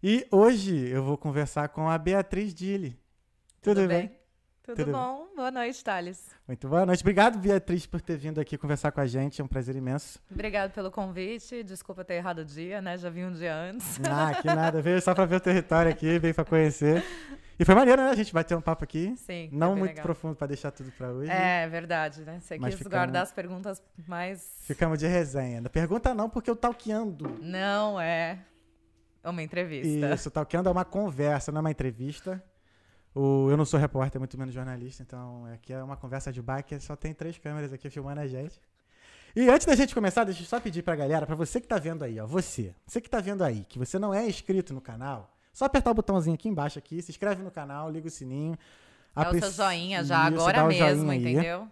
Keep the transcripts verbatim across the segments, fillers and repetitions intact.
E hoje eu vou conversar com a Beatriz Dille. Tudo, Tudo bem? bem? Tudo, Tudo bom? Boa noite, Thales. Muito boa noite. Obrigado, Beatriz, por ter vindo aqui conversar com a gente. É um prazer imenso. Obrigado pelo convite. Desculpa ter errado o dia, né? Já vim um dia antes. Ah, que nada. Veio só pra ver o território aqui, veio pra conhecer. E foi maneiro, né? A gente bateu um papo aqui. Sim. Não muito legal. profundo pra deixar tudo pra hoje. É, verdade, né? Você Mas quis ficamos... guardar as perguntas mais... Ficamos de resenha. Não pergunta não, porque eu talqueando. Não, é uma entrevista. Isso, talqueando é uma conversa, não é uma entrevista. O, eu não sou repórter, muito menos jornalista, então aqui é uma conversa de bar que só tem três câmeras aqui filmando a gente. E antes da gente começar, deixa eu só pedir pra galera, pra você que tá vendo aí, ó, você, você que tá vendo aí, que você não é inscrito no canal, só apertar o botãozinho aqui embaixo aqui, se inscreve no canal, liga o sininho. Dá o seu joinha já, agora mesmo, entendeu?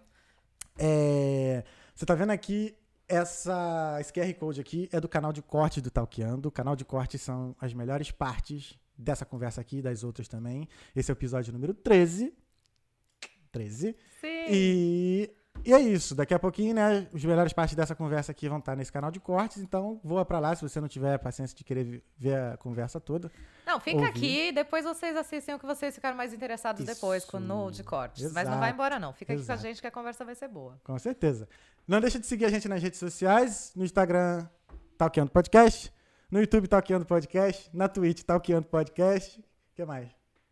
É, você tá vendo aqui, essa, esse Q R Code aqui é do canal de cortes do Talqueando. O canal de cortes são as melhores partes dessa conversa aqui e das outras também. Esse é o episódio número treze. treze. Sim. E, e é isso. Daqui a pouquinho, né, as melhores partes dessa conversa aqui vão estar nesse canal de cortes. Então, voa pra lá se você não tiver paciência de querer ver a conversa toda. Não, fica ouvir. aqui e depois vocês assistem o que vocês ficaram mais interessados Isso. depois, no de cortes. Exato. Mas não vai embora, não. Fica aqui Exato. com a gente que a conversa vai ser boa. Com certeza. Não deixa de seguir a gente nas redes sociais. No Instagram, Talqueando Podcast. No YouTube, Talqueando Podcast. Na Twitch, Talqueando Podcast. O que mais?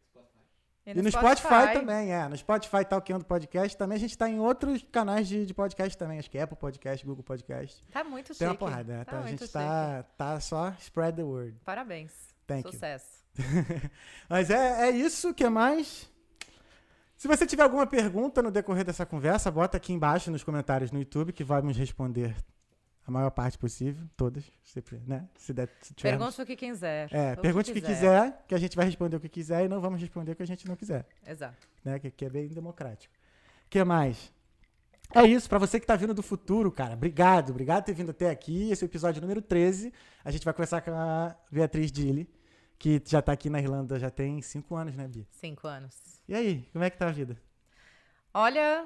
E E no, no Spotify. Spotify também, é. No Spotify, Talqueando Podcast. Também a gente tá em outros canais de, de podcast também. Acho que é Apple Podcast, Google Podcast. Tá muito chique. Tem uma porrada, né? Tá Então, a muito gente tá, chique. tá só spread the word. Parabéns. Thank you. Sucesso. Mas é, é isso. O que mais? Se você tiver alguma pergunta no decorrer dessa conversa, bota aqui embaixo nos comentários no YouTube que vamos responder a maior parte possível, todas, sempre, né? Se der, se tivermos. Pergunte o que quiser. É, o pergunte o que quiser. quiser, que a gente vai responder o que quiser e não vamos responder o que a gente não quiser. Exato. Né? Que, que é bem democrático. O que mais? É isso, pra você que tá vindo do futuro, cara, obrigado, obrigado por ter vindo até aqui. Esse é o episódio número treze. A gente vai conversar com a Beatriz Dille, que já tá aqui na Irlanda já tem cinco anos, né, Bia? Cinco anos. E aí, como é que tá a vida? Olha,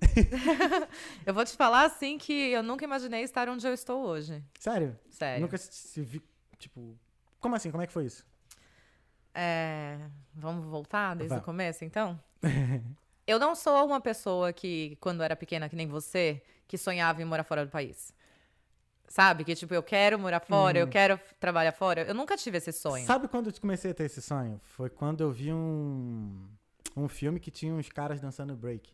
eu vou te falar assim que eu nunca imaginei estar onde eu estou hoje. Sério? Sério. Nunca se, se vi, tipo... Como assim? Como é que foi isso? É, vamos voltar desde Vai. o começo, então? Eu não sou uma pessoa que, quando era pequena, que nem você, que sonhava em morar fora do país. Sabe? Que, tipo, eu quero morar fora, Hum. eu quero trabalhar fora. Eu nunca tive esse sonho. Sabe quando eu comecei a ter esse sonho? Foi quando eu vi um, um filme que tinha uns caras dançando break.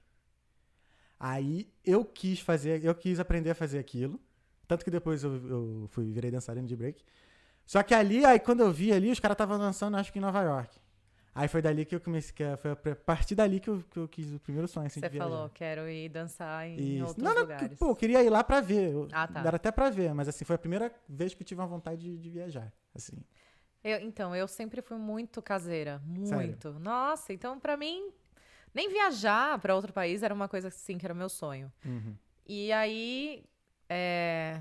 Aí eu quis fazer, eu quis aprender a fazer aquilo. Tanto que depois eu, eu fui, virei dançarino de break. Só que ali, aí quando eu vi ali, os caras estavam dançando, acho que em Nova York. Aí foi dali que eu comecei, que foi a partir dali que eu, que eu quis o primeiro sonho, assim, Você de viajar. falou, quero ir dançar em Isso. outros Não, não, lugares. pô, eu queria ir lá pra ver. Eu, Ah, tá. Era até pra ver, mas assim, foi a primeira vez que eu tive uma vontade de, de viajar, assim. Eu- então, eu sempre fui muito caseira. Sério? Muito. Nossa, então pra mim, nem viajar pra outro país era uma coisa assim, que era o meu sonho. Uhum. E aí, é,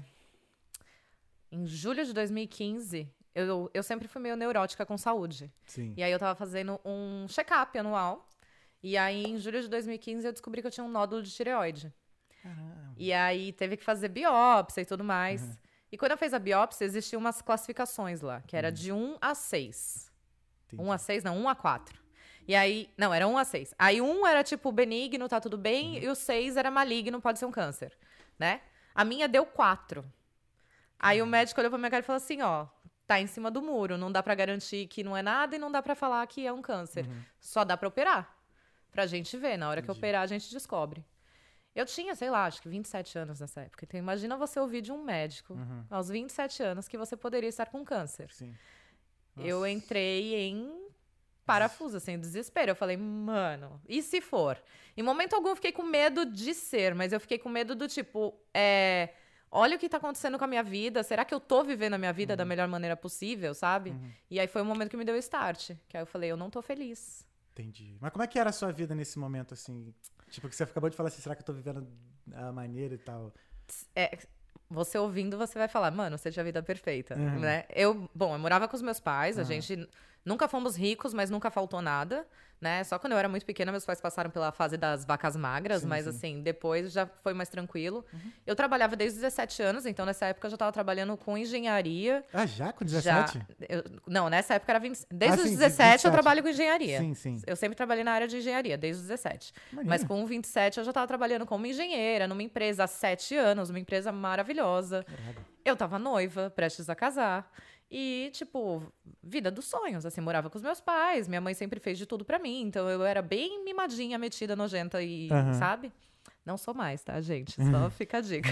em julho de dois mil e quinze, eu, eu sempre fui meio neurótica com saúde. Sim. E aí eu tava fazendo um check-up anual. E aí, em julho de dois mil e quinze, eu descobri que eu tinha um nódulo de tireoide. Caramba. E aí teve que fazer biópsia e tudo mais. Uhum. E quando eu fiz a biópsia, existiam umas classificações lá, que era de um a seis. Entendi. um a seis, não, um a quatro. E aí, não, era um a seis. Aí um era tipo benigno, tá tudo bem, e o seis era maligno, pode ser um câncer, né? A minha deu quatro. Aí o médico olhou pra minha cara e falou assim, ó, tá em cima do muro, não dá pra garantir que não é nada e não dá pra falar que é um câncer. Uhum. Só dá pra operar, pra gente ver. Na hora que Entendi. operar, a gente descobre. Eu tinha, sei lá, acho que vinte e sete anos nessa época. Então imagina você ouvir de um médico, Uhum. aos vinte e sete anos, que você poderia estar com câncer. Sim. Eu Nossa. entrei em parafuso, assim, desespero. Eu falei, mano, e se for? Em momento algum eu fiquei com medo de ser, mas eu fiquei com medo do tipo, é, olha o que tá acontecendo com a minha vida, será que eu tô vivendo a minha vida da melhor maneira possível, sabe? Uhum. E aí foi o momento que me deu o start, que aí eu falei, eu não tô feliz. Entendi. Mas como é que era a sua vida nesse momento, assim? Tipo, que você acabou de falar assim, será que eu tô vivendo a maneira e tal? É, você ouvindo, você vai falar, mano, você tinha a vida perfeita, Uhum. né? Eu, bom, eu morava com os meus pais, a Uhum. gente Nunca fomos ricos, mas nunca faltou nada, né? Só quando eu era muito pequena, meus pais passaram pela fase das vacas magras, Sim, mas sim. assim, depois já foi mais tranquilo. Uhum. Eu trabalhava desde os dezessete anos, então nessa época eu já estava trabalhando com engenharia. Ah, já com Já, dezessete? eu- não, nessa época era vinte. Desde Ah, os sim, dezessete eu vinte e sete. trabalho com engenharia. Sim, sim. Eu sempre trabalhei na área de engenharia, desde os dezessete. Maneiro. Mas com vinte e sete eu já estava trabalhando como engenheira, numa empresa há sete anos, uma empresa maravilhosa. Caralho. Eu tava noiva, prestes a casar. E, tipo, vida dos sonhos, assim, morava com os meus pais, minha mãe sempre fez de tudo pra mim, então eu era bem mimadinha, metida, nojenta e, Aham. sabe? Não sou mais, tá, gente? Só fica a dica.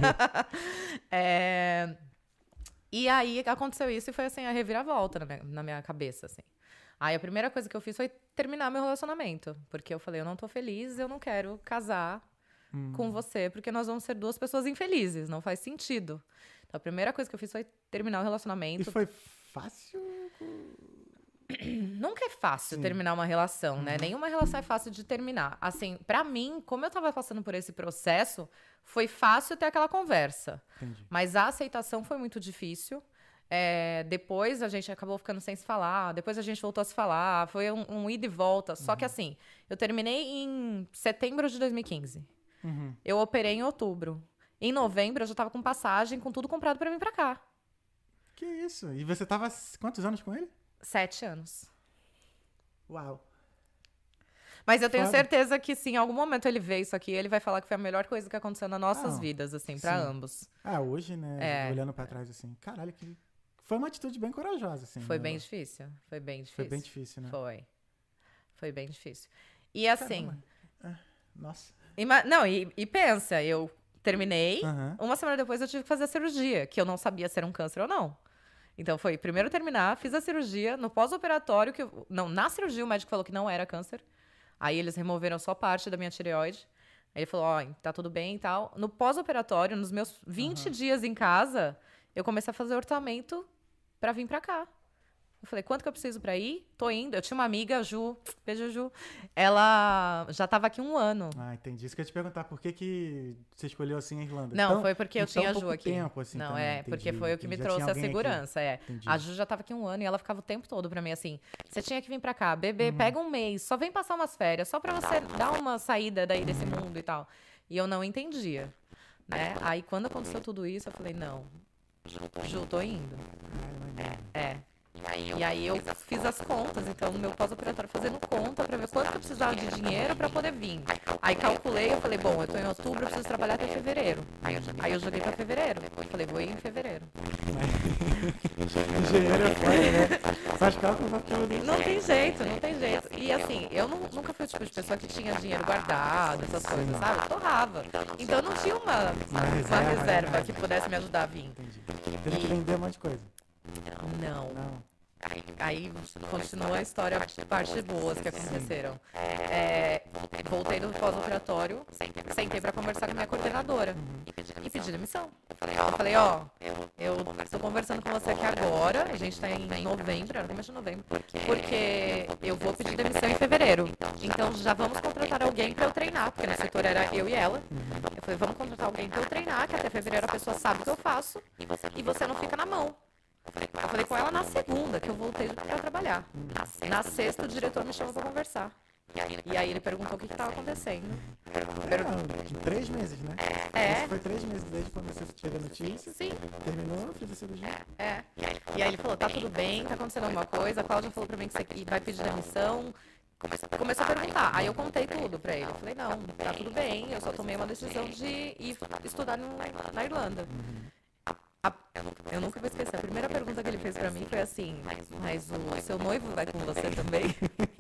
É, E aí aconteceu isso e foi, assim, a reviravolta na minha, na minha cabeça, assim. Aí a primeira coisa que eu fiz foi terminar meu relacionamento, porque eu falei, eu não tô feliz, eu não quero casar Hum. com você, porque nós vamos ser duas pessoas infelizes, não faz sentido. Então, a primeira coisa que eu fiz foi terminar o E relacionamento. foi fácil? Nunca é fácil Sim. terminar uma relação, né? Uhum. Nenhuma relação é fácil de terminar. Assim, pra mim, como eu tava passando por esse processo, foi fácil ter aquela conversa. Entendi. Mas a aceitação foi muito difícil. É, depois a gente acabou ficando sem se falar, depois a gente voltou a se falar, foi um, um ida e volta. Só que assim, eu terminei em setembro de dois mil e quinze. Uhum. Eu operei em outubro. Em novembro, eu já tava com passagem, com tudo comprado pra vir pra cá. Que isso? E você tava s- quantos anos com ele? Sete anos. Uau. Mas eu tenho Foda. certeza que, se em algum momento ele vê isso aqui, ele vai falar que foi a melhor coisa que aconteceu nas nossas Não. vidas, assim, pra Sim. ambos. Ah, hoje, né? É. Olhando pra trás assim, caralho, que foi uma atitude bem corajosa, assim. Foi né? bem difícil. Foi bem difícil. Foi bem difícil, né? Foi. Foi bem difícil. E assim. Caramba. Ah, nossa. ima- Não, e, e pensa, eu terminei. Aham. Uma semana depois eu tive que fazer a cirurgia, que eu não sabia se era um câncer ou não. Então foi primeiro terminar, fiz a cirurgia, no pós-operatório, que eu- não, na cirurgia o médico falou que não era câncer. Aí eles removeram só parte da minha tireoide. Aí ele falou, ó, tá tudo bem e tal. No pós-operatório, nos meus vinte Aham. dias em casa, eu comecei a fazer orçamento pra vir pra cá. Eu falei, quanto que eu preciso pra ir? Tô indo. Eu tinha uma amiga, a Ju, beijo, Ju. Ela já tava aqui um ano. Ah, entendi. Isso que eu ia te perguntar, por que, que você escolheu assim a Irlanda? Não, Tão- foi porque eu em tão tinha a Ju pouco aqui. tempo, assim, Não, também, é, porque entendi, foi o que me entendi. Já trouxe tinha a alguém aqui. segurança, é. Entendi. A Ju já tava aqui um ano e ela ficava o tempo todo pra mim assim, você tinha que vir pra cá, Uhum. bebê, pega um mês, só vem passar umas férias, só pra você dar uma saída daí desse mundo e tal. E eu não entendia, né? Aí quando aconteceu tudo isso, eu falei, não, Ju, tô indo. Ai, maneiro. É. E aí eu fiz as contas, então no meu pós-operatório fazendo conta pra ver quanto que eu precisava de dinheiro pra poder vir. Aí calculei, eu falei, bom, eu tô em outubro, eu preciso trabalhar até fevereiro. Aí eu joguei pra fevereiro. Falei, vou ir em fevereiro. Engenheiro é foda, né? Faz cálculo pra tudo. Não tem jeito, não tem jeito. E assim, eu não- nunca fui o tipo de pessoa que tinha dinheiro guardado, essas coisas, sabe? Eu torrava. Então não tinha uma, uma reserva, reserva né? que pudesse me ajudar a vir. Entendi. Teve que vender um monte de coisa. Não. Não. Aí continua a história, partes boas que aconteceram. É, voltei do pós-operatório, sentei pra conversar com a minha coordenadora e pedi demissão. Eu falei, ó, eu tô conversando com você aqui agora, a gente tá em novembro, era no começo de novembro, porque eu vou pedir demissão em fevereiro. Então já vamos contratar alguém pra eu treinar, porque no setor era eu e ela. Eu falei, vamos contratar alguém pra eu treinar, que até fevereiro a pessoa sabe o que eu faço e você não fica na mão. Eu falei com ela na segunda, que eu voltei pra trabalhar. Na sexta, o diretor me chamou pra conversar. E aí ele perguntou o que estava acontecendo. Não, três meses, né? É. Isso foi três meses desde quando você teve a notícia. Sim, Terminou, fez a cirurgia. é. E aí ele falou, tá tudo bem, tá acontecendo alguma coisa. A Cláudia falou pra mim que você vai pedir demissão. Começou a perguntar. Aí eu contei tudo pra ele. Eu falei, não, tá tudo bem, eu só tomei uma decisão de ir estudar no- na Irlanda. A- eu nunca vou esquecer. A primeira pergunta que ele fez pra mim foi assim, mas o seu noivo vai com você também?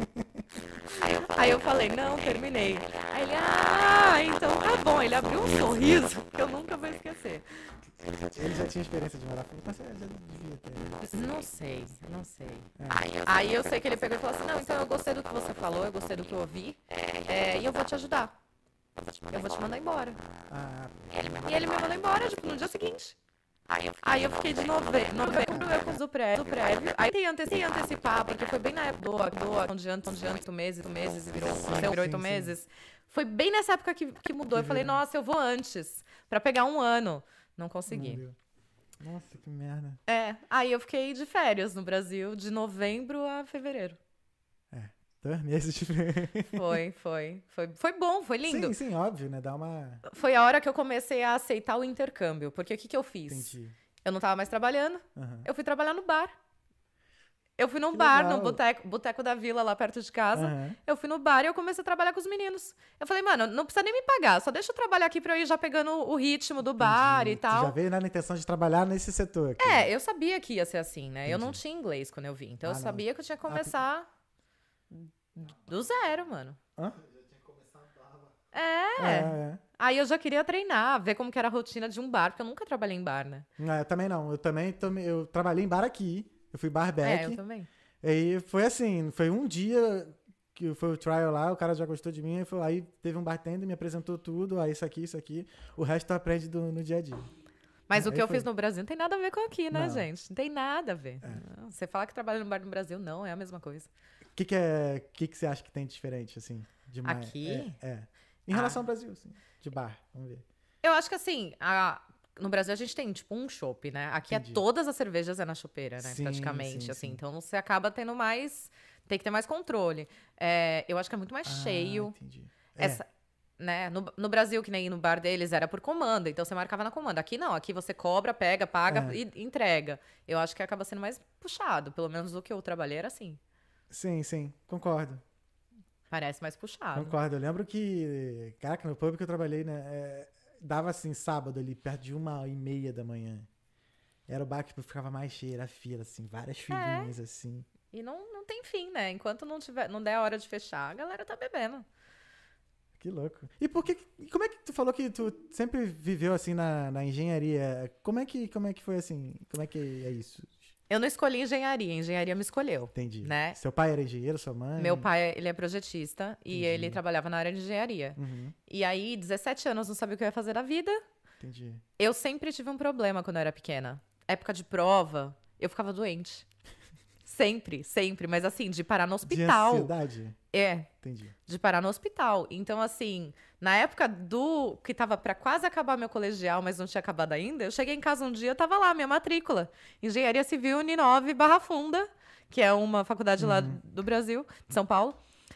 Aí eu falei, não, terminei. Aí ele, ah, então tá bom. Ele abriu um sorriso que eu nunca vou esquecer. Ele já tinha experiência de morar fora. Mas você já devia ter. Não sei, não sei. É. Aí eu sei que ele pegou e falou assim, não, então eu gostei do que você falou, eu gostei do que eu ouvi, é, e eu vou te ajudar. Eu vou te mandar embora. Ah, E ele me mandou embora, tipo, no dia seguinte. Aí eu fiquei de novembro, novembro eu fiz o prévio, o prévio. Aí tem anteci, antecipar, porque foi bem na época do, do de antes, de oito meses, oito meses, e virou, Sim, virou sim, oito sim. meses. Foi bem nessa época que, que mudou. Eu falei, nossa, eu vou antes, pra pegar um ano. Não não consegui. deu. Nossa, que merda. É, aí eu fiquei de férias no Brasil, de novembro a fevereiro. Dois meses de Foi, foi, foi. Foi bom, foi lindo. Sim, sim, óbvio, né? Dá uma... Foi a hora que eu comecei a aceitar o intercâmbio. Porque o que, que eu fiz? Entendi. Eu não tava mais trabalhando, Aham. eu fui trabalhar no bar. Eu fui num Que bar, legal. no boteco, boteco da Vila, lá perto de casa. Aham. Eu fui no bar e eu comecei a trabalhar com os meninos. Eu falei, mano, não precisa nem me pagar, só deixa eu trabalhar aqui pra eu ir já pegando o ritmo do bar Entendi. e Tu tal. já veio na intenção de trabalhar nesse setor aqui. É, eu sabia que ia ser assim, né? Eu não Entendi. tinha inglês quando eu vim. Então Ah, eu não. sabia que eu tinha que começar do zero, mano. Hã? É. É, é. Aí eu já queria treinar, ver como que era a rotina de um bar, porque eu nunca trabalhei em bar, né? Não, eu também não. Eu também tome- eu trabalhei em bar aqui. Eu fui barback. É, eu também. E aí foi assim, foi um dia que foi o trial lá, o cara já gostou de mim, aí foi- aí teve um bartender, me apresentou tudo, aí isso aqui, isso aqui. O resto tu aprende do- no dia a dia. Mas o Aí que eu foi. fiz no Brasil não tem nada a ver com aqui, né, Não. gente? Não tem nada a ver. É. Não, você fala que trabalha no bar no Brasil, não, é a mesma coisa. O que que é, que que você acha que tem de diferente, assim? De mais- Aqui? É, é. Em Ah. relação ao Brasil, assim, de bar, vamos ver. Eu acho que assim, a- no Brasil a gente tem tipo um chopp, né? Aqui é Entendi. todas as cervejas é na chopeira, né? Sim, Praticamente, sim, assim. sim. Então você acaba tendo mais, tem que ter mais controle. É, eu acho que é muito mais Ah, cheio. entendi. É, Essa, né? No, no Brasil, que nem no bar deles, era por comanda. Então você marcava na comanda. Aqui não, aqui você cobra, pega, paga É. e entrega. Eu acho que acaba sendo mais puxado. Pelo menos o que eu trabalhei era assim. sim, sim, concordo. Parece mais puxado. Concordo. Eu lembro que, caraca, no pub que eu trabalhei, né, é, dava assim, sábado ali, perto de uma e meia da manhã. Era o bar que ficava mais cheio, era fila, assim, várias É. filinhas, assim. E não, não tem fim, né? Enquanto não, tiver, não der a hora de fechar, a galera tá bebendo. Que louco. E por que, e como é que tu falou que tu sempre viveu, assim, na, na engenharia? Como é, que, como é que foi, assim, como é que é isso? Eu não escolhi engenharia, a engenharia me escolheu. Entendi. Né? Seu pai era engenheiro, sua mãe? Meu pai, ele é projetista e Entendi. ele trabalhava na área de engenharia. Uhum, E aí, dezessete anos, não sabia o que eu ia fazer da vida. entendi. Eu sempre tive um problema quando eu era pequena. Época de prova, eu ficava doente. Sempre, sempre. Mas assim, de parar no De hospital. ansiedade? É, Entendi. de parar no hospital. Então, assim, na época do que tava pra quase acabar meu colegial, mas não tinha acabado ainda, eu cheguei em casa um dia, tava lá, minha matrícula. Engenharia Civil Uninove Barra Funda, que é uma faculdade lá Uhum. do Brasil, de São Paulo.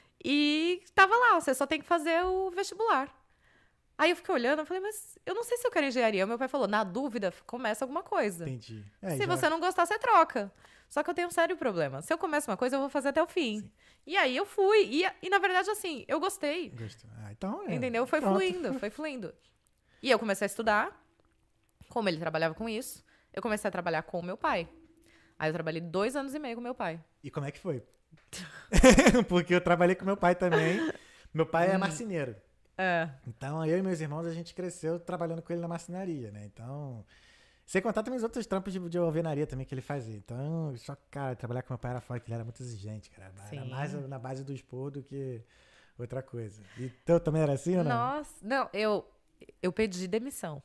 E tava lá, você só tem que fazer o vestibular. Aí eu fiquei olhando, eu falei, mas eu não sei se eu quero engenharia. Meu pai falou, na dúvida, começa alguma coisa. Entendi. É, Se já- você não gostar, você troca. Só que eu tenho um sério problema. Se eu começo uma coisa, eu vou fazer até o fim. Sim. E aí eu fui. E, e, na verdade, assim, eu gostei. Gostou. Ah, então é. Entendeu? Foi Pronto. fluindo, foi fluindo. E eu comecei a estudar. Como ele trabalhava com isso, eu comecei a trabalhar com o meu pai. Aí eu trabalhei dois anos e meio com meu pai. E como é que foi? Porque eu trabalhei com meu pai também. Meu pai é marceneiro. É. Então, eu e meus irmãos, a gente cresceu trabalhando com ele na marcenaria, né? Então, sem contar também os outros trampos de, de alvenaria também que ele fazia. Então, só, cara, trabalhar com meu pai era foda, que ele era muito exigente, cara. Era Sim. mais na base do expor do que outra coisa. E teu também era assim ou não? Nossa, não, eu, eu pedi demissão.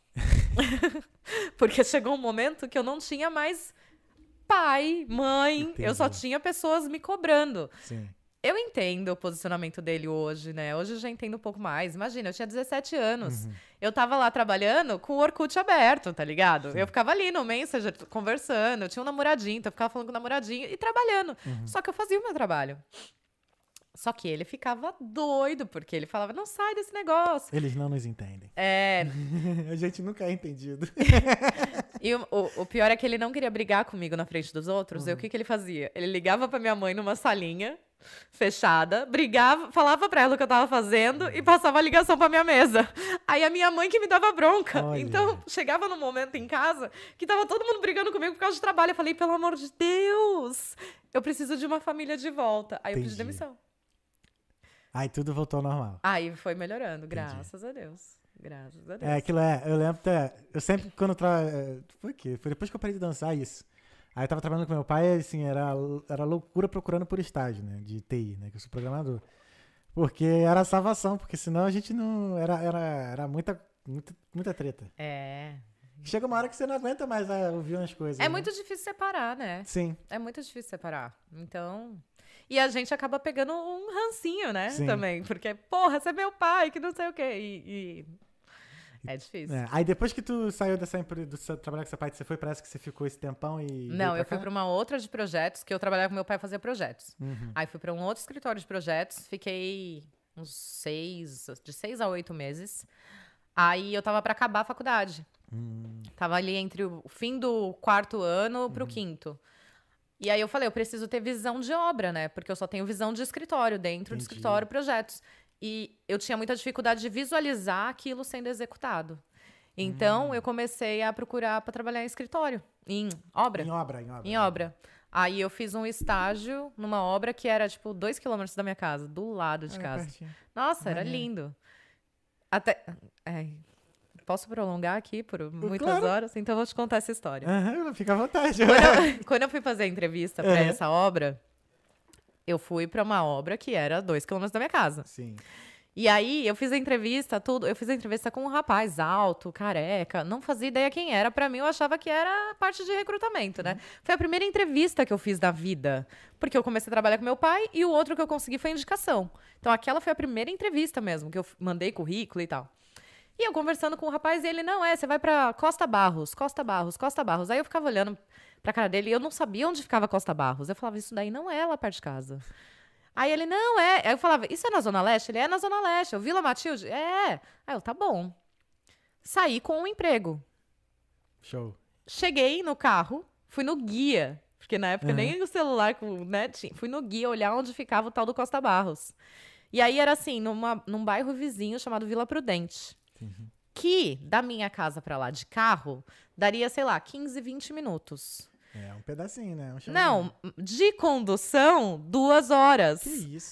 Porque chegou um momento que eu não tinha mais pai, mãe, eu só Entendi. tinha pessoas me cobrando. Sim. Eu entendo o posicionamento dele hoje, né? Hoje eu já entendo um pouco mais. Imagina, eu tinha dezessete anos. Uhum. Eu tava lá trabalhando com o Orkut aberto, tá ligado? Sim. Eu ficava ali no Messenger conversando, eu tinha um namoradinho, então eu ficava falando com o namoradinho e trabalhando. Uhum. Só que eu fazia o meu trabalho. Só que ele ficava doido, porque ele falava, não sai desse negócio. Eles não nos entendem. É, A gente nunca é entendido. e o, o- o pior é que ele não queria brigar comigo na frente dos outros. E o Uhum. que, que ele fazia? Ele ligava pra minha mãe numa salinha fechada, brigava, falava pra ela o que eu tava fazendo Uhum. e passava a ligação pra minha mesa. Aí a minha mãe que me dava bronca. Olha. Então, chegava num momento em casa que tava todo mundo brigando comigo por causa de trabalho. Eu falei, pelo amor de Deus, eu preciso de uma família de volta. Aí eu pedi Entendi. demissão. Aí tudo voltou ao normal. Aí foi melhorando, graças a Deus. Graças a Deus. É, aquilo é, eu lembro até, eu sempre quando eu tra... é, foi o quê? Foi depois que eu parei de dançar isso. Aí eu tava trabalhando com meu pai, assim, era, era loucura procurando por estágio, né, de T I, né, que eu sou programador. Porque era salvação, porque senão a gente não, era, era, era muita, muita, muita treta. É. Chega uma hora que você não aguenta mais a ouvir umas coisas. É né? muito difícil separar, né? Sim, É muito difícil separar. Então. E a gente acaba pegando um rancinho, né? Sim. Também. Porque, porra, você é meu pai, que não sei o quê. E. e- É difícil. É, aí depois que tu saiu dessa empre- do seu trabalho com seu pai, você foi pra essa que você ficou esse tempão e... Não, veio eu pra fui cá? pra uma outra de projetos, que eu trabalhava com meu pai e fazia projetos. Uhum. Aí fui pra um outro escritório de projetos, fiquei uns seis, de seis a oito meses. Aí eu tava pra acabar a faculdade. Hum, Tava ali entre o fim do quarto ano pro quinto. E aí eu falei, eu preciso ter visão de obra, né? Porque eu só tenho visão de escritório, dentro Entendi. de escritório, projetos. E eu tinha muita dificuldade de visualizar aquilo sendo executado. Então, eu comecei a procurar para trabalhar em escritório, em obra. em obra, em obra. Em obra. Aí eu fiz um estágio numa obra que era, tipo, dois quilômetros da minha casa, do lado de Ah, é casa. pertinho. Nossa, era Maneiro. lindo. Até. Ai, posso prolongar aqui por muitas Claro. horas? Então eu vou te contar essa história. Aham, fica à vontade. Quando eu, quando eu fui fazer a entrevista para Uhum. essa obra, eu fui para uma obra que era dois quilômetros da minha casa. Sim. E aí, eu fiz a entrevista, tudo. Eu fiz a entrevista com um rapaz alto, careca. Não fazia ideia quem era. Pra mim, eu achava que era parte de recrutamento, né? Foi a primeira entrevista que eu fiz da vida. Porque eu comecei a trabalhar com meu pai e o outro que eu consegui foi indicação. Então, aquela foi a primeira entrevista mesmo, que eu mandei currículo e tal. E eu conversando com o rapaz, e ele, não, é, você vai pra Costa Barros, Costa Barros, Costa Barros. Aí eu ficava olhando pra cara dele e eu não sabia onde ficava Costa Barros. Eu falava, isso daí não é lá perto de casa. Aí ele, não, é. Aí eu falava, isso é na Zona Leste? Ele, é na Zona Leste. Eu, Vila Matilde? É. Aí eu, tá bom. Saí com um emprego. Show. Cheguei no carro, fui no guia. Porque na época Uhum. nem o celular, com, né, tinha. Fui no guia olhar onde ficava o tal do Costa Barros. E aí era assim, numa, num bairro vizinho chamado Vila Prudente. Entendi. Que, da minha casa pra lá de carro, daria, sei lá, quinze, vinte minutos. É um pedacinho, né? Um Não, de condução, duas horas. Que isso?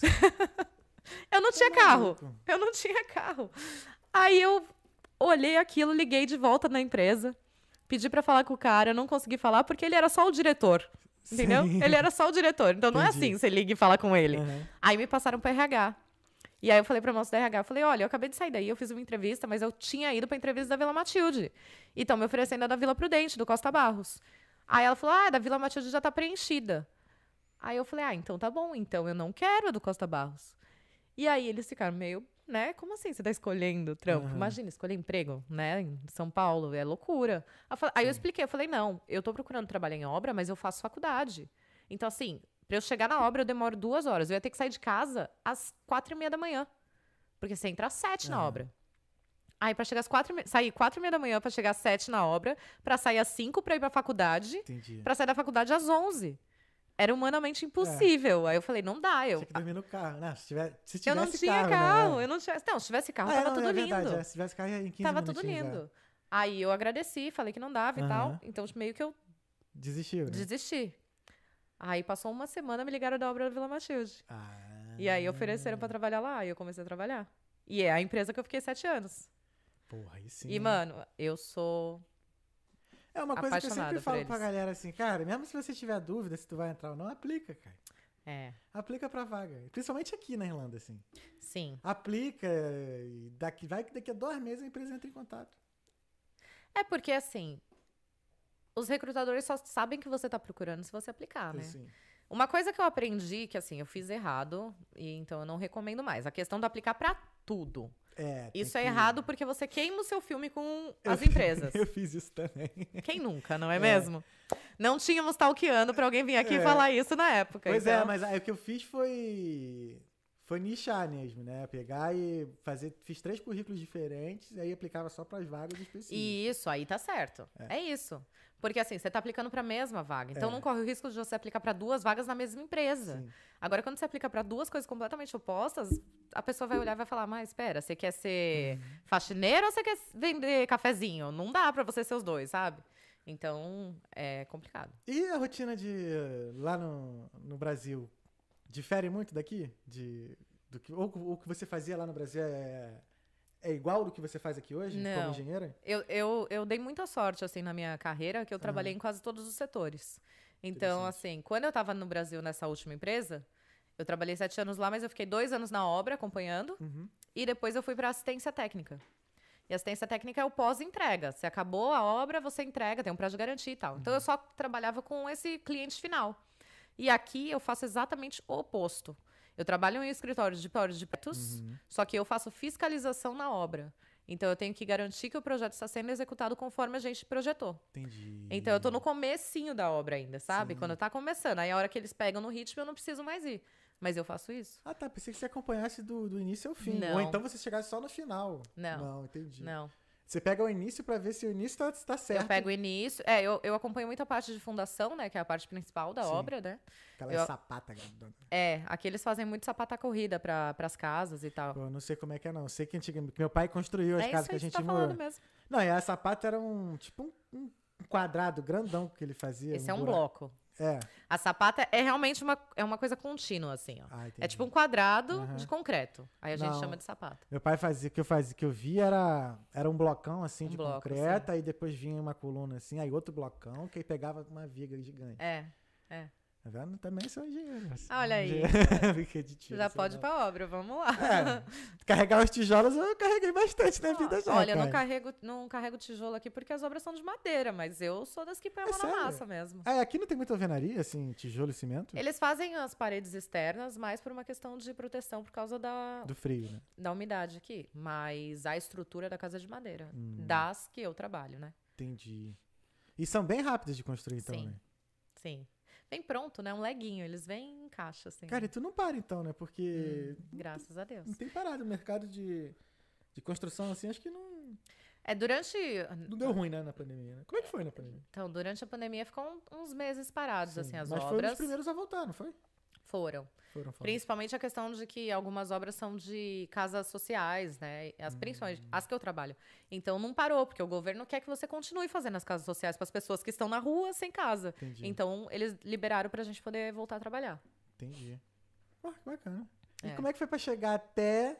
Eu não Tá tinha carro. maluco. Eu não tinha carro. Aí eu olhei aquilo, liguei de volta na empresa, pedi pra falar com o cara, eu não consegui falar porque ele era só o diretor. Entendeu? Sim. Ele era só o diretor. Então não é Entendi. assim, você liga e fala com ele. Uhum. Aí me passaram pro R H. E aí eu falei pra moça do R H, eu falei, olha, eu acabei de sair daí, eu fiz uma entrevista, mas eu tinha ido pra entrevista da Vila Matilde. E estão me oferecendo a da Vila Prudente, do Costa Barros. Aí ela falou, ah, a da Vila Matilde já tá preenchida. Aí eu falei, ah, então tá bom, então eu não quero a do Costa Barros. E aí eles ficaram meio, né, como assim você tá escolhendo trampo? Aham. Imagina, escolher emprego, né, em São Paulo, é loucura. Aí eu falei- Aí eu expliquei, eu falei, não, eu tô procurando trabalho em obra, mas eu faço faculdade. Então assim, pra eu chegar na obra eu demoro duas horas. Eu ia ter que sair de casa às quatro e meia da manhã. Porque você entra às sete na Aham. obra. Aí pra chegar às quatro, e me- sair quatro e meia da manhã pra chegar às sete na obra, pra sair às cinco pra ir pra faculdade, Entendi. pra sair da faculdade às onze. Era humanamente impossível. Aí eu falei, não dá, eu Tinha que dormir no carro. Não, se, tiver, se eu tivesse não tinha carro, carro, né? eu não tinha. Não, se tivesse carro, Ah, é, tava não, tudo é lindo. verdade, é, se tivesse carro, ia em quinze Tava tudo minutinhos, lindo. é. Aí eu agradeci, falei que não dava e Aham. tal. Então, meio que eu Desistiu, né? desisti. Aí passou uma semana, me ligaram da obra da Vila Matilde. Ah, E aí ofereceram pra trabalhar lá, e eu comecei a trabalhar. E é a empresa que eu fiquei sete anos. Porra, aí sim. E, hein? eu eu sou. É uma coisa que eu apaixonada sempre por falo pra eles. galera assim, cara, mesmo se você tiver dúvida se tu vai entrar ou não, aplica, cara. É, Aplica pra vaga. Principalmente aqui na Irlanda, assim. sim. Aplica e daqui, vai que daqui a dois meses a empresa entra em contato. É porque, assim, os recrutadores só sabem que você tá procurando se você aplicar, né? Assim. Uma coisa que eu aprendi, que assim, eu fiz errado, e então eu não recomendo mais. A questão de aplicar pra tudo. É, tem Isso é que- errado porque você queima o seu filme com Eu as fi- empresas. Eu fiz isso também. Quem nunca, não é, É. mesmo? Não tínhamos stalkeando pra alguém vir aqui e É. falar isso na época. Pois é, então- mas aí o que eu fiz foi. Foi nichar mesmo, né? Pegar e fazer. Fiz três currículos diferentes e aí aplicava só para as vagas específicas. E isso, aí tá certo. É, isso. Porque assim, você tá aplicando pra mesma vaga. Então É. não corre o risco de você aplicar pra duas vagas na mesma empresa. Sim. Agora, quando você aplica pra duas coisas completamente opostas, a pessoa vai olhar e vai falar: mas espera, você quer ser Uhum. faxineiro ou você quer vender cafezinho? Não dá pra você ser os dois, sabe? Então, é complicado. E a rotina de lá no, no Brasil difere muito daqui? De, do que, ou o que você fazia lá no Brasil é, é igual do que você faz aqui hoje, como Não. engenheira? Eu, eu, eu dei muita sorte, assim, na minha carreira, que eu trabalhei em quase todos os setores. Então, Interessante. assim, quando eu tava no Brasil nessa última empresa, eu trabalhei sete anos lá, mas eu fiquei dois anos na obra acompanhando. Uhum. E depois eu fui para assistência técnica. E assistência técnica é o pós-entrega. Se acabou a obra, você entrega, tem um prazo de garantia e tal. Então eu só trabalhava com esse cliente final. E aqui eu faço exatamente o oposto. Eu trabalho em escritórios de escritórios de pretos, Uhum. só que eu faço fiscalização na obra. Então, eu tenho que garantir que o projeto está sendo executado conforme a gente projetou. Entendi. Então, eu tô no comecinho da obra ainda, sabe? Sim. Quando tá começando. Aí, a hora que eles pegam no ritmo, eu não preciso mais ir. Mas eu faço isso. Ah, tá. Pensei que você acompanhasse do, do início ao fim. Não. Ou então você chegasse só no final. Não. Não, entendi. Não. Você pega o início pra ver se o início tá, tá certo. Eu pego o início. É, eu, eu acompanho muito a parte de fundação, né? Que é a parte principal da Sim. obra, né? Aquela eu- sapata grandona. É, aqui eles fazem muito sapata corrida para as casas e tal. Pô, eu não sei como é que é, não. Eu sei que antigamente meu pai construiu as É casas isso que a aí que gente você tá morou. falando mesmo. Não, e a sapata era um, tipo um, um quadrado grandão que ele fazia. Esse é um buraco. bloco. É. A sapata é realmente uma, é uma coisa contínua, assim, ó. Ah, entendi. É tipo um quadrado Aham. de concreto. Aí a gente Não. chama de sapata. Meu pai fazia, o que eu fazia, que eu vi era, era um blocão assim Um de bloco, concreto, aí depois vinha uma coluna assim, aí outro blocão, que aí pegava uma viga gigante. É, é. Tá vendo? Também sou engenheiro. assim. Olha aí. Fiquei de tiro, Já sei pode ir lá. pra obra, vamos lá. É, carregar os tijolos eu carreguei bastante na vida já. Olha, eu cara. não carrego, não carrego tijolo aqui porque as obras são de madeira, mas eu sou das que põe a É mão na sério? massa mesmo. Ah, aqui não tem muita alvenaria, assim, tijolo e cimento? Eles fazem as paredes externas mais por uma questão de proteção por causa da, Do frio, né? da umidade aqui. Mas a estrutura da casa é de madeira. Hum. Das que eu trabalho, né? Entendi. E são bem rápidas de construir, então, Sim. né? Sim. Vem pronto, né? Um leguinho. Eles vêm em caixa, assim. Cara, e tu não para então, né? Porque Hum, graças a Deus. não tem parado. O mercado de, de construção, assim, acho que não, É, durante... não deu ruim, né, na pandemia, né? Como é que foi na pandemia? Então, durante a pandemia ficou um- uns meses parados, Sim, assim, as mas foi um obras. dos primeiros a voltar, não foi? Foram. Foram, foram. Principalmente a questão de que algumas obras são de casas sociais, né? As, principalmente Hum. as que eu trabalho. Então não parou, porque o governo quer que você continue fazendo as casas sociais para as pessoas que estão na rua sem casa. Entendi. Então eles liberaram pra gente poder voltar a trabalhar. Entendi. Pô, que bacana. E É. como é que foi pra chegar até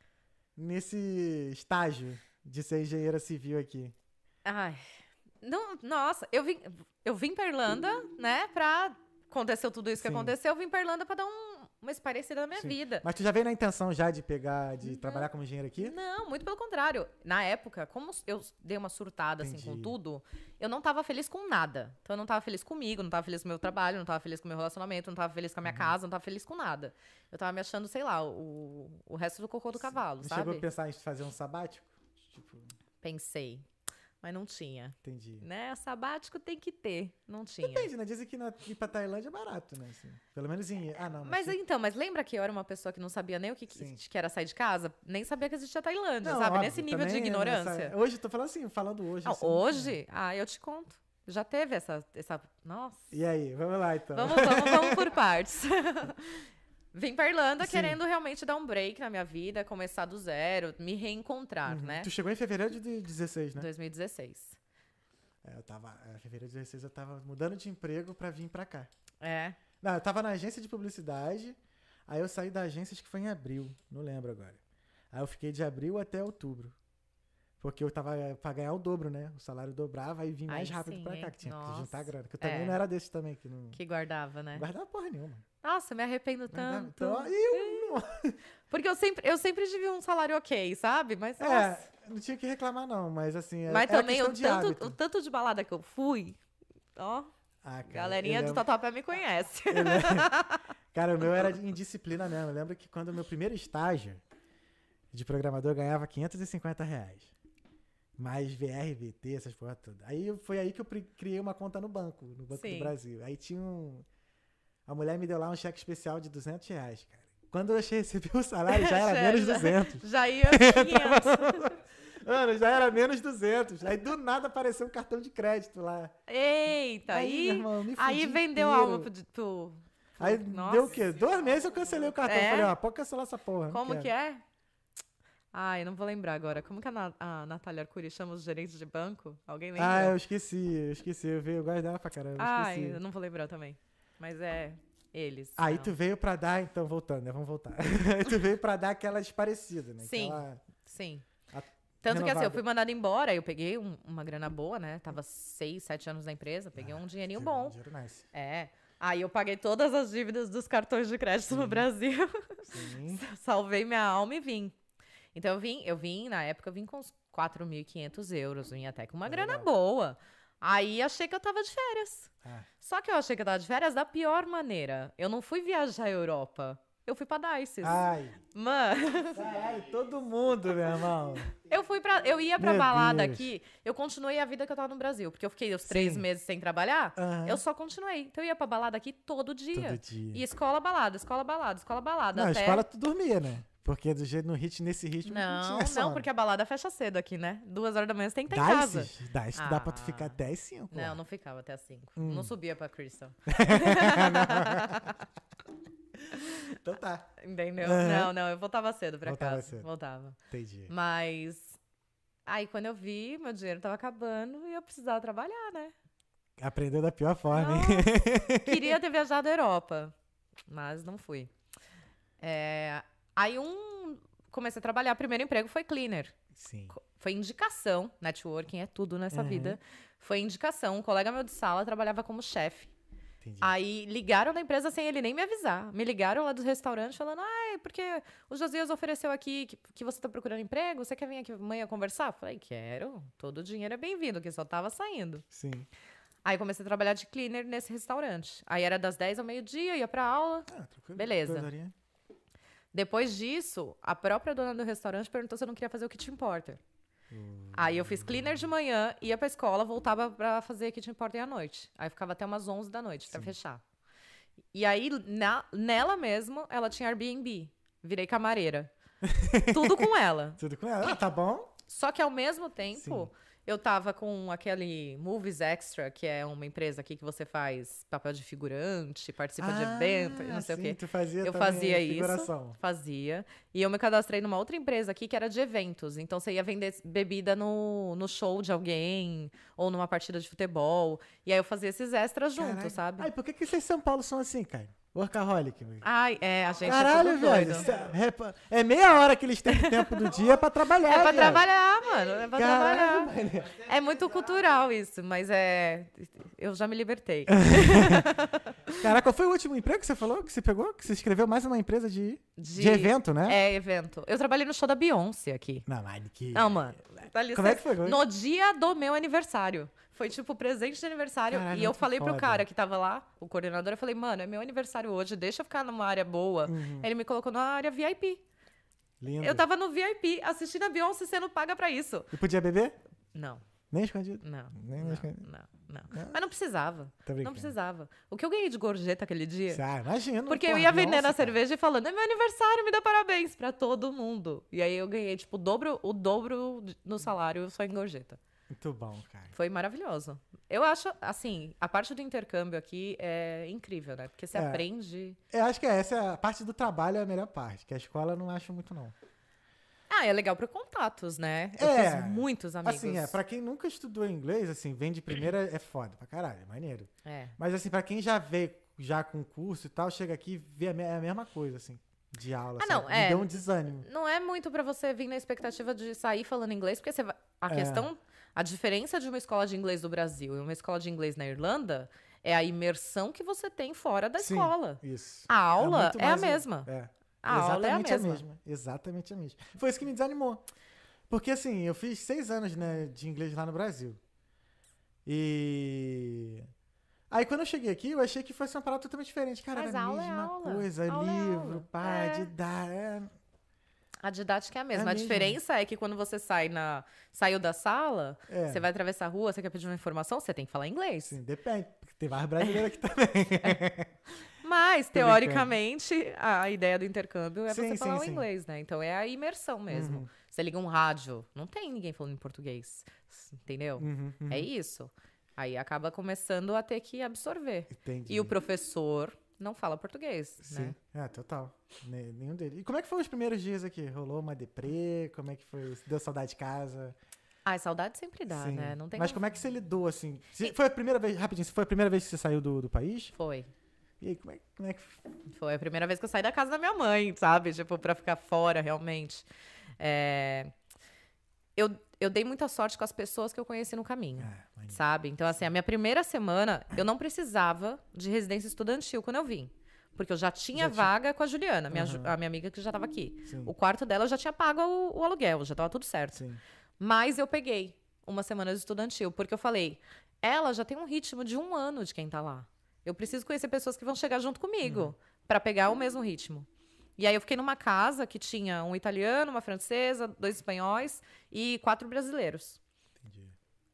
nesse estágio de ser engenheira civil aqui? Ai. Não, nossa, eu vim, eu vim pra Irlanda, né? Pra. Aconteceu tudo isso que Sim. aconteceu, eu vim pra Irlanda pra dar um, uma esparecida na minha Sim. vida. Mas tu já veio na intenção já de pegar, de trabalhar como engenheiro aqui? Não, muito pelo contrário. Na época, como eu dei uma surtada assim com Entendi. tudo, eu não tava feliz com nada. Então eu não tava feliz comigo, não tava feliz com o meu trabalho, não tava feliz com o meu relacionamento, não tava feliz com a minha Uhum. casa, não tava feliz com nada. Eu tava me achando, sei lá, o, o resto do cocô do cavalo, Não chegou sabe? a pensar em fazer um sabático? Tipo, Pensei. Mas não tinha. entendi. Né? Sabático tem que ter. Não tinha. Depende, né? Dizem que na, ir pra Tailândia é barato, né? Assim, pelo menos em... Ah, não. Mas tem- então, mas lembra que eu era uma pessoa que não sabia nem o que, Sim. que, que era sair de casa? Nem sabia que existia Tailândia, Não, sabe? óbvio, Nesse nível de também ignorância. nessa- Hoje, eu tô falando assim, falando hoje. Não, assim, hoje, ah, eu te conto. Já teve essa, essa. Nossa. E aí, vamos lá então. Vamos, vamos, vamos por partes. Vim pra Irlanda Sim. querendo realmente dar um break na minha vida, começar do zero, me reencontrar, Uhum. né? Tu chegou em fevereiro de dezesseis, né? dois mil e dezesseis. É, eu tava... Em fevereiro de dezesseis eu tava mudando de emprego pra vir pra cá. É. Não, eu tava na agência de publicidade, aí eu saí da agência, acho que foi em abril, não lembro agora. Aí eu fiquei de abril até outubro. Porque eu tava pra ganhar o dobro, né? O salário dobrava e vim mais Aí rápido sim, pra cá, hein? que tinha que Nossa. juntar grana. Que eu também É. não era desse também, que não Que guardava, né? guardava porra nenhuma. Nossa, eu me arrependo Guardava- tanto. Então, e eu não... Porque eu sempre, eu sempre tive um salário ok, sabe? Mas, nossa. É, não tinha que reclamar não, mas assim... é- Mas é a também questão o de tanto, hábito. o tanto de balada que eu fui. Ó, Ah, cara, galerinha eu do lembro- Tatuapé me conhece. eu lembro- Cara, o meu era de indisciplina mesmo. Eu lembro que quando o meu primeiro estágio de programador eu ganhava quinhentos e cinquenta reais. Mais V R, V T, essas porra todas. Aí foi aí que eu pri- criei uma conta no banco, no Banco Sim. do Brasil. Aí tinha um... A mulher me deu lá um cheque especial de duzentos reais, cara. Quando eu recebi o salário, já era Já- menos já- duzentos. Já ia quinhentos. Mano, já era menos duzentos. Aí do nada apareceu um cartão de crédito lá. Eita, Aí, aí, meu irmão, me aí fudi vendeu a inteiro. alma pro, pro, Aí Nossa deu o quê? Dois meses eu cancelei o cartão. É? Falei, ó, pode cancelar essa porra. não Como quero. que é? Ai, não vou lembrar agora. Como que a, Na- a Natália Arcuri chama os gerentes de banco? Alguém lembra? Ah, eu esqueci, eu esqueci. Eu, vi, eu gosto dela pra caramba, eu Ai, esqueci. eu não vou lembrar também. Mas é eles. Aí não. tu veio pra dar, então, voltando, né? Vamos voltar. Aí tu veio pra dar aquela desparecida, né? Sim. Aquela... Sim. A- Tanto que assim, eu renovada. fui mandada embora, eu peguei um- uma grana boa, né? Tava seis, sete anos na empresa, peguei um dinheirinho Dinheiro- bom. Dinheiro nice. É. Aí eu paguei todas as dívidas dos cartões de crédito no Brasil. Sim. Salvei minha alma e vim. Então eu vim, eu vim, na época eu vim com uns quatro mil e quinhentos euros, vim até com uma É grana legal. boa. Aí achei que eu tava de férias. Ah, Só que eu achei que eu tava de férias da pior maneira. Eu não fui viajar à Europa. Eu fui pra Dices. Ai, Mano, caralho, todo mundo, meu irmão. eu fui pra. Eu ia pra Meu balada Deus. aqui, eu continuei a vida que eu tava no Brasil. Porque eu fiquei os três Sim. meses sem trabalhar, Aham. eu só continuei. Então eu ia pra balada aqui todo dia. Todo dia. E escola, balada, escola, balada, escola, balada. Não, a até... escola tu dormia, né? Porque do jeito, no ritmo, nesse ritmo, não, Não, tinha não, sono. porque a balada fecha cedo aqui, né? Duas horas da manhã você tem que estar em casa. Dices? Dices dá pra tu Ah. ficar até as cinco. Não, não ficava até as cinco. Hum. Não subia pra Crystal. Então tá, Entendeu? Aham. Não, não, eu voltava cedo pra Voltava casa. cedo. Voltava. entendi. Mas. Aí quando eu vi, meu dinheiro tava acabando e eu precisava trabalhar, né? Aprendeu da pior forma, hein? Queria ter viajado à Europa, mas não fui. É, Aí um. Comecei a trabalhar, primeiro emprego foi cleaner. Sim. Foi indicação, networking é tudo nessa Uhum. vida. Foi indicação, um colega meu de sala trabalhava como chefe. Entendi. Aí ligaram na empresa sem ele nem me avisar. Me ligaram lá do restaurante falando: ai, porque o Josias ofereceu aqui que, que você tá procurando emprego, você quer vir aqui amanhã conversar? Falei, quero, todo o dinheiro é bem-vindo, que só tava saindo. Sim. Aí comecei a trabalhar de cleaner nesse restaurante. Aí era das dez ao meio-dia, ia pra aula. Ah, tranquilo. Beleza. Duas horinhas. Depois disso, a própria dona do restaurante perguntou se eu não queria fazer o kitchen porter. Hum. Aí eu fiz cleaner de manhã, ia pra escola, voltava pra fazer kitchen porter à noite. Aí ficava até umas onze da noite pra Sim. fechar. E aí, na- nela mesmo, ela tinha Airbnb. Virei camareira. Tudo com ela. Tudo com ela. Ah, tá bom? Só que ao mesmo tempo, Sim. eu tava com aquele Movies Extra, que é uma empresa aqui que você faz papel de figurante, participa de evento e não sei sim, o quê. Tu fazia Eu também fazia isso. figuração. Fazia. E eu me cadastrei numa outra empresa aqui que era de eventos. Então você ia vender bebida no, no show de alguém ou numa partida de futebol. E aí eu fazia esses extras junto, Caralho. sabe? Ai, por que, que vocês em São Paulo são assim, cara? Workaholic. meu. Ai, é, a gente Caralho, é tudo velho. doido. cê- É, é meia hora que eles têm de tempo do dia pra trabalhar, É pra velho. trabalhar, mano. É pra Caralho, trabalhar. velho. É muito cultural isso, mas é. Eu já me libertei. Caraca, qual foi o último emprego que você falou? Que você pegou? Que você escreveu mais uma empresa de, de... evento, né? É, evento. Eu trabalhei no show da Beyoncé aqui. Não, mas que... Não, mano. Tá ali, Como é que foi? No dia do meu aniversário. Foi tipo presente de aniversário. Caralho, e eu muito falei pro foda. cara que tava lá, o coordenador, eu falei, mano, é meu aniversário hoje, deixa eu ficar numa área boa. Uhum. Ele me colocou na área V I P. Lindo. Eu tava no V I P, assistindo a Beyoncé sendo paga pra isso. E podia beber? Não, Nem escondido. não, Nem não, escondido. não, não. Não? Mas não precisava. Tô brincando. Não precisava. O que eu ganhei de gorjeta aquele dia... Ah, imagina. Porque pô, eu ia vendendo Beyoncé, a cara. cerveja e falando, é meu aniversário, me dá parabéns pra todo mundo. E aí eu ganhei, tipo, o dobro, o dobro de- no salário só em gorjeta. Muito bom, cara. Foi maravilhoso. Eu acho, assim, a parte do intercâmbio aqui é incrível, né? Porque você É. aprende... Eu acho que essa é a parte do trabalho é a melhor parte, que a escola eu não acho muito, não. Ah, é legal para contatos, né? Eu É. fiz muitos amigos. Assim, é, pra quem nunca estudou inglês, assim, vem de primeira é foda pra caralho, é maneiro. É. Mas, assim, pra quem já veio já com curso e tal, chega aqui e vê a, me- é a mesma coisa, assim, de aula. Ah, sabe? não, Me é. deu um desânimo. Não é muito pra você vir na expectativa de sair falando inglês, porque você vai... a É. questão, a diferença de uma escola de inglês do Brasil e uma escola de inglês na Irlanda é a imersão que você tem fora da Sim, escola. Isso. A aula muito é a mais- mesma. É. A aula é a Exatamente mesma. Exatamente a mesma. Foi isso que me desanimou. Porque, assim, eu fiz seis anos, né, de inglês lá no Brasil. E... Aí, quando eu cheguei aqui, eu achei que fosse uma parada totalmente diferente. Cara, Mas era a aula é mesma aula. coisa. Aula é livro, aula. pá, É. de dar... É... A didática é a mesma. É a mesmo. diferença é que quando você sai na, saiu da sala, É. você vai atravessar a rua, você quer pedir uma informação, você tem que falar inglês. Assim, depende. Porque tem vários brasileiros aqui também. Mas, Tô teoricamente, a ideia do intercâmbio é Sim, você falar sim, o sim. inglês, né? Então é a imersão mesmo. Uhum. Você liga um rádio, não tem ninguém falando em português. Entendeu? Uhum, uhum. É isso. Aí acaba começando a ter que absorver. Entendi. E o professor não fala português, Sim, né? é, total. Ne- Nenhum deles. E como é que foi os primeiros dias aqui? Rolou uma deprê? Como é que foi? Deu saudade de casa? Ai, saudade sempre dá, Sim. né? Não tem Mas como é que você lidou, assim? Se foi a primeira vez, rapidinho, se foi a primeira vez que você saiu do, do país? Foi. E aí, como é, como é que... Foi a primeira vez que eu saí da casa da minha mãe, sabe? Tipo, pra ficar fora, realmente. É, Eu, eu dei muita sorte com as pessoas que eu conheci no caminho, Ah, maneiro. sabe? Então, assim, a minha primeira semana, eu não precisava de residência estudantil quando eu vim. Porque eu já tinha Já tinha- vaga com a Juliana, minha, ju- Aham. a minha amiga que já tava aqui. Sim, O quarto dela eu já tinha pago o, o aluguel, já tava tudo certo. sim. Mas eu peguei uma semana de estudantil, porque eu falei, ela já tem um ritmo de um ano de quem tá lá. Eu preciso conhecer pessoas que vão chegar junto comigo, pra pegar o mesmo ritmo. E aí eu fiquei numa casa que tinha um italiano, uma francesa, dois espanhóis e quatro brasileiros. Entendi.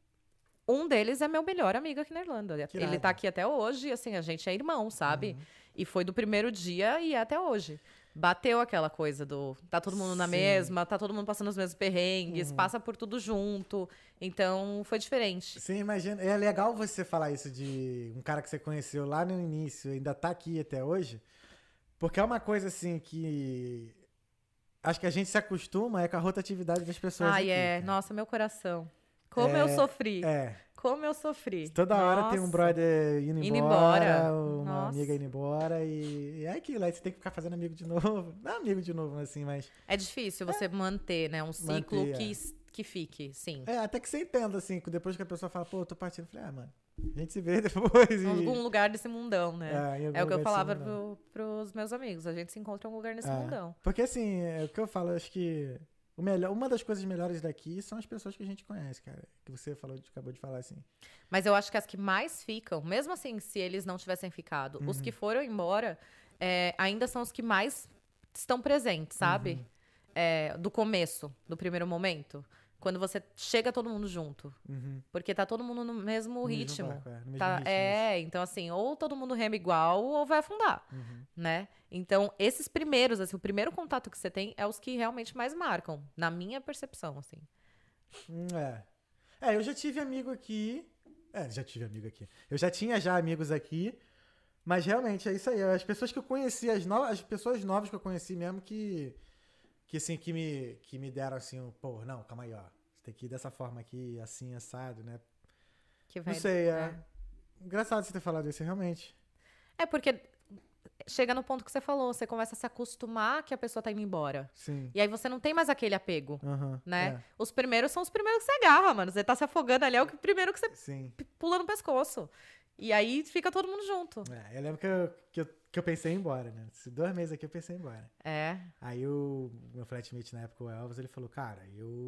Um deles é meu melhor amigo aqui na Irlanda. Que Ele irado. tá aqui até hoje, assim, a gente é irmão, sabe? Uhum. E foi do primeiro dia e é até hoje. Bateu aquela coisa do tá todo mundo na Sim. mesma, tá todo mundo passando os mesmos perrengues, Uhum. passa por tudo junto. Então, foi diferente. Sim, imagina. É legal você falar isso de um cara que você conheceu lá no início, ainda tá aqui até hoje, porque é uma coisa assim que acho que a gente se acostuma é com a rotatividade das pessoas. Ai, aqui, é. cara. Nossa, meu coração. Como É, eu sofri. É. Como eu sofri. Toda hora tem um Nossa. brother indo, Indo embora, embora. uma Nossa. amiga indo embora e, e é aquilo. Aí você tem que ficar fazendo amigo de novo. Não é amigo de novo, assim, mas. É difícil você manter, né? Um ciclo Manter, que, é. que fique, sim. É, até que você entenda, assim, que depois que a pessoa fala, pô, eu tô partindo, eu falei, ah, mano, a gente se vê depois. Em E... algum lugar desse mundão, né? É, em algum É o que eu lugar falava assim, não. pro, pros meus amigos. A gente se encontra em algum lugar nesse É, mundão. porque assim, é o que eu falo, acho que o melhor, uma das coisas melhores daqui são as pessoas que a gente conhece, cara. Que você falou, acabou de falar assim. Mas eu acho que as que mais ficam, mesmo assim, se eles não tivessem ficado, os Uhum. que foram embora é, ainda são os que mais estão presentes, sabe? Uhum. É, do começo, do primeiro momento. Quando você chega todo mundo junto. Uhum. Porque tá todo mundo no mesmo No mesmo ritmo. barco, é, no mesmo Tá- ritmo, é, então assim, ou todo mundo rema igual ou vai afundar, Uhum. né? Então, esses primeiros, assim, o primeiro contato que você tem é os que realmente mais marcam, na minha percepção, assim. Hum, É. É, eu já tive amigo aqui. É, já tive amigo aqui. Eu já tinha já amigos aqui. Mas realmente é isso aí. As pessoas que eu conheci, as, no... as pessoas novas que eu conheci mesmo que. Que assim, que me, que me deram assim, um, pô, não, calma aí, ó. Você tem que ir dessa forma aqui, assim, assado, né? Que vai, Não sei, é. é. Engraçado você ter falado isso, realmente. É porque chega no ponto que você falou, você começa a se acostumar que a pessoa tá indo embora. Sim. E aí você não tem mais aquele apego, Aham. né? Os primeiros são os primeiros que você agarra, mano. Você tá se afogando ali, é o que- primeiro que você é, sim. p- pula no pescoço. E aí fica todo mundo junto. É, eu lembro que eu, que, eu, que eu pensei em ir embora, né? Esses dois meses aqui eu pensei em ir embora. É. Aí o meu flatmate na época, o Elvis, ele falou, cara,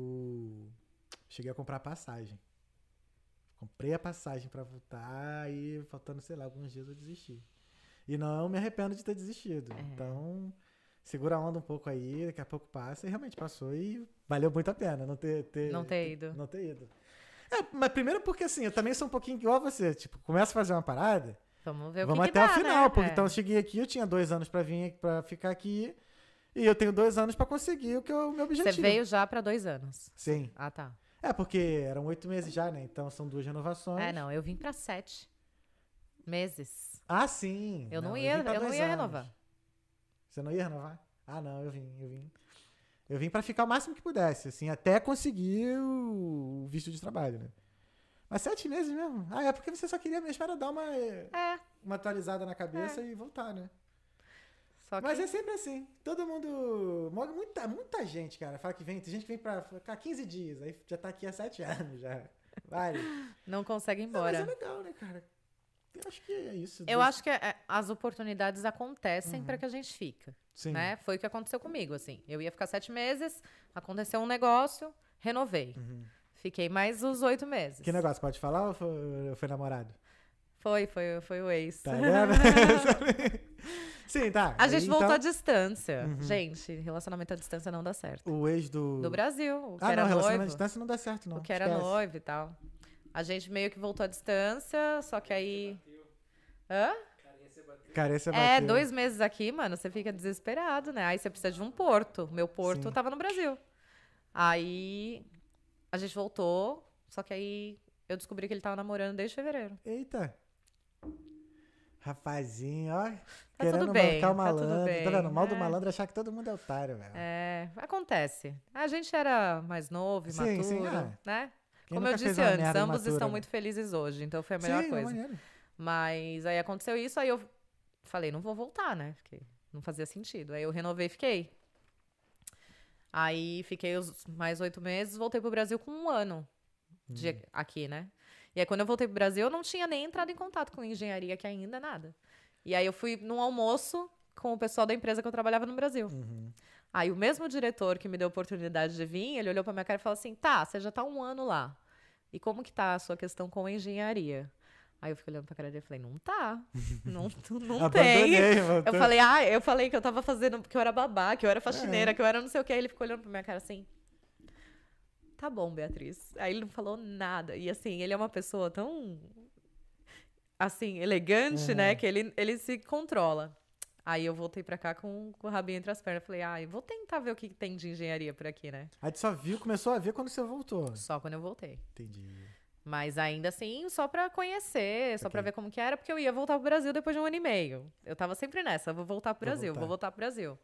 eu cheguei a comprar passagem. Comprei a passagem pra voltar e faltando, sei lá, alguns dias eu desisti. E não me arrependo de ter desistido. É. Então, segura a onda um pouco aí, daqui a pouco passa. E realmente passou e valeu muito a pena não ter, ter, Não ter ido. Não ter ido. É, mas primeiro porque assim, eu também sou um pouquinho igual a você. Tipo, começo a fazer uma parada, Vamos ver o vamos que, que até dá, o final. né? Porque É. então eu cheguei aqui, eu tinha dois anos pra vir, pra ficar aqui. E eu tenho dois anos pra conseguir o que é o meu objetivo. Você veio já pra dois anos. Sim. Ah, tá. É, porque eram oito meses já, né? Então são duas renovações. É, não, eu vim pra sete meses. Ah, sim. Eu não, vim ia, pra eu não dois ia anos. renovar. Você não ia renovar? Ah, não, eu vim, eu vim. Eu vim pra ficar o máximo que pudesse, assim, até conseguir o o visto de trabalho, né? Mas sete meses mesmo? Ah, é porque você só queria mesmo era dar uma, É, uma atualizada na cabeça e voltar, né? só que... Mas é sempre assim. Todo mundo. Muita, muita gente, cara, fala que vem. Tem gente que vem pra ficar quinze dias, aí já tá aqui há sete anos já. Vale. Não consegue ir Não, mas é embora. legal, né, cara? Eu acho que é isso. Eu Dois- acho que é, as oportunidades acontecem pra que a gente fica, Sim. né? Foi o que aconteceu comigo, assim. Eu ia ficar sete meses, aconteceu um negócio, renovei. Uhum. Fiquei mais os oito meses. Que negócio? Pode falar ou foi, ou foi namorado? Foi, foi, foi o ex. Tá vendo? Sim, tá. A gente Aí, voltou então, à distância. Uhum. Gente, relacionamento à distância não dá certo. O ex do. Do Brasil, o que Ah, era não, relacionamento à noivo. distância não dá certo, não. O que era Esquece. noivo e tal. A gente meio que voltou à distância, só que aí... Hã? Carência É, bateu. dois meses aqui, mano, você fica desesperado, né? Aí você precisa de um porto. Meu porto Sim. tava no Brasil. Aí a gente voltou, só que aí eu descobri que ele tava namorando desde fevereiro. Eita. Rapazinho, ó. Tá querendo tudo bem, marcar o tá tudo malandro. bem. Tá vendo? O mal do É. malandro é achar que todo mundo é otário, velho. É, acontece. A gente era mais novo, Sim, imaturo, sim, ah. né? Quem Como eu nunca fez disse uma antes, merda ambos imatura, estão né? muito felizes hoje, então foi a melhor Sim, coisa. maneiro. Mas aí aconteceu isso, aí eu falei, não vou voltar, né? Porque não fazia sentido. Aí eu renovei e fiquei. Aí fiquei os mais oito meses, voltei pro Brasil com um ano de Hum. aqui, né? E aí quando eu voltei pro Brasil, eu não tinha nem entrado em contato com engenharia aqui ainda, nada. E aí eu fui num almoço com o pessoal da empresa que eu trabalhava no Brasil. Uhum. Aí o mesmo diretor que me deu a oportunidade de vir, ele olhou pra minha cara e falou assim, tá, você já tá um ano lá. E como que tá a sua questão com a engenharia? Aí eu fiquei olhando pra cara dele e falei, não tá. Não, tu- não Abandonei, tem. voltou. Eu falei, ah, eu falei que eu tava fazendo, que eu era babá, que eu era faxineira, É. que eu era não sei o que. Aí ele ficou olhando pra minha cara assim. Tá bom, Beatriz. Aí ele não falou nada. E assim, ele é uma pessoa tão, assim, elegante, Uhum. né? Que ele, ele se controla. Aí eu voltei pra cá com, com o rabinho entre as pernas. Falei, ah, eu vou tentar ver o que que tem de engenharia por aqui, né? Aí tu só viu, começou a ver quando você voltou. Só quando eu voltei. Entendi. Mas ainda assim, só pra conhecer, só pra Ok. ver como que era, porque eu ia voltar pro Brasil depois de um ano e meio. Eu tava sempre nessa, vou voltar pro Vou Brasil, voltar. vou voltar pro Brasil.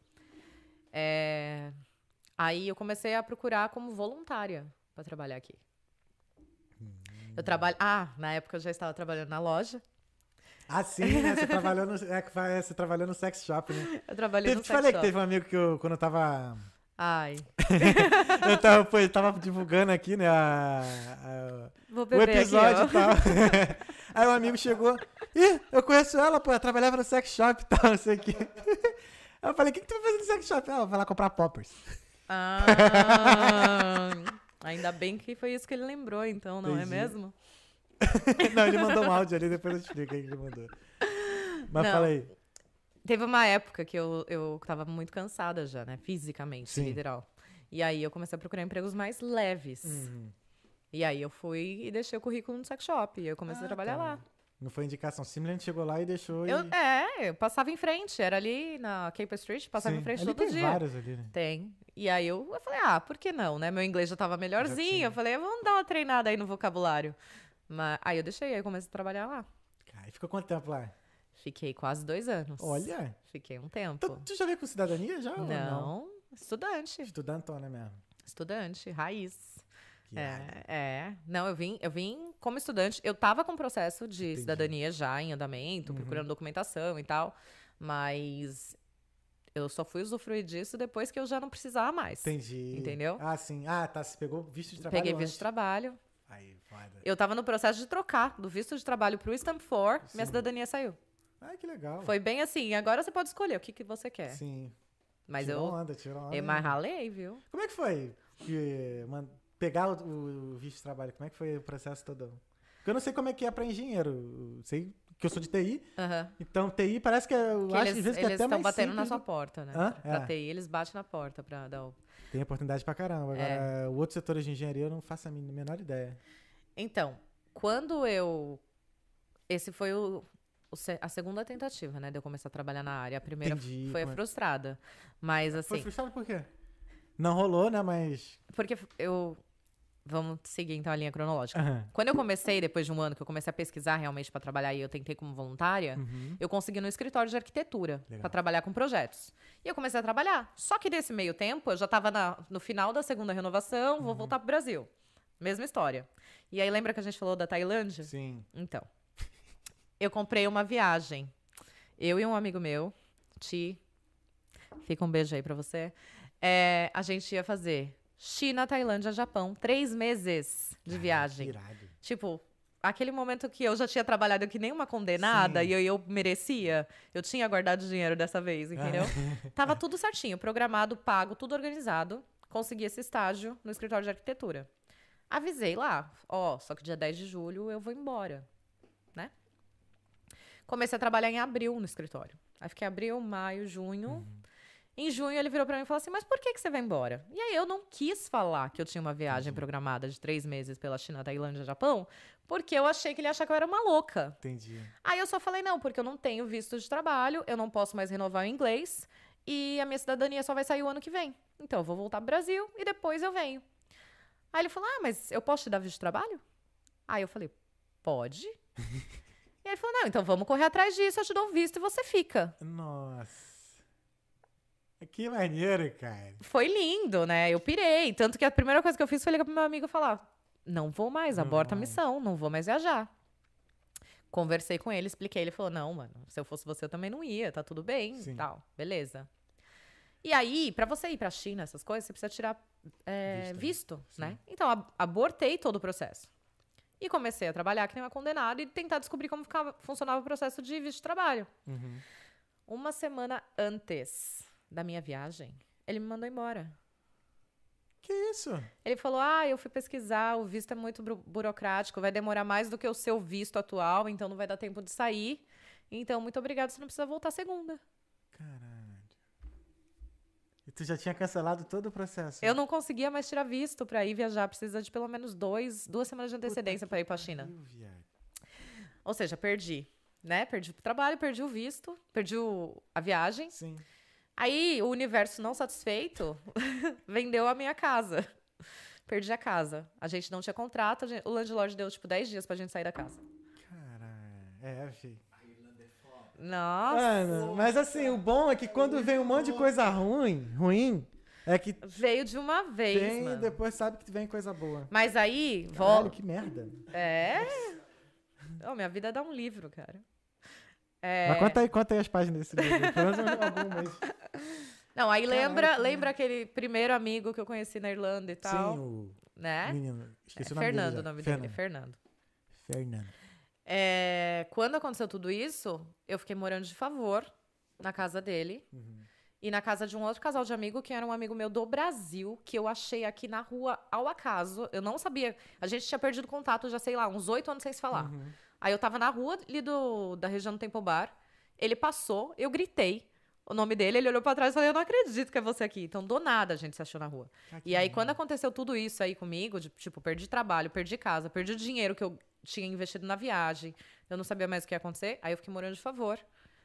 É, Aí eu comecei a procurar como voluntária pra trabalhar aqui. Hum. Eu trabalho. Ah, na época eu já estava trabalhando na loja. Ah, sim, né? Você trabalhou no, é, que vai- você trabalhou no sex shop, né? Eu trabalhei Teve, no te sex falei shop. que teve um amigo que eu, quando eu tava. Ai, Eu tava, pô, eu tava divulgando aqui, né? A, a- vou o beber episódio aqui, e tal. Aí um amigo chegou. Ih, eu conheço ela, pô, eu trabalhava no sex shop e tal, não sei o quê. Aí eu falei, o que, que tu vai fazer no sex shop? Ah, eu vou lá comprar poppers. ó. Ah, ainda bem que foi isso que ele lembrou, então, não é Entendi. mesmo? Não, ele mandou um áudio ali, depois eu explico aí que ele mandou. Mas Não. fala aí. Teve uma época que eu, eu tava muito cansada já, né? Fisicamente, Sim. literal. E aí eu comecei a procurar empregos mais leves. Uhum. E aí eu fui e deixei o currículo no sex shop. E eu comecei Ah, a trabalhar tá. lá. Não foi indicação. Simplesmente chegou lá e deixou. Eu, e... é, eu passava em frente. Era ali na Cape Street, passava Sim. em frente Ali todo tem dia. vários ali, né? Tem. E aí eu, eu falei, ah, por que não, né? Meu inglês já tava melhorzinho. tinha. Eu falei, vamos dar uma treinada aí no vocabulário. Mas, aí eu deixei, aí eu comecei a trabalhar lá. Cara, e ficou quanto tempo lá? Fiquei quase dois anos. Olha. Fiquei um tempo. Tu, tu já veio com cidadania já? ou Não, estudante. Estudantona mesmo. Estudante, raiz. Que irado. É, é. Não, eu vim, eu vim como estudante. Eu tava com processo de Entendi. cidadania já em andamento, Uhum. procurando documentação e tal. Mas eu só fui usufruir disso depois que eu já não precisava mais. Entendi. Entendeu? Ah, sim. Ah, tá. Você pegou visto de trabalho Peguei visto antes. de trabalho. Aí, foda. Eu tava no processo de trocar do visto de trabalho pro Stamp quatro, minha Sim. cidadania saiu. Ah, que legal. Foi bem assim, agora você pode escolher o que, que você quer. Sim. Mas tirou eu, onda, tirou onda. eu mais ralei, viu? Como é que foi? Que, man- pegar o, o visto de trabalho, como é que foi o processo todo? Porque eu não sei como é que é pra engenheiro. Eu sei que eu sou de T I, Aham. então T I parece que eu Que acho eles às vezes que é eles até estão mais batendo na simples sua do- porta, né? Hã? Pra É. T I, eles batem na porta pra dar o... Tem oportunidade pra caramba. Agora, É. o outro setor de engenharia eu não faço a min- menor ideia. Então, quando eu... Esse foi o, o se- a segunda tentativa, né? De eu começar a trabalhar na área. A primeira Entendi. foi a Como é- frustrada. Mas, Foi assim... frustrado por quê? Não rolou, né? Mas. Porque eu... Vamos seguir, então, a linha cronológica. Aham. Quando eu comecei, depois de um ano que eu comecei a pesquisar realmente pra trabalhar e eu tentei como voluntária, Uhum. eu consegui no escritório de arquitetura Legal. pra trabalhar com projetos. E eu comecei a trabalhar. Só que nesse meio tempo, eu já tava na- no final da segunda renovação, Uhum. vou voltar pro Brasil. Mesma história. E aí, lembra que a gente falou da Tailândia? Sim. Então, eu comprei uma viagem. Eu e um amigo meu, Ti, fica um beijo aí pra você. É, a gente ia fazer China, Tailândia, Japão, três meses de viagem. Irado. Tipo, aquele momento que eu já tinha trabalhado que nem uma condenada Sim. e eu, eu merecia, eu tinha guardado dinheiro dessa vez, entendeu? Tava tudo certinho, programado, pago, tudo organizado. Consegui esse estágio no escritório de arquitetura. Avisei lá, ó, só que dia dez de julho eu vou embora, né? Comecei a trabalhar em abril no escritório. Aí fiquei abril, maio, junho. Uhum. Em junho ele virou pra mim e falou assim, mas por que, que você vai embora? E aí eu não quis falar que eu tinha uma viagem programada de três meses pela China, Tailândia, Japão, porque eu achei que ele ia achar que eu era uma louca. Entendi. Aí eu só falei, não, porque eu não tenho visto de trabalho, eu não posso mais renovar o inglês e a minha cidadania só vai sair o ano que vem. Então eu vou voltar pro Brasil e depois eu venho. Aí ele falou, ah, mas eu posso te dar visto de trabalho? Aí eu falei, pode. E aí ele falou, não, então vamos correr atrás disso, eu te dou visto e você fica. Nossa. Que maneiro, cara. Foi lindo, né? Eu pirei. Tanto que a primeira coisa que eu fiz foi ligar pro meu amigo e falar, não vou mais, Não aborta a vou mais. missão, não vou mais viajar. Conversei com ele, expliquei. Ele falou, não, mano, se eu fosse você eu também não ia, tá tudo bem Sim. e tal. Beleza. E aí, pra você ir pra China, essas coisas, você precisa tirar é, Visto, visto, sim. né? Então, ab- abortei todo o processo. E comecei a trabalhar que nem uma condenada e tentar descobrir como ficava, funcionava o processo de visto de trabalho. Uhum. Uma semana antes da minha viagem, ele me mandou embora. Que isso? Ele falou, ah, eu fui pesquisar, o visto é muito buro- burocrático, vai demorar mais do que o seu visto atual, então não vai dar tempo de sair. Então, muito obrigado, você não precisa voltar segunda. Caralho. E tu já tinha cancelado todo o processo? Eu não conseguia mais tirar visto pra ir viajar, precisa de pelo menos dois, duas semanas de antecedência pra ir pra China. Pariu, viado. Ou seja, perdi, né? Perdi o trabalho, perdi o visto, perdi o- a viagem. Sim. Aí, o universo não satisfeito, vendeu a minha casa. Perdi a casa. A gente não tinha contrato, a gente- o landlord deu, tipo, dez dias pra gente sair da casa. Caralho. É, filho. Nossa, Mano, mas assim, o bom é que quando vem um monte de coisa ruim, ruim, é que veio de uma vez, vem e mano. depois sabe que vem coisa boa. Mas aí, Caralho, volta. que merda. É. Oh, minha vida dá um livro, cara. É... Mas conta aí, conta aí as páginas desse livro. Pelo menos algumas. Não, aí Caralho, lembra, que lembra aquele primeiro amigo que eu conheci na Irlanda e tal, Sim, o né? menino. Esqueci É, o nome Fernando, dele. o já. nome Fernando. dele, Fernando. Fernando. É, quando aconteceu tudo isso, eu fiquei morando de favor na casa dele Uhum. e na casa de um outro casal de amigo que era um amigo meu do Brasil, que eu achei aqui na rua ao acaso. Eu não sabia. A gente tinha perdido contato já, sei lá, uns oito anos sem se falar. Uhum. Aí eu tava na rua ali do, da região do Temple Bar. Ele passou, eu gritei o nome dele, ele olhou pra trás e falou, eu não acredito que é você aqui. Então, do nada, a gente se achou na rua. Ah, que E aí, merda. quando aconteceu tudo isso aí comigo, de, tipo, perdi trabalho, perdi casa, perdi o dinheiro que eu tinha investido na viagem, eu não sabia mais o que ia acontecer, aí eu fiquei morando de favor.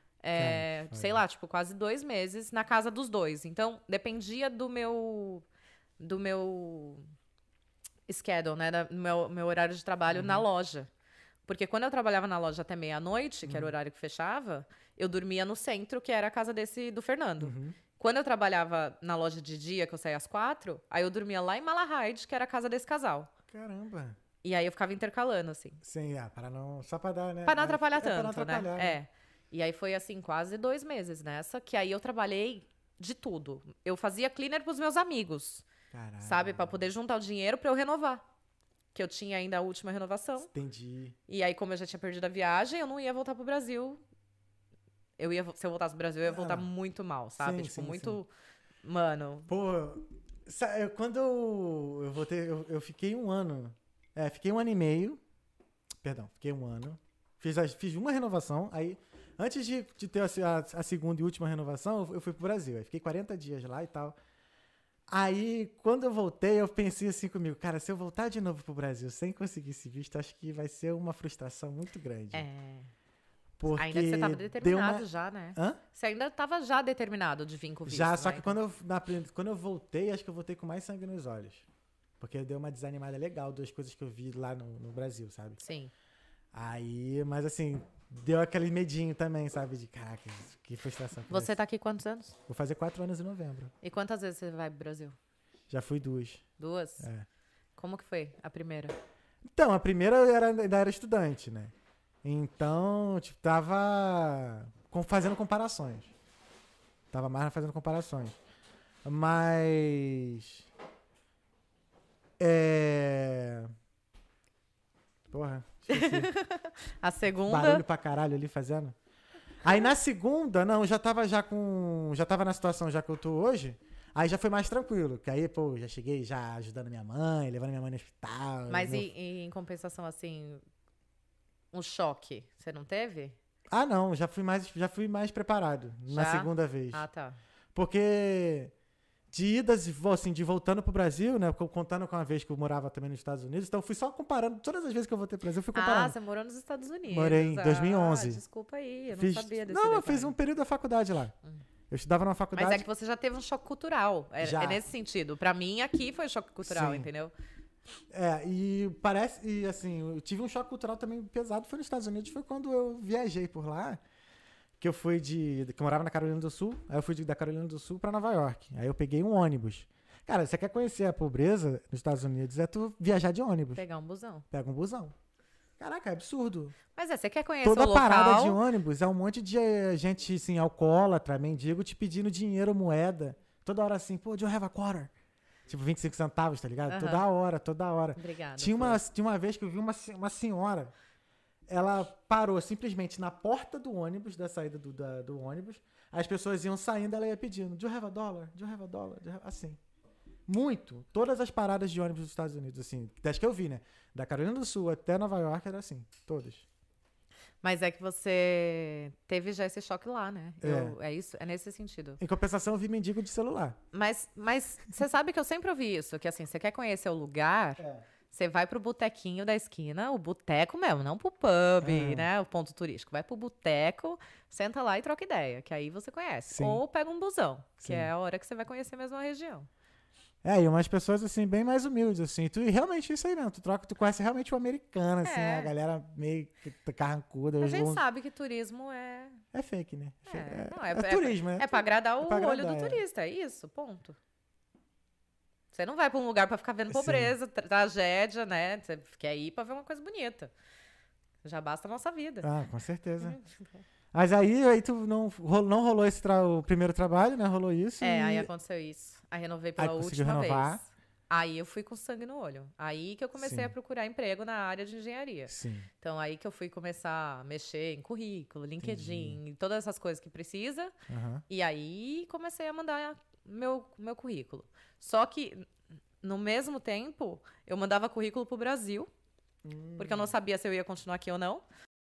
É, Cara, sei lá, tipo, quase dois meses na casa dos dois. Então, dependia do meu... do meu schedule, né? Do meu, meu horário de trabalho na loja. Porque quando eu trabalhava na loja até meia-noite, que era o horário que fechava, eu dormia no centro, que era a casa desse do Fernando. Uhum. Quando eu trabalhava na loja de dia, que eu saía às quatro, aí eu dormia lá em Malahide, que era a casa desse casal. Caramba. E aí eu ficava intercalando, assim. Sim, ah, para não. Só pra dar, né? Pra não É, atrapalhar é pra não tanto, atrapalhar, né? É. E aí foi, assim, quase dois meses nessa, que aí eu trabalhei de tudo. Eu fazia cleaner pros meus amigos, Caralho. sabe? Pra poder juntar o dinheiro pra eu renovar. Que eu tinha ainda a última renovação. Entendi. E aí, como eu já tinha perdido a viagem, eu não ia voltar pro Brasil. Eu ia, se eu voltasse pro Brasil, eu ia voltar Ah, muito mal, sabe? sim, tipo, sim, muito. Mano. Pô, sa- eu- quando eu, eu voltei, eu, eu fiquei um ano. É, fiquei um ano e meio. Perdão, fiquei um ano. Fiz, as- fiz uma renovação. Aí, antes de, de ter a, se- a- a segunda e última renovação, eu, eu fui pro Brasil. Aí fiquei quarenta dias lá e tal. Aí, quando eu voltei, eu pensei assim comigo, cara, se eu voltar de novo pro Brasil sem conseguir esse visto, acho que vai ser uma frustração muito grande. É. Porque Ainda que você tava deu determinado uma... já, né? Hã? Você ainda tava já determinado de vir com o visto. Já, só né? que Então- quando eu, na prim- quando eu voltei, acho que eu voltei com mais sangue nos olhos. Porque deu uma desanimada legal das coisas que eu vi lá no, no Brasil, sabe? Sim. Aí, mas assim, deu aquele medinho também, sabe? De caraca, que frustração. que vai Você ser. tá aqui quantos anos? Vou fazer quatro anos em novembro. E quantas vezes você vai pro Brasil? Já fui duas. Duas? É. Como que foi a primeira? Então, a primeira eu era, ainda era estudante, né? Então, tipo, tava com- fazendo comparações. Tava mais fazendo comparações. Mas. É. Porra, esqueci. A segunda. Barulho pra caralho ali fazendo. Aí na segunda, não, já tava já com. Já tava na situação já que eu tô hoje. Aí já foi mais tranquilo. Que aí, pô, já cheguei já ajudando minha mãe, levando minha mãe no hospital. Mas meu- e, e em compensação, assim, um choque, você não teve? Ah, não, já fui mais, já fui mais preparado na Já? segunda vez. Ah, tá. Porque de idas e vo- assim, de voltando pro Brasil, né? co- Contando com a vez que eu morava também nos Estados Unidos, então eu fui só comparando. Todas as vezes que eu voltei pro Brasil, eu fui Ah, comparando. você morou nos Estados Unidos. Morei em dois mil e onze. Ah, desculpa aí, eu não Fiz- sabia desse Não, eu detalhe. fiz um período da faculdade lá. Eu estudava numa faculdade. Mas é que você já teve um choque cultural. É, Já. é nesse sentido. Pra mim, aqui foi choque cultural, Sim. entendeu? É, e parece, e assim, eu tive um choque cultural também pesado, foi nos Estados Unidos, foi quando eu viajei por lá, que eu fui de, que eu morava na Carolina do Sul, aí eu fui de, da Carolina do Sul pra Nova York, aí eu peguei um ônibus. Cara, você quer conhecer a pobreza nos Estados Unidos, é tu viajar de ônibus, Pegar um busão. pega um busão. Caraca, é absurdo. Mas é, você quer conhecer Toda o local... parada de ônibus é um monte de eh, gente, assim, alcoólatra, mendigo, te pedindo dinheiro, moeda, toda hora assim, pô, do you have a quarter? Tipo, vinte e cinco centavos, tá ligado? Aham. Toda hora, toda hora. Obrigada. Tinha por- uma, tinha uma vez que eu vi uma, se- uma senhora, ela parou simplesmente na porta do ônibus, da saída do, da- do ônibus, as pessoas iam saindo, ela ia pedindo, do you have a dollar? Do you have a dollar? Do you have-" Assim. Muito. Todas as paradas de ônibus dos Estados Unidos, assim, das que eu vi, né? Da Carolina do Sul até Nova York era assim, todas. Mas é que você teve já esse choque lá, né? É. Eu- é isso? É nesse sentido. Em compensação, eu vi mendigo de celular. Mas, mas você sabe que eu sempre ouvi isso, que assim, você quer conhecer o lugar, você vai pro botequinho da esquina, o boteco mesmo, não pro pub, É. né? O ponto turístico. Vai pro boteco, senta lá e troca ideia, que aí você conhece. Sim. Ou pega um busão, que Sim. é a hora que você vai conhecer mesmo a região. É, e umas pessoas, assim, bem mais humildes, assim. Tu, e realmente isso aí mesmo. Tu troca, tu conhece realmente o americano, assim, É. a galera meio que carrancuda. A os- gente os- sabe que turismo é. É fake, né? É, É, não, é- é é- turismo, né? É pra agradar o É pra olho agradar, do é. turista, é isso, ponto. Você não vai pra um lugar pra ficar vendo Sim. pobreza, tra- tragédia, né? Você quer ir pra ver uma coisa bonita. Já basta a nossa vida. Ah, com certeza. Mas aí, aí tu não, ro- não rolou esse tra- o primeiro trabalho, né? Rolou isso. É, e... aí aconteceu isso. Aí renovei pela Aí conseguiu última renovar. vez. Aí eu fui com sangue no olho. Aí que eu comecei Sim. a procurar emprego na área de engenharia. Sim. Então aí que eu fui começar a mexer em currículo, LinkedIn, e todas essas coisas que precisa. Aham. E aí comecei a mandar meu, meu currículo. Só que, no mesmo tempo, eu mandava currículo pro Brasil, porque eu não sabia se eu ia continuar aqui ou não.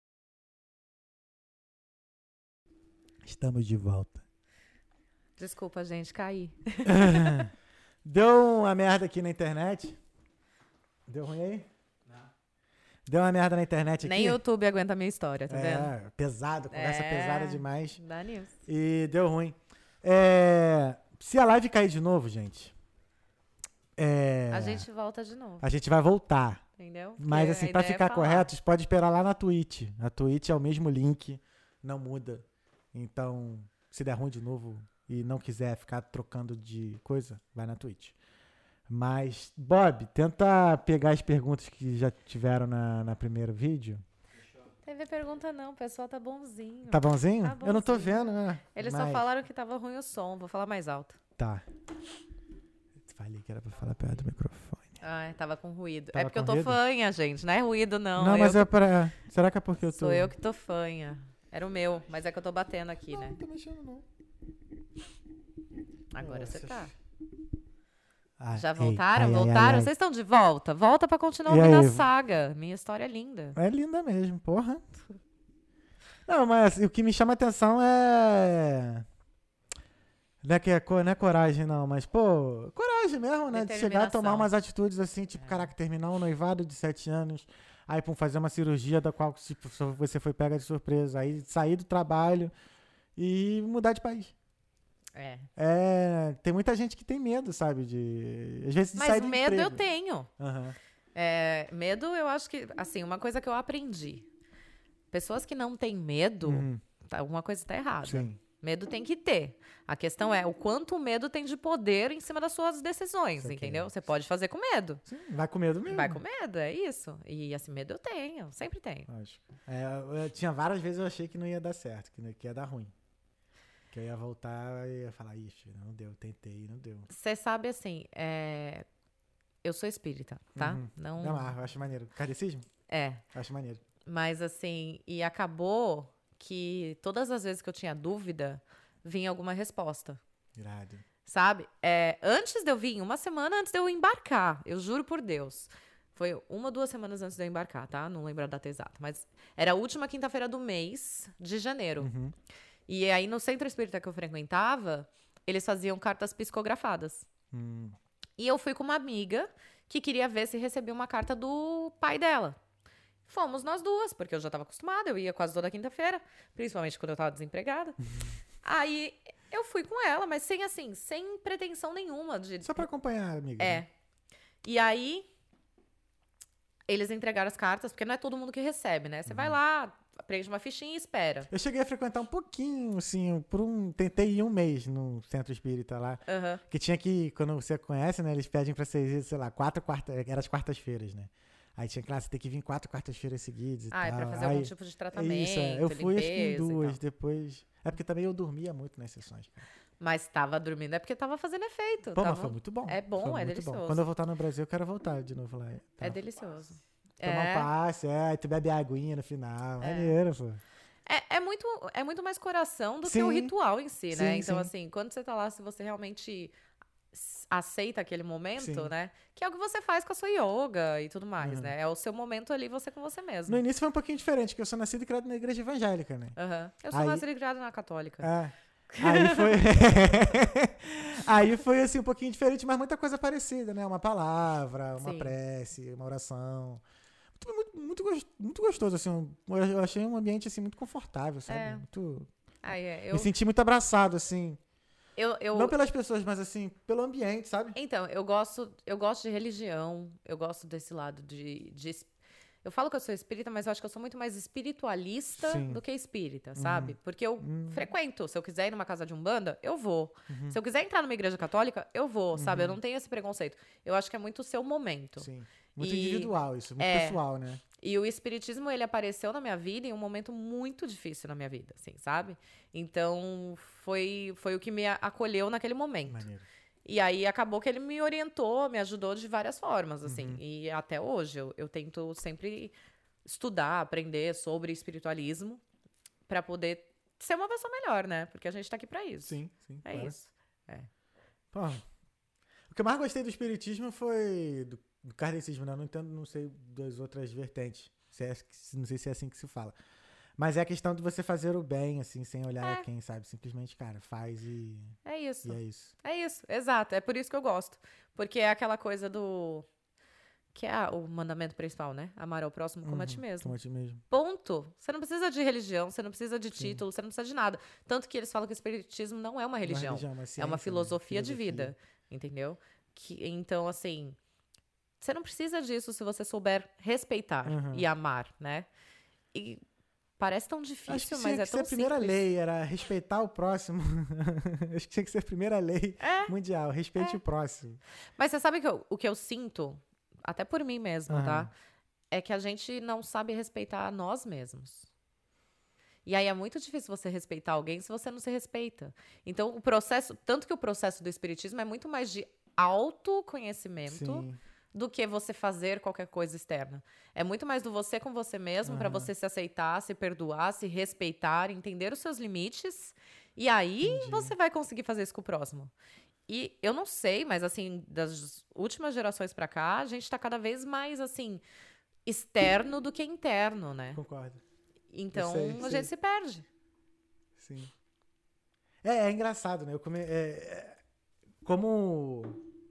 Estamos de volta. Desculpa, gente, caí. Deu uma merda aqui na internet. Deu ruim aí? Não. Deu uma merda na internet aqui. Nem o YouTube aguenta a minha história, tá vendo? É, pesado, conversa É. pesada demais. Dá nisso. E deu ruim. É, se a live cair de novo, gente. é, A gente volta de novo, a gente vai voltar. entendeu? Mas Porque assim, a pra ideia é ficar falar. correto, você pode esperar lá na Twitch. A Twitch é o mesmo link, não muda. Então, se der ruim de novo e não quiser ficar trocando de coisa, vai na Twitch. Mas, Bob, tenta pegar as perguntas que já tiveram na, na primeiro vídeo. Teve pergunta não, o pessoal tá bonzinho. Tá bonzinho? Tá Eu não tô bonzinho. vendo, né? Eles Mas- só falaram que tava ruim o som, vou falar mais alto. Tá. Falei que era pra falar perto do microfone. Ai, tava com ruído. Tava é porque com eu tô ruído? fanha, gente, não é ruído não. Não, eu mas que- é pra... Será que é porque eu tô... Sou eu que tô fanha. Era o meu, mas é que eu tô batendo aqui, Não, né? não tô mexendo, não. Agora você Nossa. tá. Ah, Já ei, voltaram? ai, ai, Voltaram? ai, ai. Vocês estão de volta? Volta pra continuar E ouvindo a aí? saga. Minha história é linda. É linda mesmo, porra. Não, mas o que me chama a atenção é... Não é, que é, co- não é coragem, não, mas, pô, coragem mesmo, né? De chegar a tomar Determinação. umas atitudes assim, tipo, É. caraca, terminar um noivado de sete anos, aí, pô, fazer uma cirurgia da qual tipo, só você foi pega de surpresa, aí sair do trabalho e mudar de país. É. É, tem muita gente que tem medo, sabe, de... Às vezes de sair Mas do medo eu emprego. tenho. Aham. É, medo, eu acho que, assim, uma coisa que eu aprendi. Pessoas que não têm medo, Uhum, tá- alguma coisa tá errada. sim. Medo tem que ter. A questão é o quanto o medo tem de poder em cima das suas decisões, Isso aqui. entendeu? Você pode fazer com medo. Sim, vai com medo mesmo. Vai com medo, é isso. E assim, medo eu tenho, sempre tenho. Lógico. É, eu, eu tinha várias vezes eu achei que não ia dar certo, que, não- que ia dar ruim. Que eu ia voltar e ia falar, ixi, não deu, tentei, não deu. Você sabe assim, é, eu sou espírita, tá? Uhum. Não. Não, mas eu acho maneiro. Kardecismo? É, Eu acho maneiro. mas assim, e acabou que todas as vezes que eu tinha dúvida, vinha alguma resposta. Irado. Sabe? É, antes de eu vir, uma semana antes de eu embarcar, eu juro por Deus. Foi uma ou duas semanas antes de eu embarcar, tá? Não lembro a data exata. Mas era a última quinta-feira do mês de janeiro. Uhum. E aí, no centro espírita que eu frequentava, eles faziam cartas psicografadas. Hum. E eu fui com uma amiga que queria ver se recebia uma carta do pai dela. Fomos nós duas, porque eu já estava acostumada, eu ia quase toda quinta-feira, principalmente quando eu estava desempregada. Aí eu fui com ela, mas sem assim, sem pretensão nenhuma de. Só pra acompanhar, amiga. É. E aí eles entregaram as cartas, porque não é todo mundo que recebe, né? Você vai lá, preenche uma fichinha e espera. Eu cheguei a frequentar um pouquinho, assim, por um. Tentei ir um mês no centro espírita lá. Aham. Que tinha que, quando você conhece, né? Eles pedem pra você ir, sei lá, quatro quartas. Era as quartas-feiras, né? Aí tinha que lá, você tem que vir quatro quartas-feiras seguidas e Ah, é tal. pra fazer Aí, algum tipo de tratamento, isso, é. Eu fui acho que em limpeza e duas, tal. depois. É porque também eu dormia muito nas sessões, cara. Mas tava dormindo é porque tava fazendo efeito. Pô, tava... mas foi muito bom. É bom, Foi é muito delicioso. Quando eu voltar no Brasil, eu quero voltar de novo lá. É Tá. delicioso. Tomar um É, passe, é, aí tu bebe a aguinha no final. É. Maneiro, pô. é, é muito, é muito mais coração do que Sim. o ritual em si, né? Sim, Então, sim. assim, quando você tá lá, se você realmente s- aceita aquele momento, Sim. né? Que é o que você faz com a sua yoga e tudo mais, Uhum. né? É o seu momento ali, você com você mesmo. No início foi um pouquinho diferente, porque eu sou nascido e criado na igreja evangélica, né? Aham. Eu sou Aí- nascida e criada na católica. É. Aí foi. Aí foi assim um pouquinho diferente, mas muita coisa parecida, né? Uma palavra, uma Sim. prece, uma oração. Muito, muito, muito, gos- muito gostoso, assim. um- Eu achei um ambiente assim muito confortável, sabe? É. Muito... Aí, é, eu, Me senti muito abraçado, assim. eu, eu, Não pelas pessoas, mas assim, pelo ambiente, sabe? Então, eu gosto, eu gosto de religião, eu gosto desse lado de, de es- eu falo que eu sou espírita, mas eu acho que eu sou muito mais espiritualista Sim. do que espírita, sabe? Porque eu Hum. frequento. Se eu quiser ir numa casa de umbanda, eu vou. Uhum. Se eu quiser entrar numa igreja católica, eu vou, sabe? Eu não tenho esse preconceito. Eu acho que é muito o seu momento. Sim. Muito E- individual isso, muito é. pessoal, né? E o espiritismo, ele apareceu na minha vida em um momento muito difícil na minha vida, assim, sabe? Então, foi, foi o que me a- acolheu naquele momento. Maneiro. E aí acabou que ele me orientou, me ajudou de várias formas, assim. E até hoje eu, eu tento sempre estudar, aprender sobre espiritualismo pra poder ser uma pessoa melhor, né? Porque a gente tá aqui pra isso. Sim, sim. É claro. isso. Pô, o que eu mais gostei do espiritismo foi do, do kardecismo, né? Eu não entendo, não sei das outras vertentes. Se é- não sei se é assim que se fala. Mas é a questão de você fazer o bem, assim, sem olhar É. a quem, sabe? Simplesmente, cara, faz e, É isso. e é isso. É isso, exato. É por isso que eu gosto. Porque é aquela coisa do. Que é a- o mandamento principal, né? Amar ao próximo como a ti Uhum, mesmo. Como a ti mesmo. Ponto. Você não precisa de religião, você não precisa de título, você não precisa de nada. Tanto que eles falam que o espiritismo não é uma religião. Não é, religião, uma É ciência, uma né? filosofia de Filosofia. vida, entendeu? Que, então, assim, você não precisa disso se você souber respeitar Uhum. e amar, né? E parece tão Acho que difícil, tinha mas que é ser tão a primeira simples. lei, era respeitar o próximo. Acho que tinha que ser a primeira lei É. mundial, respeite o próximo. Mas você sabe que eu- o que eu sinto, até por mim mesmo, Aham. tá? É que a gente não sabe respeitar nós mesmos. E aí é muito difícil você respeitar alguém se você não se respeita. Então, o processo, tanto que o processo do espiritismo é muito mais de autoconhecimento Sim. do que você fazer qualquer coisa externa. É muito mais do você com você mesmo, pra Aham. você se aceitar, se perdoar, se respeitar, entender os seus limites. E aí Entendi. você vai conseguir fazer isso com o próximo. E eu não sei, mas assim, das últimas gerações pra cá, a gente tá cada vez mais assim externo do que interno, né? Concordo. Então sei, a sei. gente se perde. Sim. É, é engraçado, né? Eu come... é, é, como.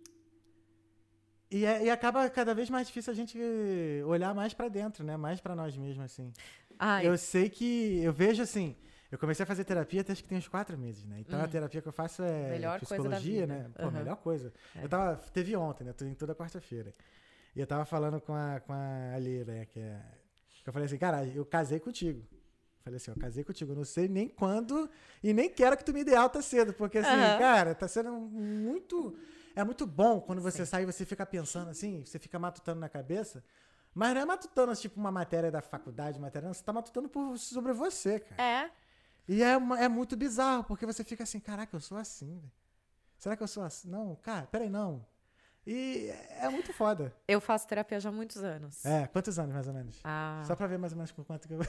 E, é- e acaba cada vez mais difícil a gente olhar mais pra dentro, né? Mais pra nós mesmos, assim. Ai, Eu sei que. Eu vejo assim. Eu comecei a fazer terapia até acho que tem uns quatro meses, né? Então a terapia que eu faço é Hum. Melhor coisa da psicologia, vida. né? Pô, Aham. melhor coisa. É. Eu tava. Teve ontem, né? Tô em toda quarta-feira. E eu tava falando com a, com a Ali, né? Que é. Eu falei assim, cara, eu casei contigo. Falei assim, eu casei contigo, eu não sei nem quando e nem quero que tu me dê alta cedo, porque assim, Aham. cara, tá sendo muito. É muito bom quando você Sim. sai e você fica pensando assim, você fica matutando na cabeça, mas não é matutando tipo uma matéria da faculdade, matéria, não, você tá matutando por, sobre você, cara. é. E é, uma- é muito bizarro, porque você fica assim, caraca, eu sou assim, velho. Será que eu sou assim? Não, cara, peraí, não. E é muito foda. Eu faço terapia já há muitos anos. É, quantos anos, mais ou menos? Ah. Só pra ver mais ou menos com quanto que eu...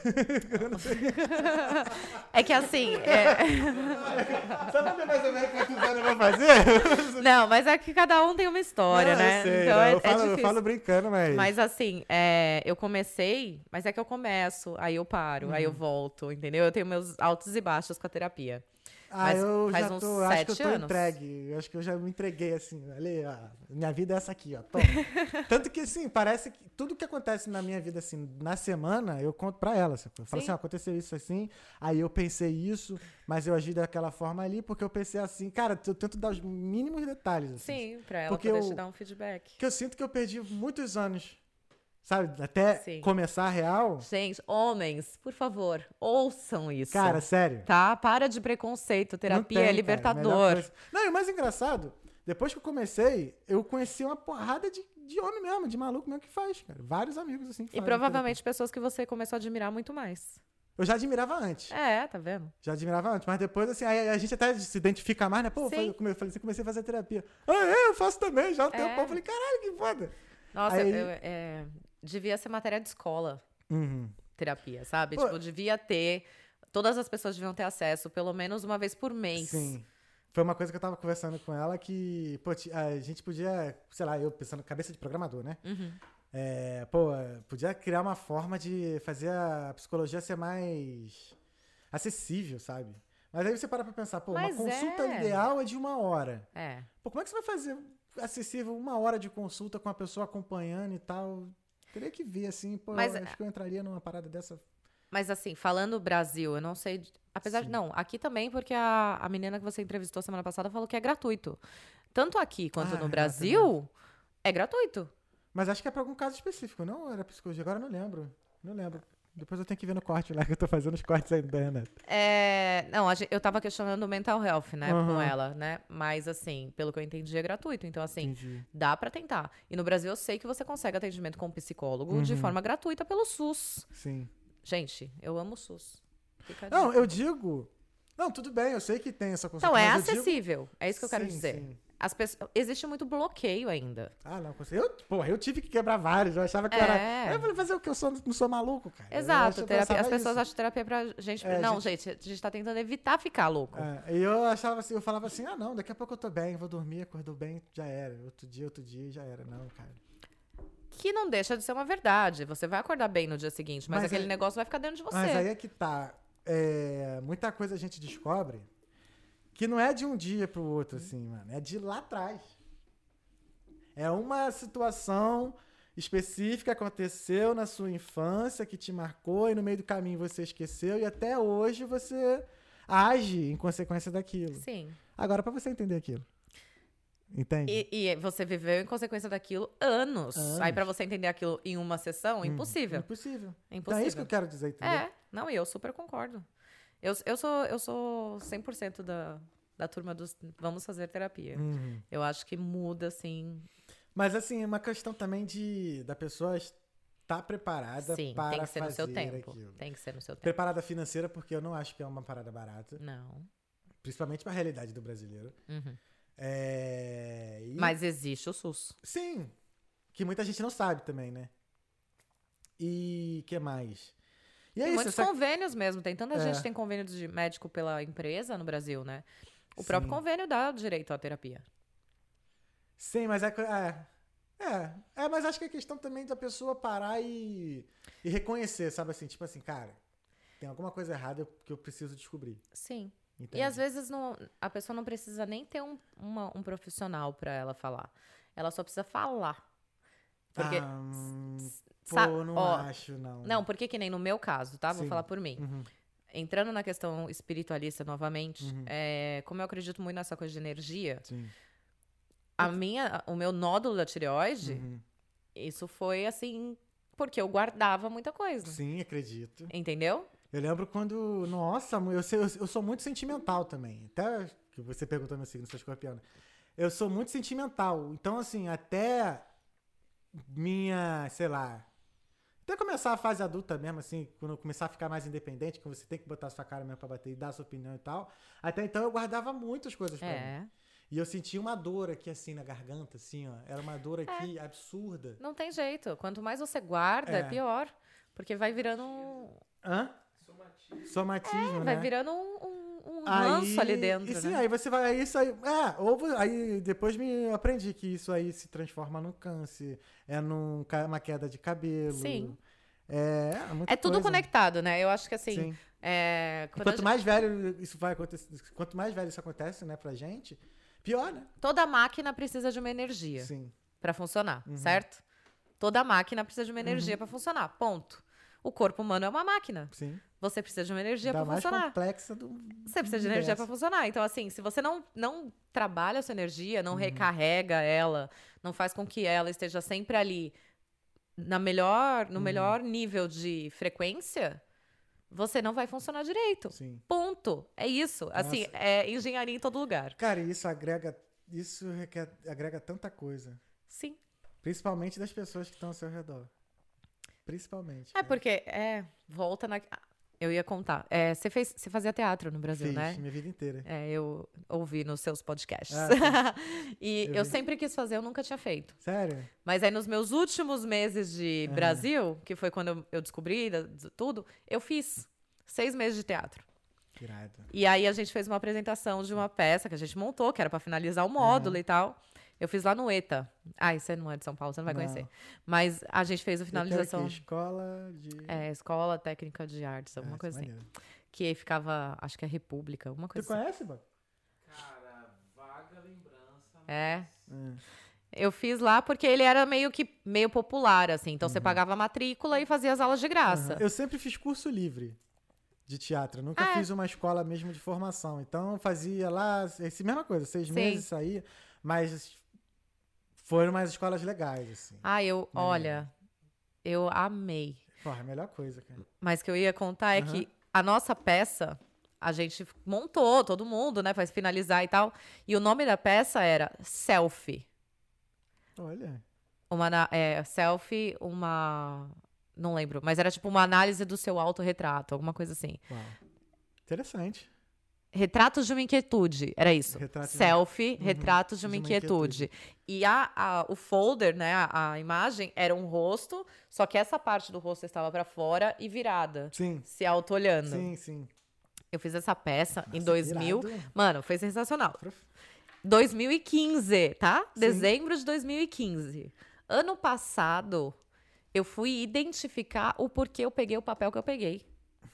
É que assim, é- Só pra ver mais ou menos quantos anos eu vou fazer? não, mas é que cada um tem uma história, Não, né? Eu sei, então não, é, eu, falo, é eu difícil. falo brincando, mas... Mas assim, é, eu comecei, mas é que eu começo, aí eu paro, aí Uhum. eu volto, entendeu? Eu tenho meus altos e baixos com a terapia. Ah, Mas eu faz já uns tô, acho que eu sete tô anos. entregue. Eu acho que eu já me entreguei, assim. Ali, ó, minha vida é essa aqui, ó. Toma. Tanto que, assim, parece que tudo que acontece na minha vida, assim, na semana, eu conto pra ela. Assim, eu falo Sim. assim, ó, aconteceu isso assim, aí eu pensei isso, mas eu agi daquela forma ali, porque eu pensei assim, cara, eu tento dar os mínimos detalhes, assim. Sim, pra ela Porque poder eu- te dar um feedback. Porque eu sinto que eu perdi muitos anos, sabe? Até Sim. começar a real. Gente, homens, por favor, ouçam isso. Cara, sério. tá? Para de preconceito. Não Terapia tem, é cara, libertador. melhor coisa. Não, e o mais engraçado, depois que eu comecei, eu conheci uma porrada de, de homem mesmo, de maluco mesmo que faz, cara. Vários amigos assim que E fazem provavelmente pessoas que você começou a admirar muito mais. terapia. Eu já admirava antes. É, tá vendo? Já admirava antes, mas depois, assim, aí a gente até se identifica mais, né? Pô, eu Sim. falei, eu come- eu falei assim, comecei a fazer terapia. Ah, é, eu faço também, já há um É. tempo. Eu falei, caralho, que foda. Nossa, Aí- eu, é, devia ser matéria de escola, Uhum. terapia, sabe? Pô. Tipo, devia ter. Todas as pessoas deviam ter acesso, pelo menos uma vez por mês. Sim. foi uma coisa que eu tava conversando com ela que, pô, ti- a gente podia, sei lá, eu pensando cabeça de programador, né? Uhum. É, pô, podia criar uma forma de fazer a psicologia ser mais acessível, sabe? Mas aí você para pra pensar, pô, Mas uma consulta é. ideal é de uma hora. É. Pô, como é que você vai fazer acessível uma hora de consulta com a pessoa acompanhando e tal? Teria que ver, assim, pô, Mas- eu acho que eu entraria numa parada dessa. Mas assim, falando Brasil, eu não sei. de- Apesar de. Sim. Não, aqui também, porque a, a menina que você entrevistou semana passada falou que é gratuito. Tanto aqui quanto Ah, no Renata, Brasil, é gratuito. Mas acho que é pra algum caso específico, não era psicologia, agora eu não lembro. Não lembro. Depois eu tenho que ver no corte lá, que eu tô fazendo os cortes ainda, Renata. É, não, a gen- eu tava questionando o mental health, né, com Aham. ela, né? Mas assim, pelo que eu entendi, é gratuito. Então, assim, Entendi. dá pra tentar. E no Brasil eu sei que você consegue atendimento com psicólogo de Uhum. forma gratuita pelo SUS. Sim. Gente, eu amo o SUS. Fica a Não, dica. eu digo. Não, tudo bem, eu sei que tem essa consulta. Então, é mas eu digo- acessível. É isso que eu quero Sim, dizer. sim. As pessoas, existe muito bloqueio ainda. Ah, não, consigo. Eu, porra, eu tive que quebrar vários. Eu achava que É. era. Aí eu falei, fazer o que? Eu sou, não sou maluco, cara. Eu Exato. acho- eu terapia- pensava as pessoas isso. acham terapia pra gente. É, não, gente- gente, a gente tá tentando evitar ficar louco. É, e eu achava assim, eu falava assim, ah, não, daqui a pouco eu tô bem, vou dormir, acordou bem, já era. Outro dia, outro dia, já era. Não, cara. Que não deixa de ser uma verdade. Você vai acordar bem no dia seguinte, mas, Mas aquele é- negócio vai ficar dentro de você. Mas aí é que tá. É, muita coisa a gente descobre que não é de um dia pro outro, assim, mano. É de lá atrás. É uma situação específica que aconteceu na sua infância, que te marcou, e no meio do caminho você esqueceu, e até hoje você age em consequência daquilo. Sim. Agora, pra você entender aquilo. Entende? E, e você viveu em consequência daquilo anos. Anos. Aí pra você entender aquilo em uma sessão, impossível. Impossível. Então Impossível. é isso que eu quero dizer, entendeu? É, não, e eu super concordo. Eu, eu, sou, eu sou cem por cento da, da turma dos vamos fazer terapia. Uhum. Eu acho que muda, assim. Mas assim, é uma questão também de da pessoa estar preparada Sim, para tem que ser no seu fazer tempo. aquilo. Tem que ser no seu tempo. Preparada financeira, porque eu não acho que é uma parada barata. Não. Principalmente para a realidade do brasileiro. Uhum. É, e- Mas existe o SUS. Sim, que muita gente não sabe também, né? E que mais? E é Tem isso, muitos essa- convênios mesmo. Tem tanta É. gente que tem convênio de médico pela empresa no Brasil, né? O próprio Sim. convênio dá direito à terapia. Sim, mas é, que- é, é, é, mas acho que é questão também da pessoa parar e, e reconhecer, sabe assim, tipo assim, cara, tem alguma coisa errada que eu preciso descobrir. Sim. E Entende? às vezes não, a pessoa não precisa nem ter um, uma- um profissional pra ela falar. Ela só precisa falar. Porque, Ah, hum, pô, sa- não ó, acho, não. não, porque que nem no meu caso, tá? Vou Sim. falar por mim. Uhum, Entrando na questão espiritualista novamente, Uhum. é, como eu acredito muito nessa coisa de energia, sim. a minha, o meu nódulo da tireoide, Uhum. isso foi assim, porque eu guardava muita coisa. Sim, acredito. Entendeu? Eu lembro quando. Nossa, eu, sei- eu, eu sou muito sentimental também. Até que você perguntou meu signo, sou escorpiano. Eu sou muito sentimental. Então, assim, até minha, sei lá. Até começar a fase adulta mesmo, assim, quando eu começar a ficar mais independente, que você tem que botar sua cara mesmo pra bater e dar sua opinião e tal. Até então eu guardava muitas coisas pra mim. É. E eu sentia uma dor aqui, assim, na garganta, assim, ó. Era uma dor aqui absurda. Não tem jeito. Quanto mais você guarda, é, É. pior. Porque vai virando um. Hã? Somatismo, Vai né? virando um, um, um Aí- ranço ali dentro. E sim, né? aí você vai. Aí isso aí. É, ou vo- aí depois me aprendi que isso aí se transforma num câncer, é num, ca- uma queda de cabelo. Sim. É, muita É tudo coisa. conectado, né? Eu acho que assim. Sim. É, E quando a quanto gente- mais velho isso vai acontecer, quanto mais velho isso acontece, né, pra gente, pior, né? Toda máquina precisa de uma energia Sim. pra funcionar, Uhum. certo? Toda máquina precisa de uma energia pra funcionar. Ponto. O corpo humano é uma máquina. Sim. Você precisa de uma energia Da pra mais funcionar. complexa do. Você precisa de energia pra universo. funcionar. Então, assim, se você não, não trabalha a sua energia, Uhum. não recarrega ela, não faz com que ela esteja sempre ali na melhor, Uhum. no melhor nível de frequência, você não vai funcionar direito. Sim. Ponto. É isso. Assim, Nossa. é engenharia em todo lugar. Cara, e isso agrega. Isso requer, agrega tanta coisa. Sim. Principalmente das pessoas que estão ao seu redor. Principalmente. É cara. porque, é, volta na... ah, Eu ia contar. É, você fez, você fazia teatro no Brasil, Fiz né? minha vida inteira. É, eu ouvi nos seus podcasts. Ah, e Eu eu, vi. sempre quis fazer, eu nunca tinha feito. Sério? Mas aí nos meus últimos meses de Aham. Brasil, que foi quando eu, eu descobri da- de tudo, eu fiz seis meses de teatro. Irado. E aí a gente fez uma apresentação de uma peça que a gente montou, que era pra finalizar o módulo Uhum. e tal. Eu fiz lá no ETA. Ah, você não é de São Paulo, você não vai Não. conhecer. Mas a gente fez a finalização. Finalização. Escola de... É, Escola Técnica de Artes, alguma Ah, coisa assim. maneiro. Que aí ficava, acho que é República, alguma Tu coisa assim. conhece, Bob? Cara, vaga lembrança. É. Hum. Eu fiz lá porque ele era meio que meio popular, assim. Então Uhum. você pagava a matrícula e fazia as aulas de graça. Eu sempre fiz curso livre de teatro. Eu nunca Ah, é? fiz uma escola mesmo de formação. Então eu fazia lá, essa mesma coisa, seis Sim. meses saía, mas foram umas escolas legais, assim. Ah, eu, Maneiro. olha, eu amei. Porra, a melhor coisa, cara. Mas o que eu ia contar é Aham. que a nossa peça, a gente montou, todo mundo, né, faz finalizar e tal. E o nome da peça era Selfie. Olha. Uma, ana- é, selfie, uma... Não lembro, mas era tipo uma análise do seu autorretrato, alguma coisa assim. Uau. Interessante. Retratos de uma inquietude, era isso. Retratos de- Selfie, Uhum, retratos de uma, de uma inquietude. E a, a- o folder, né, a, a imagem, era um rosto, só que essa parte do rosto estava pra fora e virada, Sim. se auto-olhando. Sim, sim. Eu fiz essa peça em Nossa, dois mil. irado. Mano, foi sensacional. Prof- dois mil e quinze, tá? Sim. Dezembro de dois mil e quinze. Ano passado, eu fui identificar o porquê eu peguei o papel que eu peguei.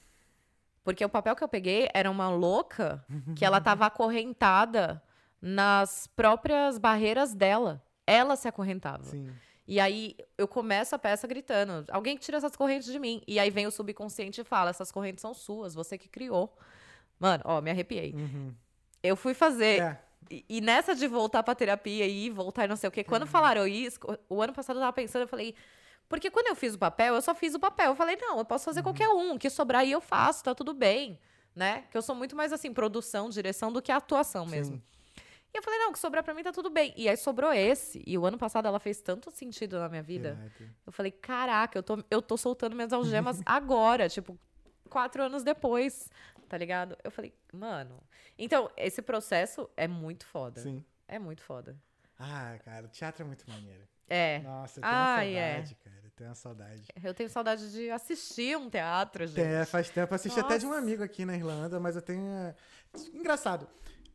Porque o papel que eu peguei era uma louca que ela tava acorrentada nas próprias barreiras dela. Ela se acorrentava. Sim. E aí eu começo a peça gritando: alguém que tira essas correntes de mim. E aí vem o subconsciente e fala: essas correntes são suas, você que criou. Mano, ó, me arrepiei. Uhum. Eu fui fazer. É. E, e nessa de voltar pra terapia e voltar e não sei o quê, quando falaram isso, o ano passado eu tava pensando, eu falei. Porque quando eu fiz o papel, eu só fiz o papel. Eu falei, não, eu posso fazer qualquer um, o que sobrar aí eu faço, tá tudo bem, né? Que eu sou muito mais, assim, produção, direção do que atuação mesmo. Sim. E eu falei, não, o que sobrar pra mim tá tudo bem. E aí sobrou esse. E o ano passado ela fez tanto sentido na minha vida. Irado. Eu falei, caraca, eu tô, eu tô soltando minhas algemas agora, tipo, quatro anos depois, tá ligado? Eu falei, mano... Então, esse processo é muito foda. Sim. É muito foda. Ah, cara, o teatro é muito maneiro. É. Nossa, eu tenho Ai, uma é. saudade, cara. Eu tenho uma saudade. Eu tenho saudade de assistir um teatro, gente. Tem, é, faz tempo. Eu assisti até de um Nossa. amigo aqui na Irlanda, mas eu tenho. é, Engraçado.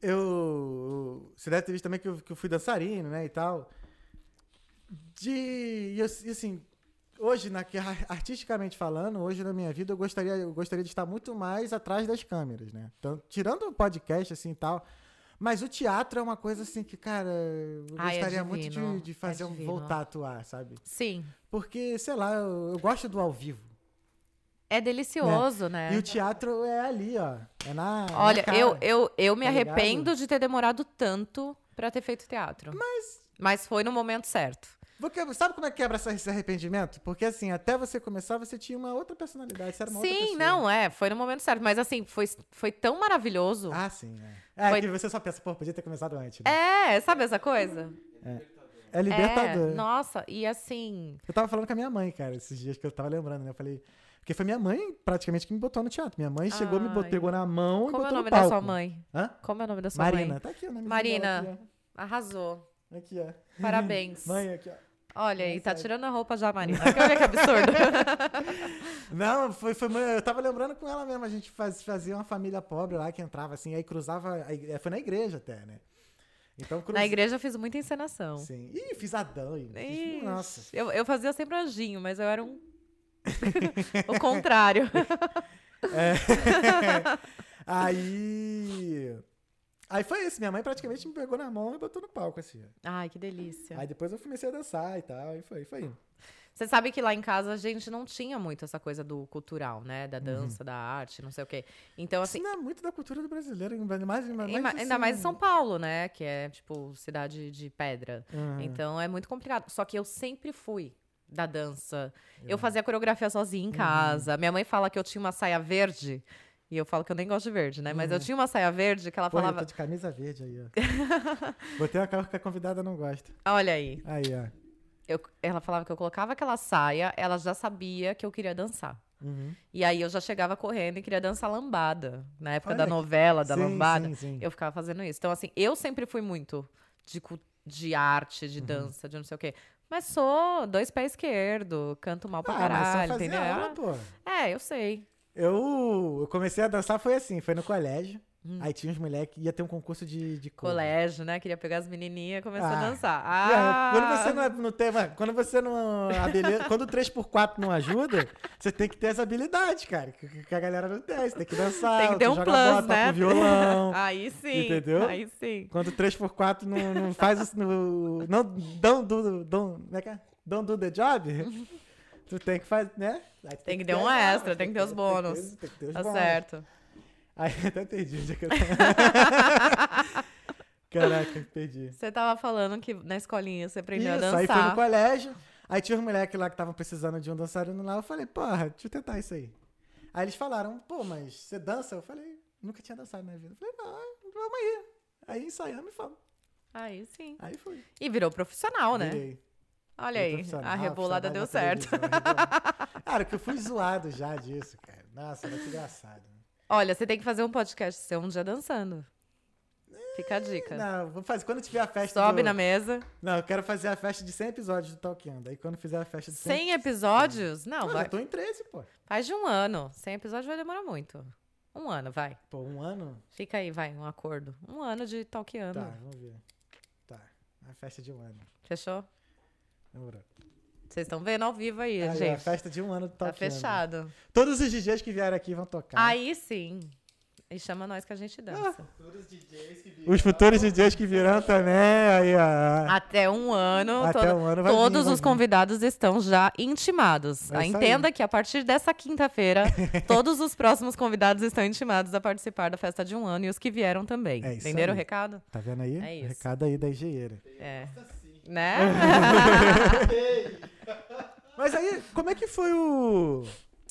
Eu. Você deve ter visto também que eu, que eu fui dançarino, né? E tal. De. E, eu- e assim. Hoje, na, que ar- artisticamente falando, hoje na minha vida, eu gostaria, eu gostaria de estar muito mais atrás das câmeras, né? Então, tirando o podcast, assim e tal. Mas o teatro é uma coisa assim que, cara, eu Ai, é gostaria muito divino, de, de é fazer um divino. voltar a atuar, sabe? Sim. Porque, sei lá, eu, eu gosto do ao vivo. É delicioso, né? E o teatro é ali, ó. É na. na Olha, cara. eu, eu, eu me Tá ligado? arrependo de ter demorado tanto pra ter feito teatro. Mas. Mas foi no momento certo. Porque, sabe como é que quebra essa- esse arrependimento? Porque assim, até você começar, você tinha uma outra personalidade. Você era uma outra Sim, pessoa. não, é. Foi no momento certo. Mas assim, foi, foi tão maravilhoso. Ah, sim, é. É, Foi- que você só pensa, pô, podia ter começado antes. Né? É, sabe essa coisa? É libertador. É, nossa, e assim... Eu tava falando com a minha mãe, cara, esses dias que eu tava lembrando, né? Eu falei. Porque foi minha mãe, praticamente, que me botou no teatro. Minha mãe chegou, me botou, Ai. pegou na mão e Como é o botou nome no da palco. sua mãe? Hã? Como é o nome da sua Marina. mãe? Tá aqui o nome Marina. dela, Arrasou. Aqui, ó. Aqui, ó. Parabéns. Mãe, aqui, ó. Olha aí, Nossa, tá é. tirando a roupa já, Marina. Olha que absurdo. Não, foi, foi, eu tava lembrando com ela mesmo. A gente faz- fazia uma família pobre lá que entrava assim, aí cruzava. Aí, foi na igreja até, né? Então cruz... Na igreja eu fiz muita encenação. Sim. Ih, fiz Adão. e fiz- Ixi, Nossa. Eu, eu fazia sempre anjinho, mas eu era um. o contrário. É. Aí. Aí foi isso. Minha mãe praticamente me pegou na mão e botou no palco, assim. Ai, que delícia. Aí depois eu comecei a dançar e tal. E foi, foi indo. Você sabe que lá em casa a gente não tinha muito essa coisa do cultural, né? Uhum. Da dança, da arte, não sei o quê. Então, assim. Isso não é muito da cultura do brasileiro, ainda mais, ainda mais, Ainda assim, ainda mais em São Paulo, né? Que é, tipo, cidade de pedra. Uhum. Então é muito complicado. Só que eu sempre fui da dança. Uhum. Eu fazia coreografia sozinha em casa. Minha mãe fala que eu tinha uma saia verde. E eu falo que eu nem gosto de verde, né? Mas eu tinha uma saia verde que ela Pô, eu falava. tô de camisa verde aí, ó. Botei uma cara que a convidada não gosta. Olha aí. Aí, ó. Eu- ela falava que eu colocava aquela saia, ela já sabia que eu queria dançar. Uhum. E aí eu já chegava correndo e queria dançar lambada. Na época Olha da que- novela, da Sim, lambada. sim, sim. Eu ficava fazendo isso. Então, assim, eu sempre fui muito de, cu- de arte, Uhum. de dança, de não sei o quê. Mas sou dois pés esquerdo, canto mal pra Ah, mas só caralho, fazer entendeu? aula, pô. É, eu sei. Eu, eu comecei a dançar, foi assim, foi no colégio. Hum. Aí tinha uns moleques, ia ter um concurso de, de cover. Colégio, né? Queria pegar as menininhas e começar Ah. a dançar. É, Ah! quando você não, é- não tem, mas quando você não, a beleza, quando o três por quatro não ajuda, você tem que ter essa habilidade, cara, que, que a galera não tem, você tem que dançar, Tem que ter tu um joga plus, bola, né? toca o violão, Aí sim. Entendeu? Aí sim. quando o três por quatro não, não faz isso, no, não, don't do, don't, como é que é? Don't do the job, tu tem que fazer, né? Aí tu Tem que ter um a- extra, tem que ter os bônus. Tem que ter, tem que ter os Tá bônus. certo. Aí até perdi onde é que eu tava. Caraca, perdi. Você tava falando que na escolinha você aprendeu Isso, a aí fui no dançar. colégio, aí tinha uns moleques lá que estavam precisando de um dançarino lá, eu falei, porra, deixa eu tentar isso aí. Aí eles falaram, pô, mas você dança? Eu falei, nunca tinha dançado na vida. Eu falei, não, vamos aí. Aí ensaiamos e fomos. Aí sim. Aí fui. E virou profissional, né? Virei. Olha Virei aí, profissional, a rebolada deu profissional certo. da televisão, rebolada. Cara, que eu fui zoado já disso, cara. Nossa, muito engraçado. Olha, você tem que fazer um podcast seu um dia dançando. Fica a dica. Não, vou fazer, quando tiver a festa Sobe do... na mesa. Não, eu quero fazer a festa de cem episódios do Talkando. Aí quando fizer a festa de cem... cem episódios? Não, Pô, vai. já tô em treze, pô. Faz de um ano. cem episódios vai demorar muito. Um ano, vai. Pô, um ano? Fica aí, vai, um acordo. Um ano de talqueando. Tá, vamos ver. Tá, a festa de um ano. Fechou? Demorou. Vocês estão vendo ao vivo aí, Aí, ó, a gente. festa de um ano do Tá Talkando. fechado. Todos os D Js que vieram aqui vão tocar. Aí sim. E chama nós que a gente dança. Futuros D Js que viram. Os futuros D Js que virão também, aí, ó. Até um ano. Até todo- um ano vai todos vir, vai os vir. convidados estão já intimados. É Ah, isso Entenda que a partir dessa quinta-feira, todos os próximos convidados estão intimados a participar da festa de um ano e os que vieram também. É isso Entenderam aí. o recado? Tá vendo aí? É isso. Recado aí da engenheira. É. Assim. Né? Mas aí, como é que foi o...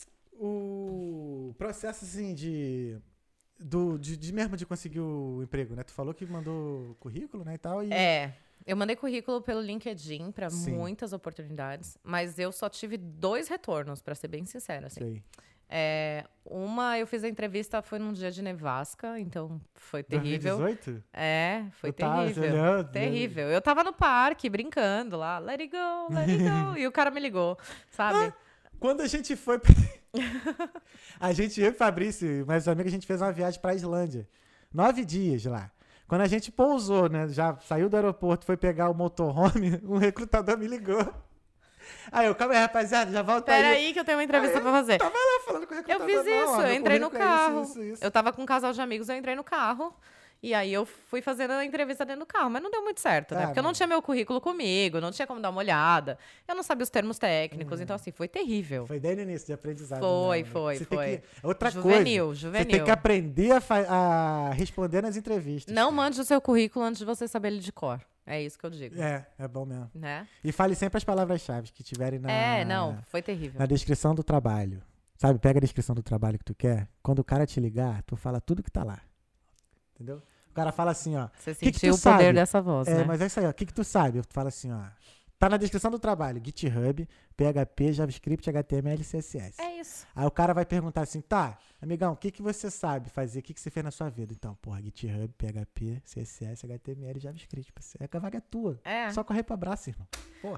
O processo, assim, de... Do, de, de mesmo de conseguir o emprego, né? Tu falou que mandou currículo, né, e tal, e... É. Eu mandei currículo pelo LinkedIn para Sim. muitas oportunidades, mas eu só tive dois retornos, para ser bem sincera. Assim. Sei. É, uma, eu fiz a entrevista, foi num dia de nevasca, então foi terrível. dois mil e dezoito? É, foi Eu tava, terrível. você olhou? Terrível. Eu tava no parque, brincando lá, let it go, let it go. E o cara me ligou, sabe? Quando a gente foi... pra- a gente, eu e o Fabrício, mais amigos, a gente fez uma viagem pra Islândia. Nove dias lá. Quando a gente pousou, né, já saiu do aeroporto, foi pegar o motorhome, um recrutador me ligou. Aí eu, calma aí, rapaziada, já volta aí. Peraí que eu tenho uma entrevista pra fazer. Tava lá falando com o Eu recrutador. fiz não, isso, ó, eu meu entrei no currículo é isso, carro. isso, isso. Eu tava com um casal de amigos, eu entrei no carro. E aí eu fui fazendo a entrevista dentro do carro, mas não deu muito certo, né? Ah, Porque eu não não. tinha meu currículo comigo, não tinha como dar uma olhada. Eu não sabia os termos técnicos, Uhum. então assim, foi terrível. Foi desde o início de aprendizado. Foi, mesmo, né? foi, Você foi. Tem que... Outra Juvenil, coisa, juvenil. você tem que aprender a, fa- a responder nas entrevistas. Não cara. mande o seu currículo antes de você saber ele de cor. É isso que eu digo. É, é bom mesmo. Né? E fale sempre as palavras-chave que tiverem na... É, não, foi terrível. Na descrição do trabalho. Sabe, pega a descrição do trabalho que tu quer. Quando o cara te ligar, tu fala tudo que tá lá. Entendeu? O cara fala assim, ó. Você que que sentiu tu o poder sabe? dessa voz, É, né? mas é isso aí, ó. O que que tu sabe? Tu fala assim, ó. Tá na descrição do trabalho. GitHub, P H P, JavaScript, H T M L, C S S. É isso. Aí o cara vai perguntar assim, tá, amigão, o que que você sabe fazer? O que que você fez na sua vida? Então, porra, GitHub, P H P, C S S, H T M L, JavaScript. É que a vaga é tua. É. Só correr pra braço, irmão. Porra.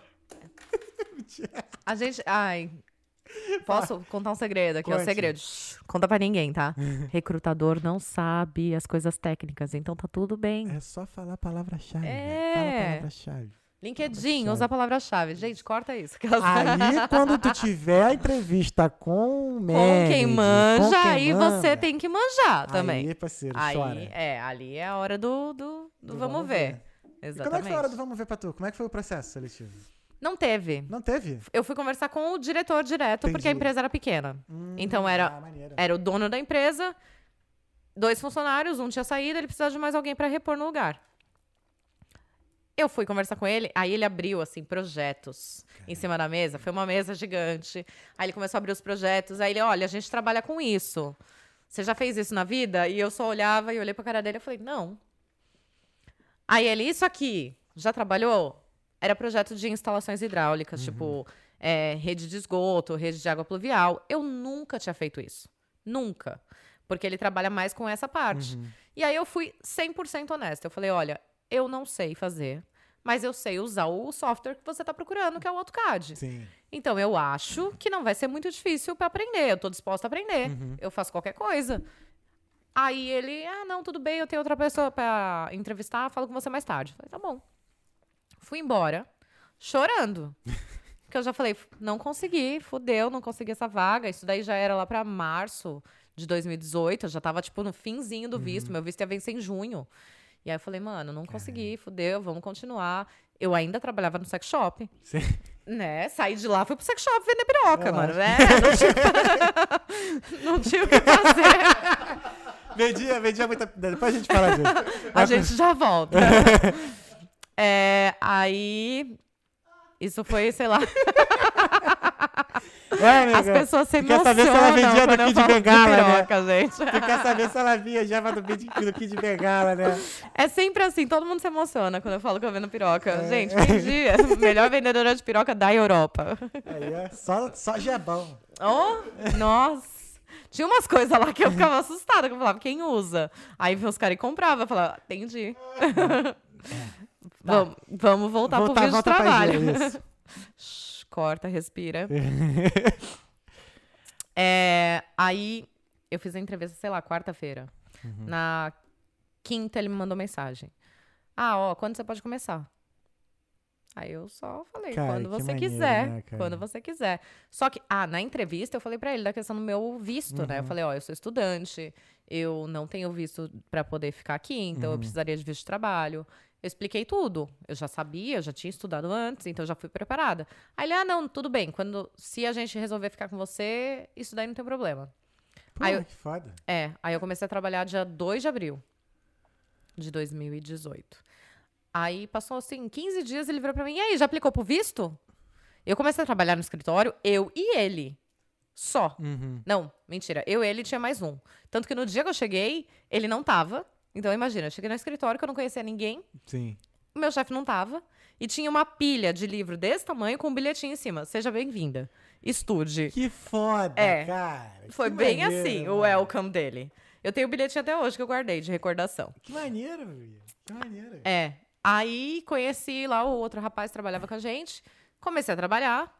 A gente. Ai. Posso contar um segredo aqui? É o Conte. segredo. Shhh, conta pra ninguém, tá? Recrutador não sabe as coisas técnicas, então tá tudo bem. É só falar a palavra-chave. É. velho. Fala a palavra-chave. LinkedIn, palavra-chave. usa a palavra-chave. Gente, corta isso. Aí, quando tu tiver a entrevista com o Com manager, quem com manja, quem aí manda, você tem que manjar também. Aí, parceiro, Aí, chora. é, ali é a hora do, do, do Do vamos, ver. E Exatamente. como é que foi a hora do vamos ver pra tu? Como é que foi o processo seletivo? Não teve. Não teve? Eu fui conversar com o diretor direto, porque a Entendi. empresa era pequena. Hum, Então era- ah, maneiro. Era o dono da empresa, dois funcionários, um tinha saído, ele precisava de mais alguém para repor no lugar. Eu fui conversar com ele, aí ele abriu, assim, projetos em cima da mesa. Foi uma mesa gigante. Aí ele começou a abrir os projetos. Aí ele, olha, a gente trabalha com isso. Você já fez isso na vida? E eu só olhava e olhei pra cara dele e falei, não. Aí ele, isso aqui, já trabalhou? Era projeto de instalações hidráulicas, tipo, é, rede de esgoto, rede de água pluvial. Eu nunca tinha feito isso. Nunca. Porque ele trabalha mais com essa parte. Uhum. E aí eu fui cem por cento honesta. Eu falei, olha, eu não sei fazer, mas eu sei usar o software que você tá procurando, que é o AutoCAD. Sim. Então, eu acho que não vai ser muito difícil pra aprender. Eu tô disposta a aprender. Uhum. Eu faço qualquer coisa. Aí ele, ah, não, tudo bem, eu tenho outra pessoa pra entrevistar, falo com você mais tarde. Falei, tá bom. Fui embora, chorando. Porque eu já falei, não consegui, fudeu, não consegui essa vaga. Isso daí já era lá pra março de dois mil e dezoito, eu já tava, tipo, no finzinho do visto. Meu visto ia vencer em junho. E aí eu falei, mano, não consegui, fudeu, vamos continuar. Eu ainda trabalhava no sex shop. Sim. Né? Saí de lá, fui pro sex shop vender piroca, É, mano. É, não tinha... não tinha o que fazer. Vendia, vendia muita... Depois a gente fala disso. A gente já volta. É, aí... Isso foi, sei lá... É, amiga, As pessoas se tu quer saber se ela emocionam vendia quando do eu Kid falo Bengala, de né? piroca, gente. Tu quer saber se ela viajava do, Kid- do Kid Bengala, né? É sempre assim, todo mundo se emociona quando eu falo que eu vendo piroca. É. Gente, vendi a melhor vendedora de piroca da Europa. Aí é só, só jabão. Oh, nossa. Tinha umas coisas lá que eu ficava assustada, que eu falava, quem usa? Aí vinha os caras e comprava, eu falava, entendi. Vamos, vamos voltar, Voltar, pro vídeo de volta pra trabalho. Gil, isso. Shhh, corta, respira. É, aí eu fiz a entrevista, sei lá, quarta-feira. Uhum. Na quinta ele me mandou mensagem. Ah, ó, quando você pode começar? Aí eu só falei, Cara, quando que você maneiro, quiser. né, cara? Quando você quiser. Só que, ah, na entrevista eu falei pra ele da questão do meu visto, né? Eu Uhum. falei, ó, eu sou estudante, eu não tenho visto pra poder ficar aqui, então eu Uhum. precisaria de visto de trabalho. Eu expliquei tudo. Eu já sabia, eu já tinha estudado antes, então eu já fui preparada. Aí ele, ah, não, tudo bem. Quando, se a gente resolver ficar com você, isso daí não tem problema. Pô, Aí eu- que foda. É, aí eu comecei a trabalhar dia dois de abril de dois mil e dezoito. Aí passou, assim, quinze dias, ele virou pra mim, e aí, já aplicou pro visto? Eu comecei a trabalhar no escritório, eu e ele. Só. Uhum. Não, mentira. Eu e ele tinha mais um. Tanto que no dia que eu cheguei, ele não tava. Então, imagina, eu cheguei no escritório que eu não conhecia ninguém, Sim. o meu chefe não tava, e tinha uma pilha de livro desse tamanho com um bilhetinho em cima. Seja bem-vinda. Estude. Que foda, É. cara. Foi Que bem maneiro, assim, o mano. welcome dele. Eu tenho o bilhetinho até hoje que eu guardei de recordação. Que maneiro, velho. Que maneiro. É. Aí conheci lá o outro rapaz que trabalhava com a gente. Comecei a trabalhar.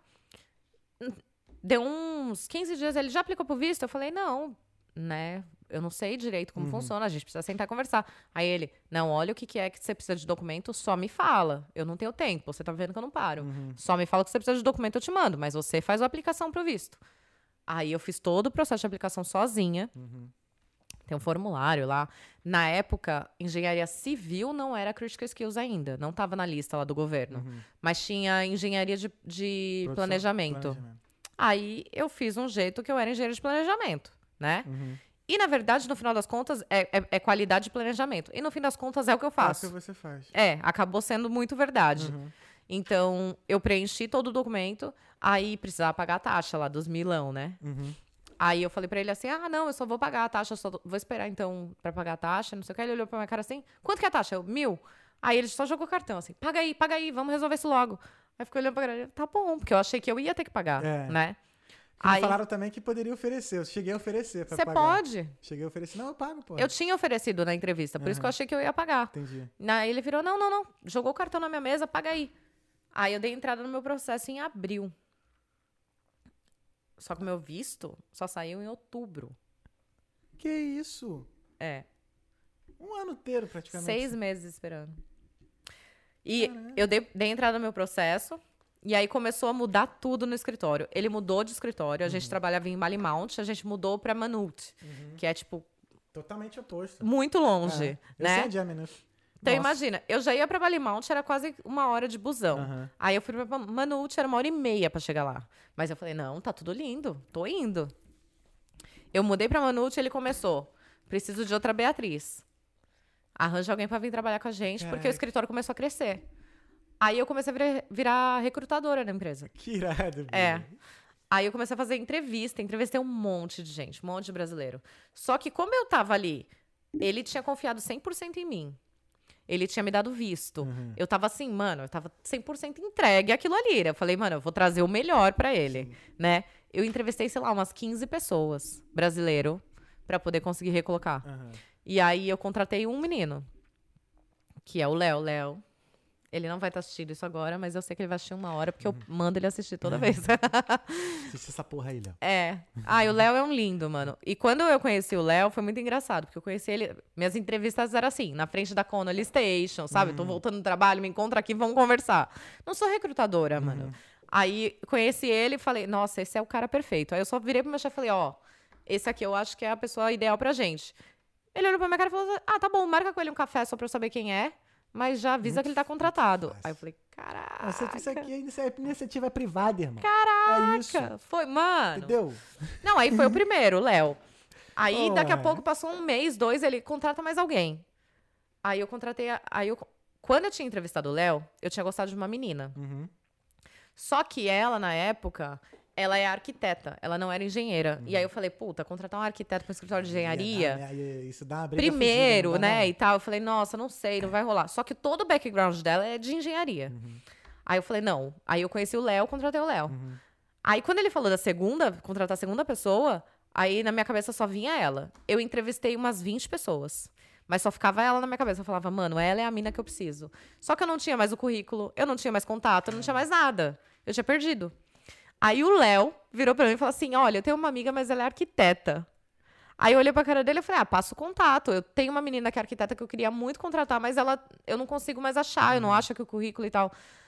Deu uns quinze dias, ele já aplicou pro visto? Eu falei, não, né? Eu não sei direito como Uhum. funciona, a gente precisa sentar e conversar. Aí ele, não, olha o que, que é que você precisa de documento, só me fala. Eu não tenho tempo, você tá vendo que eu não paro. Uhum. Só me fala o que você precisa de documento, eu te mando, mas você faz a aplicação pro visto. Aí eu fiz todo o processo de aplicação sozinha. Uhum. Tem um formulário lá. Na época, engenharia civil não era critical skills ainda. Não estava na lista lá do governo. Uhum. Mas tinha engenharia de, de Produção- planejamento. Aí eu fiz um jeito que eu era engenheiro de planejamento, né? Uhum. E, na verdade, no final das contas, é, é- é qualidade de planejamento. E, no fim das contas, é o que eu É o faço. que você faz. É, acabou sendo muito verdade. Uhum. Então, eu preenchi todo o documento. Aí, precisava pagar a taxa lá dos milão, né? Uhum. Aí eu falei pra ele assim, ah, não, eu só vou pagar a taxa, eu só vou esperar então pra pagar a taxa, não sei o que. Ele olhou pra minha cara assim, quanto que é a taxa? Eu, mil. Aí ele só jogou o cartão assim, paga aí, paga aí, vamos resolver isso logo. Aí ficou olhando pra cara, tá bom, porque eu achei que eu ia ter que pagar, É. né? Me Aí, falaram também que poderia oferecer. Eu cheguei a oferecer pra você pagar. pode. Cheguei a oferecer. Não, eu pago, pô. Eu tinha oferecido na entrevista, por isso que eu Aham. achei que eu ia pagar. Entendi. Aí ele virou, não, não, não, jogou o cartão na minha mesa, paga aí. Aí eu dei entrada no meu processo em abril. Só que o meu visto só saiu em outubro. Que isso? É. Um ano inteiro, praticamente. Seis meses esperando. E Caramba. eu dei, dei entrada no meu processo. E aí começou a mudar tudo no escritório. Ele mudou de escritório. A gente trabalhava em Malimount. A gente mudou pra Manute. Uhum. Que é, tipo, Totalmente oposto. muito longe, É. Eu né? sei de Aminus. Então, Nossa. imagina. Eu já ia pra Malimount, era quase uma hora de busão. Aham. Aí eu fui pra Manute, era uma hora e meia pra chegar lá. Mas eu falei, não, tá tudo lindo. Tô indo. Eu mudei pra Manute e ele começou. Preciso de outra Beatriz. Arranja alguém pra vir trabalhar com a gente, porque Caraca. o escritório começou a crescer. Aí eu comecei a virar, virar recrutadora da empresa. Que irado, É. velho. Aí eu comecei a fazer entrevista. Entrevistei um monte de gente, um monte de brasileiro. Só que como eu tava ali, ele tinha confiado cem por cento em mim. Ele tinha me dado visto. Uhum. Eu tava assim, mano, eu tava cem por cento entregue àquilo ali. Eu falei, mano, eu vou trazer o melhor pra ele, né? Eu entrevistei, sei lá, umas quinze pessoas, brasileiro, pra poder conseguir recolocar. Aham. E aí eu contratei um menino, que é o Léo. Léo, Ele não vai estar assistindo isso agora, mas eu sei que ele vai assistir uma hora, porque eu mando ele assistir toda vez. Assiste essa porra aí, Léo. É. Ah, e o Léo é um lindo, mano. E quando eu conheci o Léo, foi muito engraçado, porque eu conheci ele... Minhas entrevistas eram assim, na frente da Connolly Station, sabe? Tô voltando do trabalho, me encontra aqui, vamos conversar. Não sou recrutadora, mano. Aí, conheci ele e falei, nossa, esse é o cara perfeito. Aí eu só virei pro meu chefe e falei, ó, esse aqui eu acho que é a pessoa ideal pra gente. Ele olhou pra minha cara e falou, ah, tá bom, marca com ele um café só pra eu saber quem é, mas já avisa Muito que ele tá contratado. fácil. Aí eu falei, caraca. Nossa, isso aqui é inicia- iniciativa privada, irmão. Caraca. É isso. Foi, mano. Entendeu? Não, aí foi o primeiro, o Léo. Aí, daqui a Porra. pouco, passou um mês, dois, ele contrata mais alguém. Aí eu contratei, a- aí eu... Quando eu tinha entrevistado o Léo, eu tinha gostado de uma menina. Uhum. Só que ela, na época, ela é arquiteta, ela não era engenheira. Uhum. E aí eu falei, puta, contratar um arquiteto para um escritório de engenharia... Ia dar- ia- Isso dá uma briga Primeiro, fugida, não dá, né, não. e tal. Eu falei, nossa, não sei, não vai rolar. Só que todo o background dela é de engenharia. Uhum. Aí eu falei, não. Aí eu conheci o Léo, contratei o Léo. Uhum. Aí quando ele falou da segunda, contratar a segunda pessoa, aí na minha cabeça só vinha ela. Eu entrevistei umas vinte pessoas. Mas só ficava ela na minha cabeça. Eu falava, mano, ela é a mina que eu preciso. Só que eu não tinha mais o currículo, eu não tinha mais contato, eu não tinha mais nada. Eu tinha perdido. Aí o Léo virou pra mim e falou assim, olha, eu tenho uma amiga, mas ela é arquiteta. Aí eu olhei pra cara dele e falei, ah, passa o contato. Eu tenho uma menina que é arquiteta que eu queria muito contratar, mas ela, eu não consigo mais achar, eu não acho que o currículo e tal.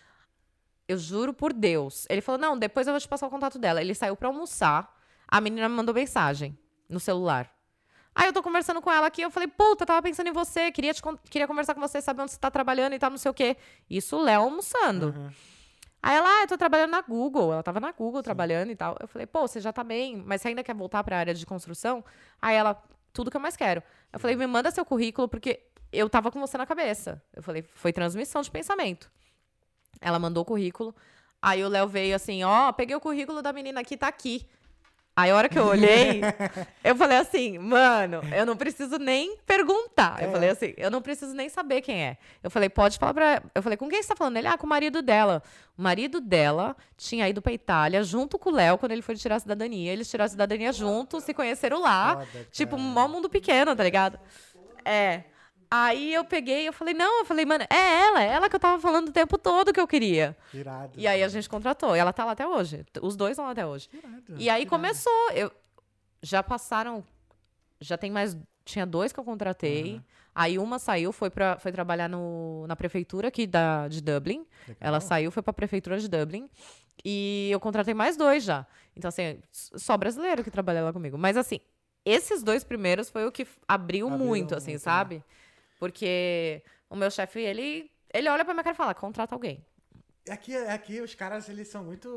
Eu juro por Deus. Ele falou, não, depois eu vou te passar o contato dela. Ele saiu pra almoçar, a menina me mandou mensagem no celular. Aí eu tô conversando com ela aqui, eu falei, puta, tava pensando em você, queria, te, con- queria conversar com você, saber onde você tá trabalhando e tal, não sei o quê. Isso o Léo almoçando. Uhum. Aí ela, ah, eu tô trabalhando na Google. Ela tava na Google trabalhando e tal. Eu falei, pô, você já tá bem, mas você ainda quer voltar pra área de construção? Aí ela, tudo que eu mais quero. Eu falei, me manda seu currículo, porque eu tava com você na cabeça. Eu falei, foi transmissão de pensamento. Ela mandou o currículo. Aí o Léo veio assim, ó, peguei o currículo da menina aqui, tá aqui. Aí a hora que eu olhei, eu falei assim, mano, eu não preciso nem perguntar. Eu É. falei assim, eu não preciso nem saber quem é. Eu falei, pode falar pra... Eu falei, com quem você tá falando? Ele, ah, com o marido dela. O marido dela tinha ido pra Itália junto com o Léo quando ele foi tirar a cidadania. Eles tiraram a cidadania juntos, se conheceram lá. Foda, Tipo, um cara. mó mundo pequeno, tá ligado? É. Aí eu peguei, eu falei, não, eu falei, mano, é ela, é ela que eu tava falando o tempo todo que eu queria. Irado. E aí a gente contratou. E ela tá lá até hoje. Os dois estão lá até hoje. Irado, E aí irado. começou. Eu, já passaram. Já tem mais. Tinha dois que eu contratei. Uhum. Aí uma saiu, foi, pra, foi trabalhar no, na prefeitura aqui da, de Dublin. Legal. Ela saiu, foi pra prefeitura de Dublin. E eu contratei mais dois já. Então, assim, só brasileiro que trabalha lá comigo. Mas, assim, esses dois primeiros foi o que abriu, Abriu muito, assim, muito, sabe? Porque o meu chefe, ele, ele olha pra minha cara e fala, contrata alguém. Aqui, aqui os caras, eles são muito...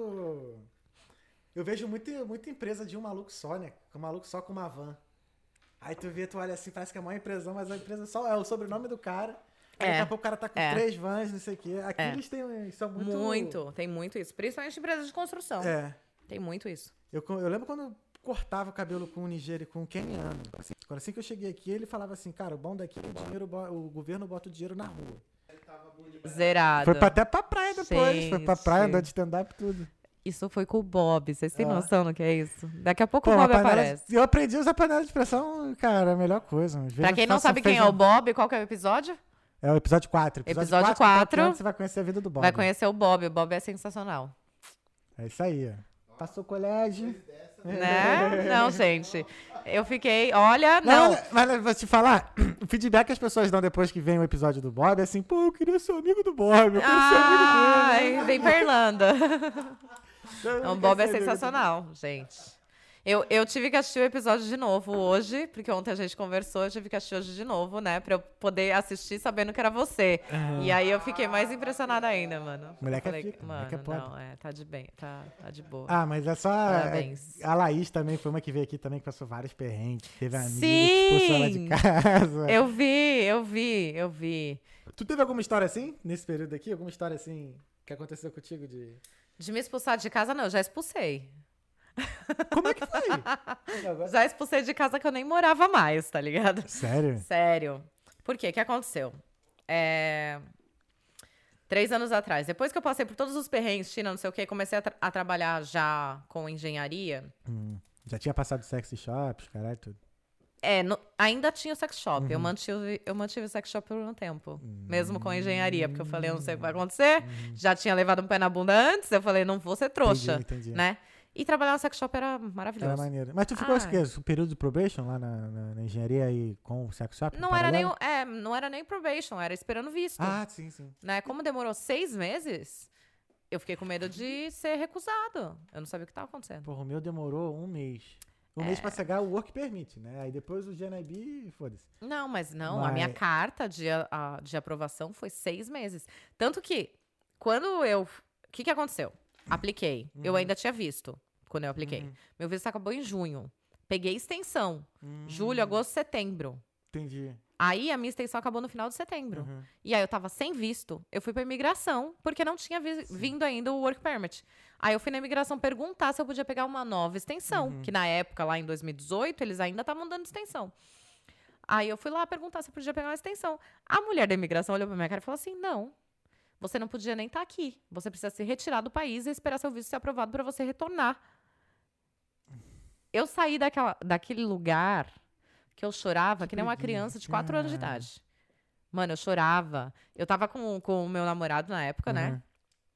Eu vejo muito, muita empresa de um maluco só, né? Um maluco só com uma van. Aí tu vê, tu olha assim, parece que é uma empresa, mas a empresa só é o sobrenome do cara. Aí É. daqui a pouco o cara tá com É. três vans, não sei o quê. Aqui É. eles têm, são muito... Muito. Tem muito isso. Principalmente empresas de construção. É. Tem muito isso. Eu, eu lembro quando eu cortava o cabelo com um nigeriano, com um keniano. Assim, quando assim que eu cheguei aqui, ele falava assim, cara, o bom daqui é o dinheiro, bo- o governo bota o dinheiro na rua. Zerado. Foi pra, até pra praia depois. Foi pra praia, Gente. andar de stand-up tudo. Isso foi com o Bob. Vocês têm Ah. noção do que é isso? Daqui a pouco Pô, o uma Bob panela de- aparece. Eu aprendi a usar panela de pressão, cara, é a melhor coisa. Às Pra vezes quem eu não faço sabe um quem é feijão- o Bob, qual que é o episódio? É o episódio quatro. Episódio quatro, tá quatro. pronto, você vai conhecer a vida do Bob. Vai conhecer o Bob. O Bob é sensacional. É isso aí, ó. Passou colégio. Né? Não, gente. Eu fiquei... Olha, não. Não, mas, mas vou te falar, o feedback que as pessoas dão depois que vem o episódio do Bob é assim, pô, eu queria ser amigo do Bob, eu queria ser amigo dele. Ai, vem pra Irlanda. Eu Não, o quero Bob é ser amigo do- sensacional, gente. Eu, eu tive que assistir o episódio de novo hoje, porque ontem a gente conversou, eu tive que assistir hoje de novo, né? Pra eu poder assistir sabendo que era você. E aí eu fiquei mais impressionada ainda, mano. Moleque é Falei, pica, mano, moleque é foda. não, é, tá de bem, tá, tá de boa. Ah, mas é só... Parabéns. A Laís também foi uma que veio aqui também, que passou vários perrengues. Teve a amiga Sim! que expulsou ela de casa. Eu vi, eu vi, eu vi. Tu teve alguma história assim, nesse período aqui? Alguma história assim que aconteceu contigo de... De me expulsar de casa, não, eu já expulsei. Como é que foi? Agora- Já expulsei de casa que eu nem morava mais, tá ligado? Sério? Sério. Por quê? O que aconteceu? É... Três anos atrás, depois que eu passei por todos os perrengues, China, não sei o quê, comecei a, tra- a trabalhar já com engenharia. Hum, já tinha passado sexy shops, caralho, tudo. É, no- ainda tinha o sex shop. Uhum. Eu, mantive, eu mantive o sex shop por um tempo. Hum. Mesmo com a engenharia. Porque eu falei, eu não sei o que vai acontecer. Já tinha levado um pé na bunda antes. Eu falei, não vou ser trouxa, Entendi, entendi. né? E trabalhar no sex shop era maravilhoso. Era maneiro. Mas tu ficou Ah. o quê? O período de probation lá na, na, na engenharia e com o sex shop? Não era, nem, o- é, não era nem probation, era esperando visto. Ah, sim, sim. Né? Como demorou seis meses, eu fiquei com medo de ser recusado. Eu não sabia o que estava acontecendo. Porra, o meu demorou um mês. Um É. mês pra chegar o Work Permit, né? Aí depois o G N I B, foda-se. Não, mas não, a minha Mas- carta de, a- a- de aprovação foi seis meses. Tanto que, quando eu. O que, que aconteceu? Apliquei. Eu ainda tinha visto quando eu apliquei. Uhum. Meu visto acabou em junho. Peguei extensão. Hum, Julho, agosto, setembro. Entendi. Aí a minha extensão acabou no final de setembro. Uhum. E aí eu tava sem visto. Eu fui pra imigração, porque não tinha vi- vindo ainda o work permit. Aí eu fui na imigração perguntar se eu podia pegar uma nova extensão. Uhum. Que na época, lá em dois mil e dezoito, eles ainda estavam dando extensão. Aí eu fui lá perguntar se eu podia pegar uma extensão. A mulher da imigração olhou pra minha cara e falou assim: não, você não podia nem estar aqui. Você precisa se retirar do país e esperar seu visto ser aprovado pra você retornar. Eu saí daquela, daquele lugar que eu chorava que, nem uma preguiça, criança de quatro anos de cara. idade. Mano, eu chorava. Eu tava com, com o meu namorado na época, né? Uhum.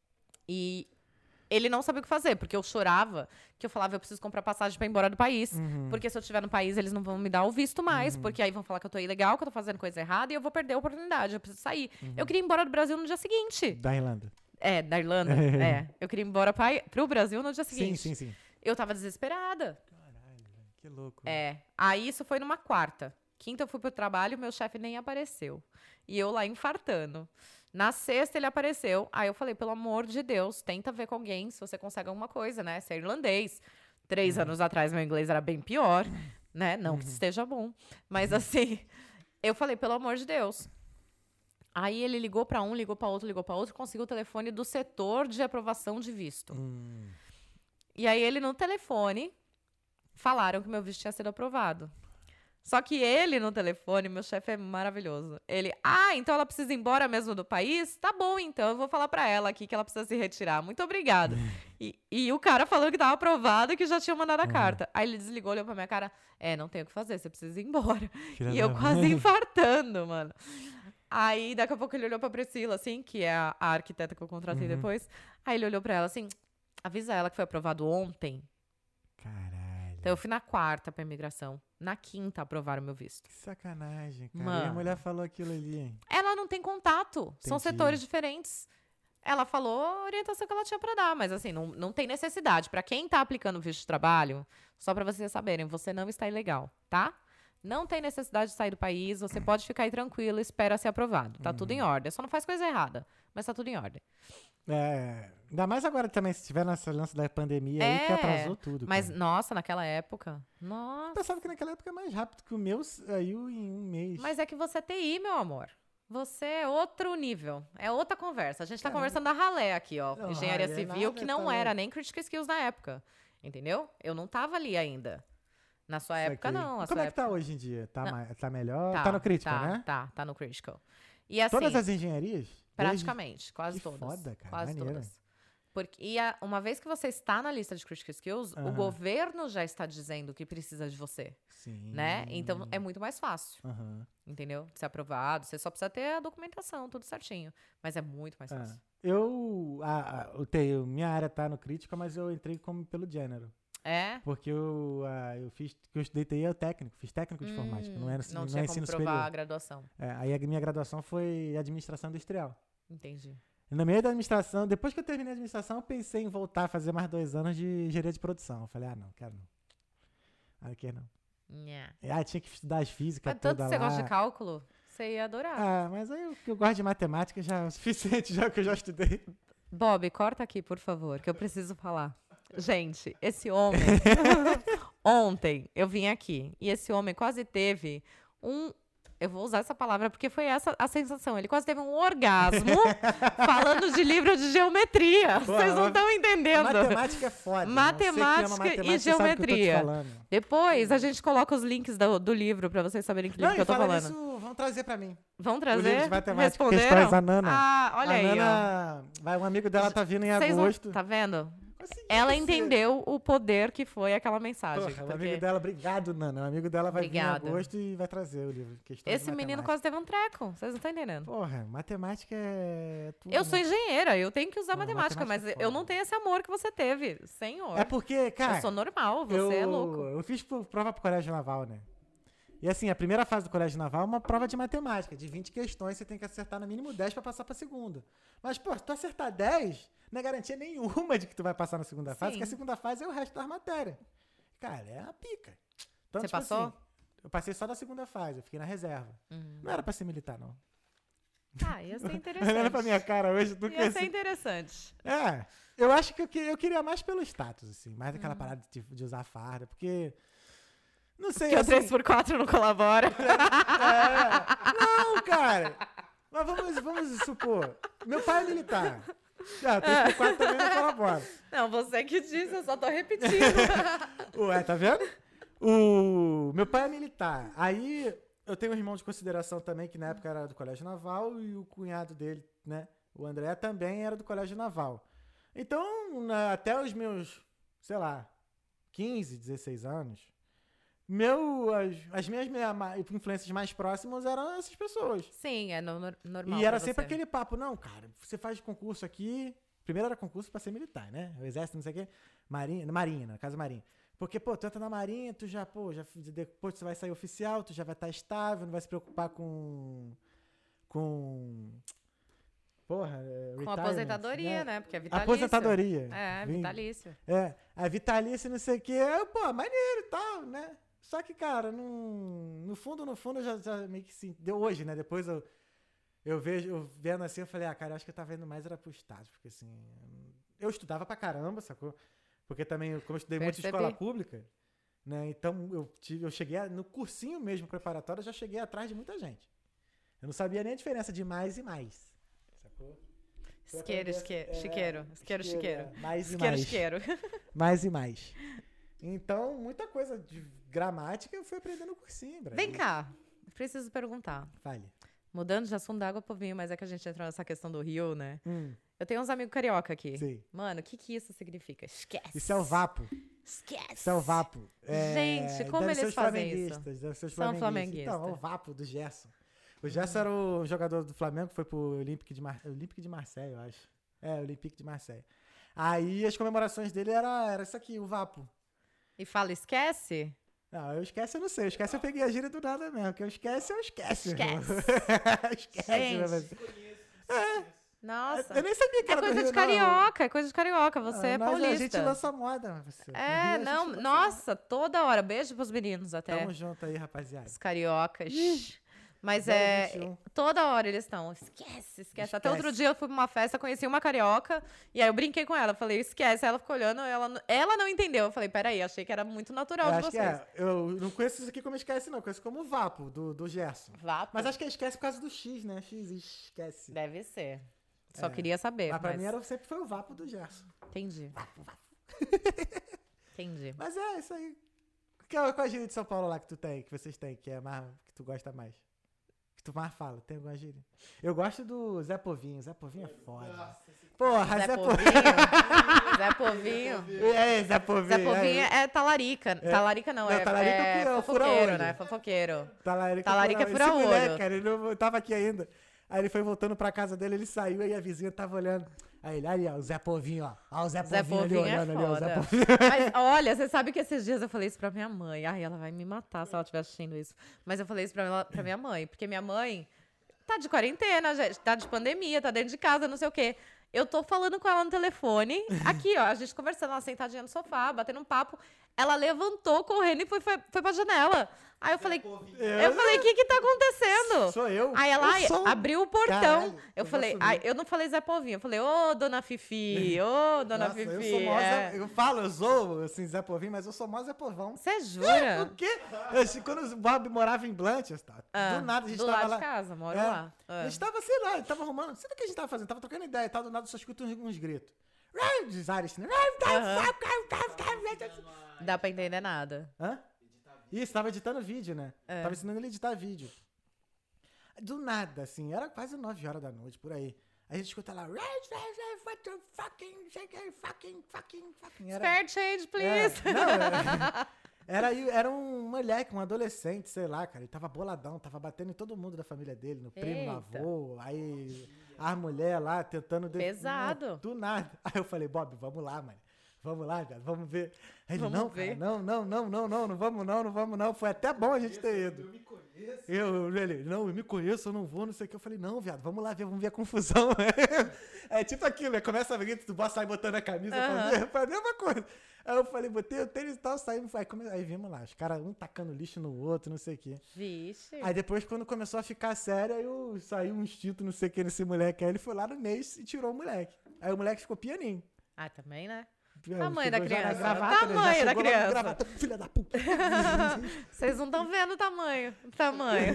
E ele não sabia o que fazer, porque eu chorava, que eu falava, eu preciso comprar passagem pra ir embora do país. Uhum. Porque se eu estiver no país, eles não vão me dar o visto mais, porque aí vão falar que eu tô ilegal, que eu tô fazendo coisa errada, e eu vou perder a oportunidade, eu preciso sair. Uhum. Eu queria ir embora do Brasil no dia seguinte. Da Irlanda. É, da Irlanda. é. Eu queria ir embora pra, pro Brasil no dia seguinte. Sim, sim, sim. Eu tava desesperada. Caralho, velho, que louco. É. Aí isso foi numa quarta. Quinta eu fui pro trabalho, meu chefe nem apareceu. E eu lá infartando. Na sexta ele apareceu. Aí eu falei, pelo amor de Deus, tenta ver com alguém se você consegue alguma coisa, né? Você é irlandês. Três anos atrás meu inglês era bem pior, né? Não que esteja bom. Mas assim, eu falei, pelo amor de Deus. Aí ele ligou pra um, ligou pra outro, ligou pra outro, conseguiu o telefone do setor de aprovação de visto. Hum. E aí ele no telefone falaram que meu visto tinha sido aprovado. Só que ele no telefone, meu chefe é maravilhoso. Ele, ah, então ela precisa ir embora mesmo do país? Tá bom, então eu vou falar pra ela aqui que ela precisa se retirar. Muito obrigada. E, e o cara falou que tava aprovado e que já tinha mandado a carta. Aí ele desligou, olhou pra minha cara, é, não tem o que fazer, você precisa ir embora. Filha E eu da quase mãe. infartando, mano. Aí, daqui a pouco, ele olhou pra Priscila, assim, que é a, a arquiteta que eu contratei Uhum. depois. Aí ele olhou pra ela, assim, avisa ela que foi aprovado ontem. Caralho. Então, eu fui na quarta pra imigração. Na quinta, aprovaram meu visto. Que sacanagem, cara. E a Mano. mulher falou aquilo ali, hein? Ela não tem contato. São Entendi. setores diferentes. Ela falou a orientação que ela tinha pra dar, mas assim, não, não tem necessidade. Pra quem tá aplicando visto de trabalho, só pra vocês saberem, você não está ilegal, tá? Não tem necessidade de sair do país, você pode ficar aí tranquilo, espera ser aprovado. Tá tudo em ordem. Só não faz coisa errada, mas tá tudo em ordem. É, ainda mais agora também, se tiver nessa lance da pandemia aí, que É, atrasou tudo. Mas, cara. nossa, naquela época. Eu Nossa. pensava que naquela época é mais rápido que o meu saiu em um mês. Mas é que você é T I, meu amor. Você é outro nível. É outra conversa. A gente tá Caramba. conversando da ralé aqui, ó. Não, Engenharia ralé civil, nada, que não tá era louco. nem Critical Skills na época. Entendeu? Eu não tava ali ainda. Na sua Isso época, aqui. não. A Como sua é que tá hoje em dia? Tá, Não. ma- tá melhor? Tá, no Critical, tá, né? Tá, tá no Critical. E assim, Todas as engenharias? Desde- praticamente, quase Que todas. foda, cara, Quase maneiro. todas. Porque, e a- uma vez que você está na lista de Critical Skills, o Aham. governo já está dizendo que precisa de você, Sim. né? Então, é muito mais fácil. Aham. Entendeu? De ser aprovado. Você só precisa ter a documentação, tudo certinho. Mas é muito mais É. fácil. Eu, a, a, eu tenho, minha área tá no Critical, mas eu entrei como pelo gênero. É? Porque eu, ah, eu fiz, que eu estudei T I é o técnico, fiz técnico de informática, não era Hum, não não tinha é como ensino provar superior. a graduação. É, aí a minha graduação foi administração industrial. Entendi. E no meio da administração, depois que eu terminei a administração, eu pensei em voltar a fazer mais dois anos de engenharia de produção. Eu falei, ah, não, quero não. Ah, não quero não. Nha. E, Ah, tinha que estudar as físicas Mas tanto toda que você lá. gosta de cálculo, você ia adorar. Ah, mas aí o que eu gosto de matemática já é o suficiente, já que eu já estudei. Bob, corta aqui, por favor, que eu preciso falar. Gente, esse homem... Ontem eu vim aqui e esse homem quase teve um... Eu vou usar essa palavra porque foi essa a sensação. Ele quase teve um orgasmo falando de livro de geometria. Pô, Vocês não mas- estão entendendo. Matemática é foda. Matemática Você que ama e matemática sabe o que eu tô te geometria. falando. Depois a gente coloca os links do, do livro pra vocês saberem que livro Não, que e eu tô fala falando. nisso, vão trazer pra mim. Vão O trazer? livro de matemática, Responderam? questões, a Nana. Ah, olha a aí, ó. Nana, vai, um amigo dela tá vindo em Vocês não- agosto. tá vendo? Consegui Ela você. entendeu o poder que foi aquela mensagem. Porra, o porque amigo dela, obrigado, Nana. O amigo dela vai Obrigada. vir em agosto e vai trazer o livro. Questão de esse menino matemática. quase teve um treco. Vocês não estão entendendo. Porra, matemática é tudo. Eu né? sou engenheira, eu tenho que usar Não, matemática, matemática mas é eu foda. não tenho esse amor que você teve. Senhor. É porque, cara. eu sou normal, você eu, é louco. Eu fiz pro- prova pro Colégio Naval, né? E assim, a primeira fase do Colégio Naval é uma prova de matemática. De vinte questões, você tem que acertar no mínimo dez pra passar pra segunda. Mas, pô, se tu acertar dez, não é garantia nenhuma de que tu vai passar na segunda fase, Sim. porque a segunda fase é o resto das matérias. Cara, é a pica. Então, Você tipo passou? assim, eu passei só da segunda fase, eu fiquei na reserva. Hum. Não era pra ser militar, não. Ah, ia ser Olhando interessante. pra minha cara hoje, tu Ia ser interessante. É, eu acho que eu, que- eu queria mais pelo status, assim, mais Hum. aquela parada de, de usar farda, porque. Não sei, Porque o assim, três por quatro não colabora. é, não, cara. Mas vamos, vamos supor, meu pai é militar. Ah, três por quatro também não colabora. Não, você que disse, eu só tô repetindo. Ué, tá vendo? O meu pai é militar. Aí eu tenho um irmão de consideração também, que na época era do Colégio Naval, e o cunhado dele, né? O André também era do Colégio Naval. Então, na- até os meus, sei lá, quinze, dezesseis anos, meu, as, as minhas minha- ma- influências mais próximas eram essas pessoas. Sim, é no- no- normal. E era pra sempre você. aquele papo, não, cara, você faz concurso aqui. Primeiro era concurso pra ser militar, né? O exército, não sei o quê. Marinha, marinha, na casa marinha. Porque, pô, tu entra na marinha, tu já, pô, já, depois tu vai sair oficial, tu já vai estar estável, não vai se preocupar com. Com. Porra, é, Com retirement, aposentadoria, né? Porque é vitalício. Aposentadoria. É, Vim- vitalício. É, a vitalícia, não sei o quê, é, pô, maneiro e tal, né? Só que, cara, no, no fundo, no fundo, eu já, já meio que sim. Deu hoje, né? Depois eu, eu vejo, eu vendo assim, eu falei, ah, cara, eu acho que eu tava indo mais era pro estágio, porque assim, eu estudava pra caramba, sacou? Porque também, como eu estudei muito em Percebi. escola pública, né? Então eu tive, eu cheguei a- no cursinho mesmo preparatório, eu já cheguei atrás de muita gente. Eu não sabia nem a diferença de mais e mais. Sacou? Fui Isqueiro, aprender- isqueiro, é, chiqueiro. Isqueiro, chiqueiro. é, mais e Isqueiro, mais. chiqueiro. Mais e mais. Então, muita coisa de gramática eu fui aprendendo no cursinho, Brasil. Vem cá, preciso perguntar. Fale. Mudando de assunto da água pro vinho, mas é que a gente entrou nessa questão do Rio, né? Hum, Eu tenho uns amigos carioca aqui. sim. Mano, o que que isso significa? Esquece. Isso é o Vapo. Esquece. Isso é o Vapo. É, Gente, como deve ser eles os fazem flamenguistas, Deve ser os São flamenguistas. Então, é o flamenguistas. Vapo do Gerson. O Gerson era o jogador do Flamengo que foi pro Olympique de, Mar... Olympique de Marseille, eu acho. É, Olympique de Marseille. Aí as comemorações dele era, era isso aqui, o Vapo. E fala, esquece? Não, eu esquece, eu não sei. Eu esquece, eu peguei a gíria do nada mesmo. Porque eu esquece, eu esquece. Esquece. esquece, Gente. meu velho. Nossa. Eu nem sabia que É era do coisa Rio, de não. carioca, é coisa de carioca. Você Ah, é mas paulista. a gente lança moda, meu parceiro. No É, Rio, a gente não, lança nossa, toda hora. Beijo pros meninos até. Tamo junto aí, rapaziada. Os cariocas. Mas dez, é. vinte e um. Toda hora eles estão. Esquece, esquece, Até Esquece. outro dia eu fui pra uma festa, conheci uma carioca. E aí eu brinquei com ela. Falei, esquece. Ela ficou olhando, ela, ela não entendeu. Eu falei, peraí, achei que era muito natural Eu de acho que vocês. é. Eu não conheço isso aqui como esquece, não. Eu conheço como Vapo, do, do Gerson. Vá, Mas acho que é esquece por causa do X, né? X, esquece. Deve ser. Só É. queria saber. Mas pra mas- mim era, sempre foi o Vapo do Gerson. Entendi. Entendi. Mas é isso aí. Qual, qual a gíria de São Paulo lá que tu tem, que vocês têm, que é mais, que tu gosta mais? Que tu mais fala? Tem alguma gíria? Eu gosto do Zé Povinho. Zé Povinho é foda. Porra, Zé Zé Povinho. Povinho. Zé Povinho. É, Zé Povinho. Zé Povinho é. é talarica. Talarica não, Não, é, talarica é é fura fofoqueiro, olho. né? Fofoqueiro. Talarica, Talarica é Esse fura-olho. moleque, cara, ele não tava aqui ainda. Aí ele foi voltando pra casa dele, ele saiu, aí a vizinha tava olhando. Aí ele, ali, ó, o Zé Povinho, ó. Ó, o Zé Zé Povinho, ali Povinho é olhando ali, ó, o Zé foda. Povinho. Mas olha, você sabe que esses dias eu falei isso pra minha mãe. Ai, ela vai me matar se ela estiver assistindo isso. Mas eu falei isso pra, ela- pra minha mãe, porque minha mãe tá de quarentena, gente, tá de pandemia, tá dentro de casa, não sei o quê. Eu tô falando com ela no telefone, aqui, ó, a gente conversando, ela sentadinha no sofá, batendo um papo. Ela levantou correndo e foi, foi, foi pra janela. Aí eu falei, eu falei, o que que tá acontecendo? Sou eu. Aí ela Eu ai, sou um- abriu o portão. Caralho, eu eu falei, vou ai, assumir. eu não falei Zé Povinho, eu falei, ô, dona Fifi, ô, dona Nossa, Fifi. eu sou mó é. Zé, eu falo, eu sou, assim, Zé Povinho, mas eu sou mó Zé Povão. Você jura? O quê? Eu, quando o Bob morava em Blanchester, tá? Ah, do nada a gente do tava lado lá. de casa, moro É. lá. A Ah. gente tava, sei lá, tava arrumando. Não sei o que a gente tava fazendo, tava trocando ideia e tal, do nada só escuta uns, uns gritos. Diz Irish, né? Dá pra entender nada. Hã? Isso, tava editando vídeo, né? É. Tava ensinando ele a editar vídeo. Do nada, assim, era quase nove horas da noite, por aí. Aí a gente escuta lá, what the fucking, fucking, fucking, fucking. Era, Spare change, please. É, não, era, era, era um moleque, um adolescente, sei lá, cara. Ele tava boladão, tava batendo em todo mundo da família dele, no primo, no Eita. avô. Aí as mulheres lá tentando... def- Pesado. Não, do nada. Aí eu falei, Bob, vamos lá, mano. Vamos lá, viado, vamos ver. Aí ele, Vamos não, ver. cara, não, não, não, não, não, não vamos não, não vamos não. Foi até bom a gente ter ido. Eu me conheço. Eu, ele, não, eu me conheço, eu não vou, não sei o que. Eu falei, não, viado, vamos lá ver, vamos ver a confusão. É tipo aquilo, né? Começa a ver, tu bota, sai botando a camisa Aham. pra ver, foi a mesma coisa. Aí eu falei, botei o tênis e tal, saímos, aí, come- aí vimos lá, os caras um tacando lixo no outro, não sei o que. Vixe. Aí depois, quando começou a ficar sério, aí eu, saiu um instinto, não sei o que, nesse moleque. Aí ele foi lá no mês e tirou o moleque. Aí o moleque ficou pianinho. Ah, também, né? É, Tamanho da chegou já na criança. gravata, né? Já Tamanho da chegou lá com criança. gravata, filha da puta. Vocês não estão vendo o tamanho. O tamanho.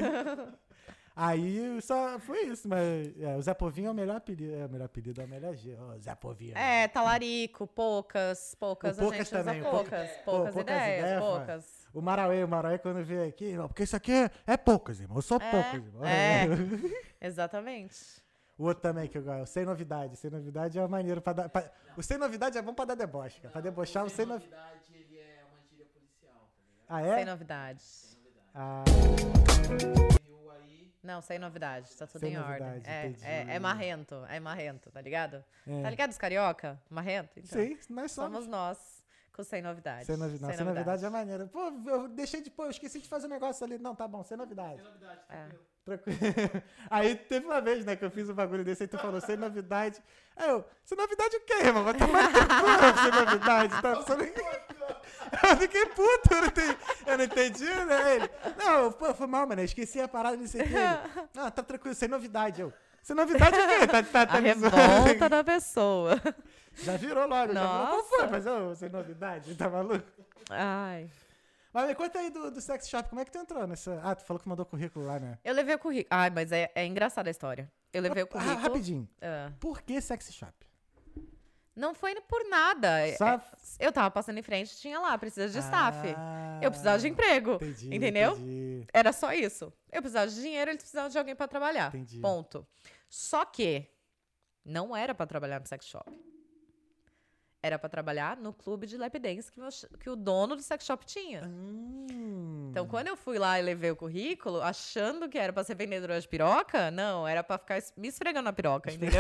Aí só foi isso, mas é, o Zé Povinho é o melhor apelido, é o melhor apelido, é o melhor G. Ó, Zé Povinho. É, talarico, poucas, poucas, O a poucas gente usa também, o poucas, poucas- poucas, pô, poucas ideias, ideias, poucas. O Marauê, o Marauê quando veio aqui, não, porque isso aqui é, é poucas, irmão, eu sou É, poucas, irmão. é. Exatamente. O outro também que eu gosto, o Sem Novidade. Sem Novidade é maneiro pra dar... Pra, o Sem Novidade é bom pra dar deboche, cara. Pra debochar o Sem Novidade... novidade, ele é uma gíria policial, tá ligado? Ah, Sem é? novidades. Sem novidade. Ah, Viu aí? Não, sem novidades, tá tudo Sem em ordem. novidade, É, entendi. é, é marrento, é marrento, tá ligado? é. Tá ligado os carioca? Marrento? Então, Sim, nós somos. somos nós com sem novidades. Sem novidade. Sem novidade é maneiro. Pô, eu deixei de... Pô, eu esqueci de fazer um negócio ali. Não, tá bom, sem novidade. Sem novidade, É. tranquilo. Tranquilo. Aí teve uma vez, né, que eu fiz um bagulho desse, aí tu falou, sem novidade. Aí eu, sem novidade o quê, irmão? Vai tomar teu cu, sem novidade. Tá? Você não- Eu fiquei puto, eu não entendi, eu não entendi, né? Ele, não, pô, foi mal, mano, eu esqueci a parada desse aqui. Ele, não, tá tranquilo, sem novidade. Eu, sem novidade o quê? Tá, tá, tá A me zoando? revolta da pessoa. Já virou logo, já virou. Qual Nossa. foi? Mas, ô, sem novidade, tá maluco? Ai. Mas me conta aí do, do sex shop, como é que tu entrou nessa... Ah, tu falou que mandou currículo lá, né? Eu levei o currículo. Ai, mas é, é engraçada a história. Eu levei o Ah, currículo. rapidinho, Ah. por que sex shop? Não foi por nada. É- Só- é- Eu tava passando em frente, tinha lá, precisa de staff. Ah, Eu precisava de emprego. Entendi, Entendeu? entendi. Era só isso. Eu precisava de dinheiro, eles precisavam de alguém pra trabalhar. Entendi. Ponto. Só que não era pra trabalhar no sex shop. Era pra trabalhar no clube de lap dance que, meu ch- que o dono do sex shop tinha. Hum. Então, quando eu fui lá e levei o currículo, achando que era pra ser vendedora de piroca, não, era pra ficar es- me esfregando na piroca, entendeu?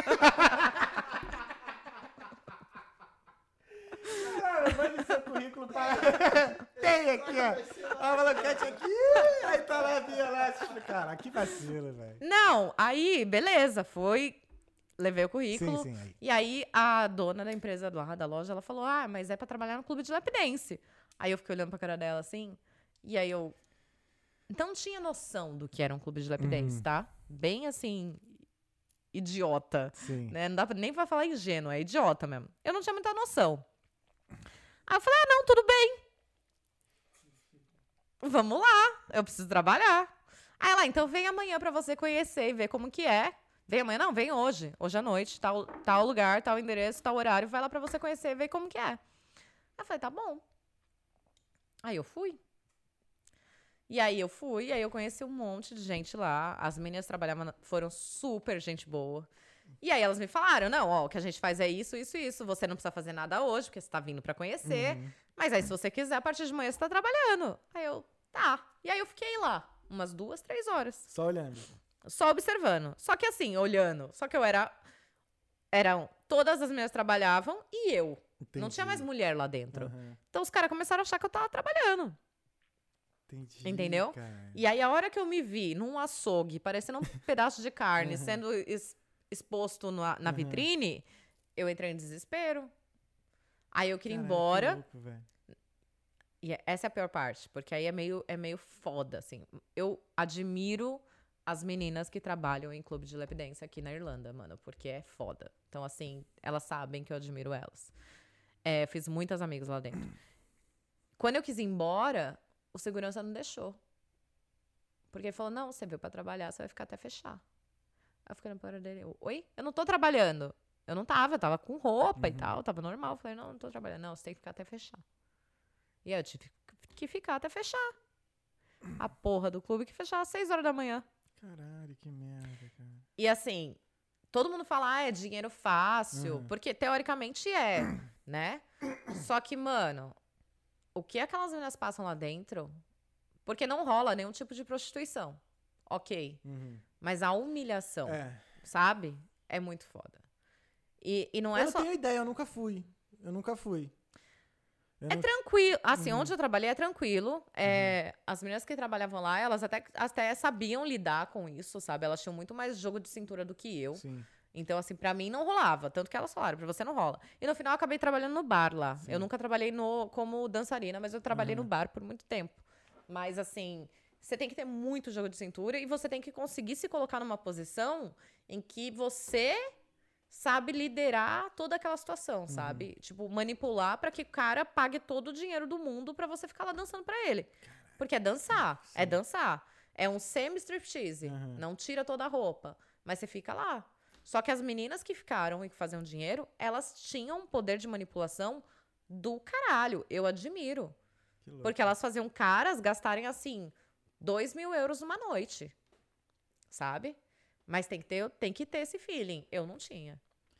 Ah, manda seu currículo para... Tem aqui, ó. Ó, o malocante aqui. Aí tá lá a Bia lá. Cara, que vacilo, velho. Não, aí, beleza, foi, levei o currículo. Sim, sim, aí. E aí, a dona da empresa lá, da loja, ela falou, ah, mas é pra trabalhar no clube de lap dance. Aí eu fiquei olhando pra cara dela assim, e aí eu... Então não tinha noção do que era um clube de lap Uhum. dance, tá? Bem assim, idiota, Sim. né? Não dá pra, nem pra falar ingênuo, é idiota mesmo. Eu não tinha muita noção. Aí eu falei, ah, não, tudo bem. Vamos lá, eu preciso trabalhar. Aí ela, então vem amanhã pra você conhecer e ver como que é. Vem amanhã? Não, vem hoje. Hoje à noite, tal, tal lugar, tal endereço, tal horário. Vai lá pra você conhecer e ver como que é. Aí eu falei, tá bom. Aí eu fui. E aí eu fui, e aí eu conheci um monte de gente lá. As meninas trabalhavam, na- foram super gente boa. E aí elas me falaram, não, ó, o que a gente faz é isso, isso e isso. Você não precisa fazer nada hoje, porque você tá vindo pra conhecer. Uhum. Mas aí, se você quiser, a partir de manhã você tá trabalhando. Aí eu, tá. E aí eu fiquei lá, umas duas, três horas. Só olhando. Só observando. Só que assim, olhando. Só que eu era... Eram... Todas as meninas trabalhavam e eu. Não tinha mais mulher lá dentro. Aham. Então os caras começaram a achar que eu tava trabalhando. Entendi. Entendeu? Cara. E aí, a hora que eu me vi num açougue, parecendo um pedaço de carne, Uhum. sendo es- exposto na, na Uhum. vitrine, eu entrei em desespero. Aí eu queria ir Caralho, embora. que louco, velho. E é- essa é a pior parte, porque aí é meio, é meio foda, assim. Eu admiro as meninas que trabalham em clube de lap dance aqui na Irlanda, mano, porque é foda. Então, assim, elas sabem que eu admiro elas. É, fiz muitas amigas lá dentro. Quando eu quis ir embora, o segurança não deixou. Porque ele falou, não, você veio pra trabalhar, você vai ficar até fechar. Aí eu fiquei na cara dele, eu, oi? Eu não tô trabalhando. Eu não tava, eu tava com roupa e Uhum. tal, tava normal. Eu falei, não, não tô trabalhando. Não, você tem que ficar até fechar. E aí eu tive que ficar até fechar. A porra do clube que fechava às seis horas da manhã. Caralho, que merda, cara. E assim, todo mundo fala, ah, é dinheiro fácil, Uhum. porque teoricamente é, né? Só que, mano, o que aquelas meninas passam lá dentro, porque não rola nenhum tipo de prostituição, ok. Uhum. Mas a humilhação, É. sabe? É muito foda. E, e não Eu é não só... tenho ideia, eu nunca fui. Eu nunca fui. Eu É não- tranquilo. Assim, Uhum. onde eu trabalhei é tranquilo. É, as meninas que trabalhavam lá, elas até, até sabiam lidar com isso, sabe? Elas tinham muito mais jogo de cintura do que eu. Sim. Então, assim, pra mim não rolava. Tanto que elas falaram, pra você não rola. E no final eu acabei trabalhando no bar lá. Sim. Eu nunca trabalhei no, como dançarina, mas eu trabalhei Uhum. no bar por muito tempo. Mas, assim, você tem que ter muito jogo de cintura e você tem que conseguir se colocar numa posição em que você sabe liderar toda aquela situação, sabe? Tipo, manipular pra que o cara pague todo o dinheiro do mundo pra você ficar lá dançando pra ele. Porque é dançar, é Sim. dançar. É um semi-striptease. Uhum. Não tira toda a roupa, mas você fica lá. Só que as meninas que ficaram e que faziam dinheiro, elas tinham um poder de manipulação do caralho. Eu admiro. Que louco. Porque elas faziam caras gastarem, assim, dois mil euros numa noite. Sabe? Mas tem que ter, tem que ter esse feeling. Eu não tinha.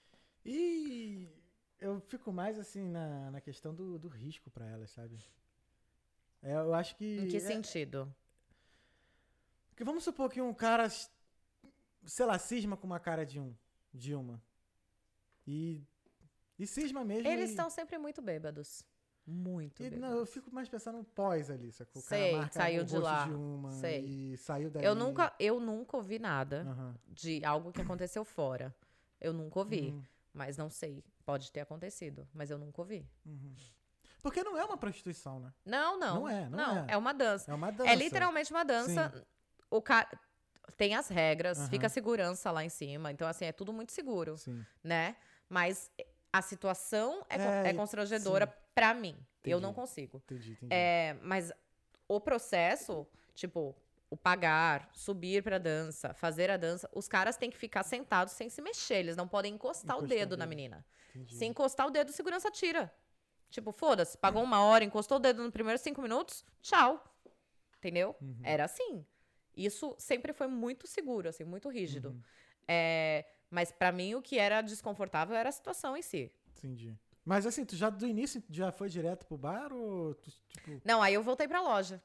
E eu fico mais assim na, na questão do, do risco pra elas, sabe? É, eu acho que. Em que é- sentido? Porque vamos supor que um cara, sei lá, cisma com uma cara de um, de uma. E. E cisma mesmo. Eles e- estão sempre muito bêbados. Muito e, bêbados. não, eu fico mais pensando no pós ali, sacou? O Sei, cara marca saiu o de rosto lá. de uma Sei. e saiu daí. Eu nunca, eu nunca ouvi nada Aham. de algo que aconteceu fora. Eu nunca ouvi. Uhum, Mas não sei. Pode ter acontecido. Mas eu nunca ouvi. uhum. Porque não é uma prostituição, né? Não, não. Não é, não é. é uma dança. É uma dança. É literalmente uma dança. O cara tem as regras, Aham. fica a segurança lá em cima. Então, assim, é tudo muito seguro, Sim. né? Mas a situação é, co- É, é constrangedora pra mim. Eu Entendi. não consigo. Entendi, entendi. É, mas o processo, tipo, o pagar, subir pra dança, fazer a dança, os caras têm que ficar sentados sem se mexer. Eles não podem encostar, o Encostar o dedo na dedo. menina. Entendi. Se encostar o dedo, segurança tira. Tipo, foda-se, pagou uma hora, encostou o dedo no primeiro cinco minutos, tchau. Entendeu? Uhum. Era assim. Isso sempre foi muito seguro, assim, muito rígido. Uhum. É, mas pra mim, o que era desconfortável era a situação em si. Entendi. Mas assim, tu já do início já foi direto pro bar ou tu, tipo. Não, aí eu voltei pra loja.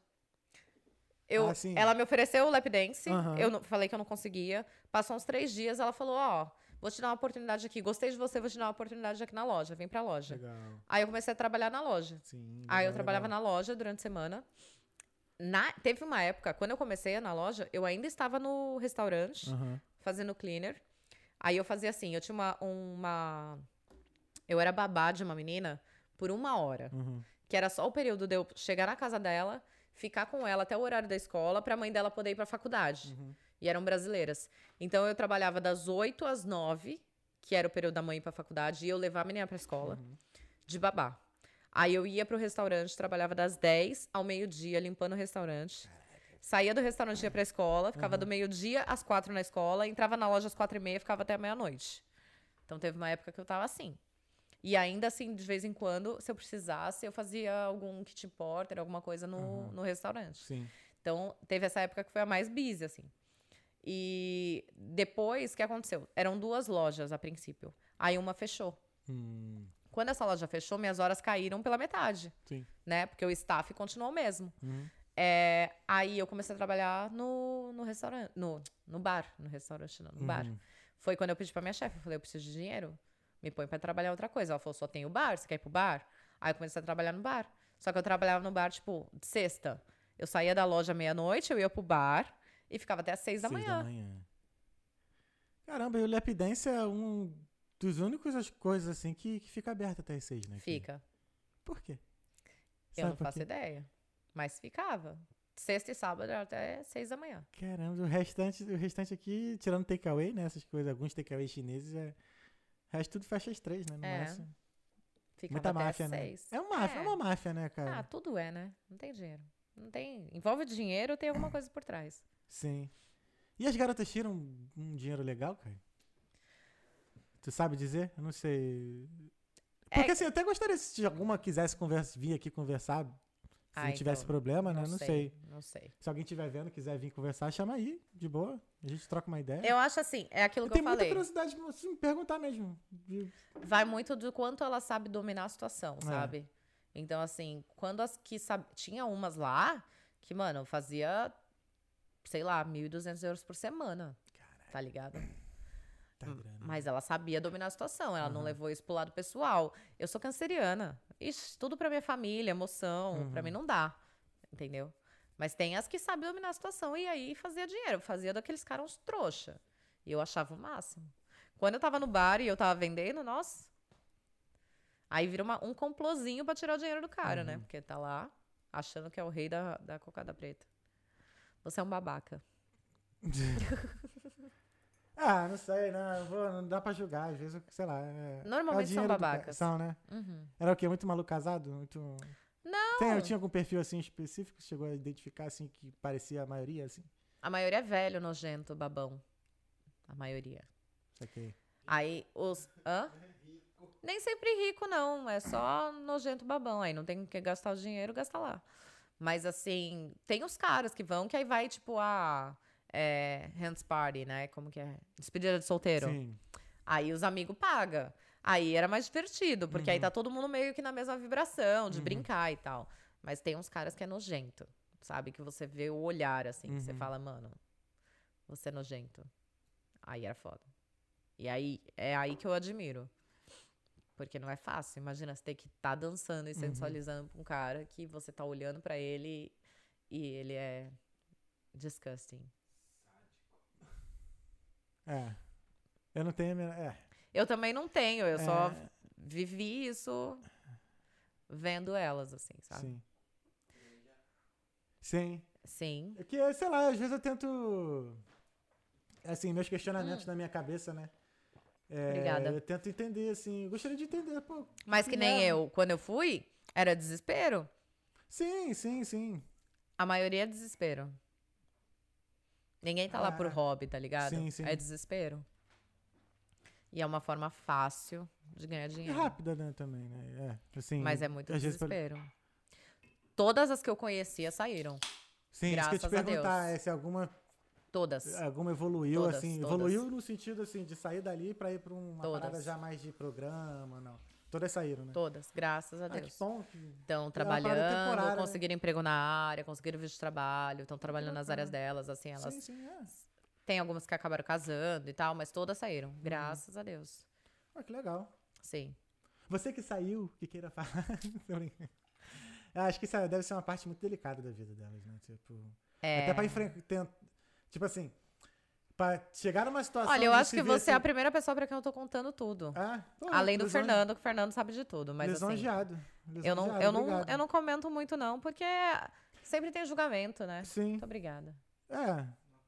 Eu, Ah, sim. ela me ofereceu o lap dance, Aham. eu não- falei que eu não conseguia. Passou uns três dias, ela falou, ó, vou te dar uma oportunidade aqui. Gostei de você, vou te dar uma oportunidade aqui na loja. Vem pra loja. Legal. Aí eu comecei a trabalhar na loja. Sim. Aí eu legal, trabalhava legal. na loja durante a semana. Na- teve uma época, quando eu comecei a ir na loja, eu ainda estava no restaurante, Aham. fazendo cleaner. Aí eu fazia assim, eu tinha uma, uma... Eu era babá de uma menina por uma hora. Uhum. Que era só o período de eu chegar na casa dela, ficar com ela até o horário da escola, pra mãe dela poder ir pra faculdade. Uhum. E eram brasileiras. Então eu trabalhava das oito às nove, que era o período da mãe ir pra faculdade, e eu levar a menina pra escola, Uhum. de babá. Aí eu ia pro restaurante, trabalhava das dez ao meio-dia, limpando o restaurante. Saía do restaurante, ia pra escola, ficava do meio-dia às quatro na escola, entrava na loja às quatro e meia, ficava até a meia-noite. Então teve uma época que eu tava assim. E ainda assim, de vez em quando, se eu precisasse, eu fazia algum kit porter, alguma coisa no, Uhum. no restaurante. Sim. Então, teve essa época que foi a mais busy, assim. E depois, o que aconteceu? Eram duas lojas a princípio. Aí uma fechou. Hum, Quando essa loja fechou, minhas horas caíram pela metade, sim. né? Porque o staff continuou o mesmo. Uhum. É, aí eu comecei a trabalhar no, no restaurante, no, no bar, no restaurante não, no bar. Uhum. Foi quando eu pedi pra minha chefe, eu falei, eu preciso de dinheiro, me põe pra trabalhar outra coisa. Ela falou, só tem o bar, você quer ir pro bar? Aí eu comecei a trabalhar no bar. Só que eu trabalhava no bar, tipo, de sexta. Eu saía da loja meia-noite, eu ia pro bar e ficava até às seis da Seis manhã. da manhã. Caramba, e o lap dance é um dos únicos as coisas assim que, que fica aberto até as seis, né? filho? Fica. Por quê? Eu Sabe não por faço quê? ideia. Mas ficava. Sexta e sábado era até seis da manhã. Caramba, o restante, o restante aqui, tirando takeaway, né? Essas coisas, alguns takeaway chineses, é... o resto tudo fecha às três, né? No É. máximo. Ficava Muita até máfia, às né? seis. É uma máfia, é uma máfia, né, cara? Ah, tudo é, né? Não tem dinheiro. Não tem. Envolve dinheiro, tem alguma coisa por trás. Sim. E as garotas tiram um dinheiro legal, cara? Tu sabe dizer? Eu não sei. Porque É- assim, eu até gostaria se alguma quisesse conversa, vir aqui conversar. Se Ah, não tivesse então, problema, né? Não sei. Não sei. Se alguém estiver vendo, quiser vir conversar, chama aí, de boa. A gente troca uma ideia. Eu acho assim, é aquilo Eu que eu tenho muita falei. curiosidade de assim, perguntar mesmo. De- Vai muito do quanto ela sabe dominar a situação, É. sabe? Então, assim, quando as que sabe... Tinha umas lá que, mano, fazia, sei lá, mil e duzentos euros por semana. Caralho, Tá ligado? tá grana. Mas ela sabia dominar a situação, ela não Aham. levou isso pro lado pessoal. Eu sou canceriana. Ixi, tudo pra minha família, emoção, pra Uhum. mim não dá. Entendeu? Mas tem as que sabem dominar a situação e aí fazia dinheiro. Fazia daqueles caras uns trouxa. E eu achava o máximo. Quando eu tava no bar e eu tava vendendo, nossa. Aí vira uma- um complozinho pra tirar o dinheiro do cara, né? Uhum. Porque tá lá achando que é o rei da, da cocada preta. Você é um babaca. Ah, não sei, não, eu vou- não dá pra julgar, às vezes, eu- sei lá. É, Normalmente é o são dinheiro do ca- babacas. São, né? Uhum. Era o quê? Muito maluco casado? Muito... Não! Tem, tinha algum perfil, assim, específico? Chegou a identificar, assim, que parecia a maioria, assim? A maioria é velho, nojento, babão. A maioria. Isso aqui. Aí os. Hã? Nem sempre rico, não. É só nojento babão. Aí não tem que gastar o dinheiro, gasta lá. Mas assim, tem os caras que vão, que aí vai, tipo, a. É, hands party, né? Como que é? Despedida de solteiro. Sim. Aí os amigos pagam. Aí era mais divertido, porque aí tá todo mundo meio que na mesma vibração, de brincar e tal. Mas tem uns caras que é nojento, sabe? Que você vê o olhar, assim, que você Uhum. fala, mano, você é nojento. Aí era foda. E aí, é aí que eu admiro. Porque não é fácil. Imagina, você ter que estar dançando e sensualizando pra um cara que você tá olhando pra ele e ele é disgusting. É. Eu não tenho... a menor- É. Eu também não tenho, eu só É. vivi isso vendo elas, assim, sabe? Sim. Sim. Sim. É que, sei lá, às vezes eu tento... Assim, meus questionamentos na minha cabeça, né? É, Hum. Obrigada. Eu tento entender, assim... Eu gostaria de entender, pô. Mas que nem é. eu, quando eu fui, era desespero. Sim, sim, sim. A maioria é desespero. Ninguém tá lá por Ah, hobby, tá ligado? sim, sim. É desespero. E é uma forma fácil de ganhar É dinheiro. rápida, né, também, né? É, assim, Mas é muito às vezes pode- desespero. Todas as que eu conhecia saíram. Sim, isso que eu te Graças a perguntar Deus. é se alguma, Todas. alguma evoluiu, Todas, assim, todas. evoluiu no sentido, assim, de sair dali pra ir pra uma Todas. parada já mais de programa, não. Todas saíram, né? Todas. Graças a Ah, que Deus. bom. que- Estão é uma parada trabalhando, temporária, né? conseguiram emprego na área, conseguiram visto de trabalho, estão trabalhando nas áreas delas, assim, elas... Sim, sim, é. Tem algumas que acabaram casando e tal, mas todas saíram. Uhum. Graças a Deus. Ah, que legal. Sim. Você que saiu, que queira falar. Tô brincando. Eu acho que isso deve ser uma parte muito delicada da vida delas, né? Tipo, É... até pra enfrentar. Tipo assim, pra chegar numa situação. Olha, eu de acho se que ver você é a assim- primeira pessoa pra quem eu tô contando tudo. Ah, pô, Além do lisonje- Fernando, que o Fernando sabe de tudo, mas assim... lisonjeado. Eu não, Lisonjeado, eu, não, obrigado. eu não comento muito, não, porque sempre tem julgamento, né? Sim. Muito obrigada. É.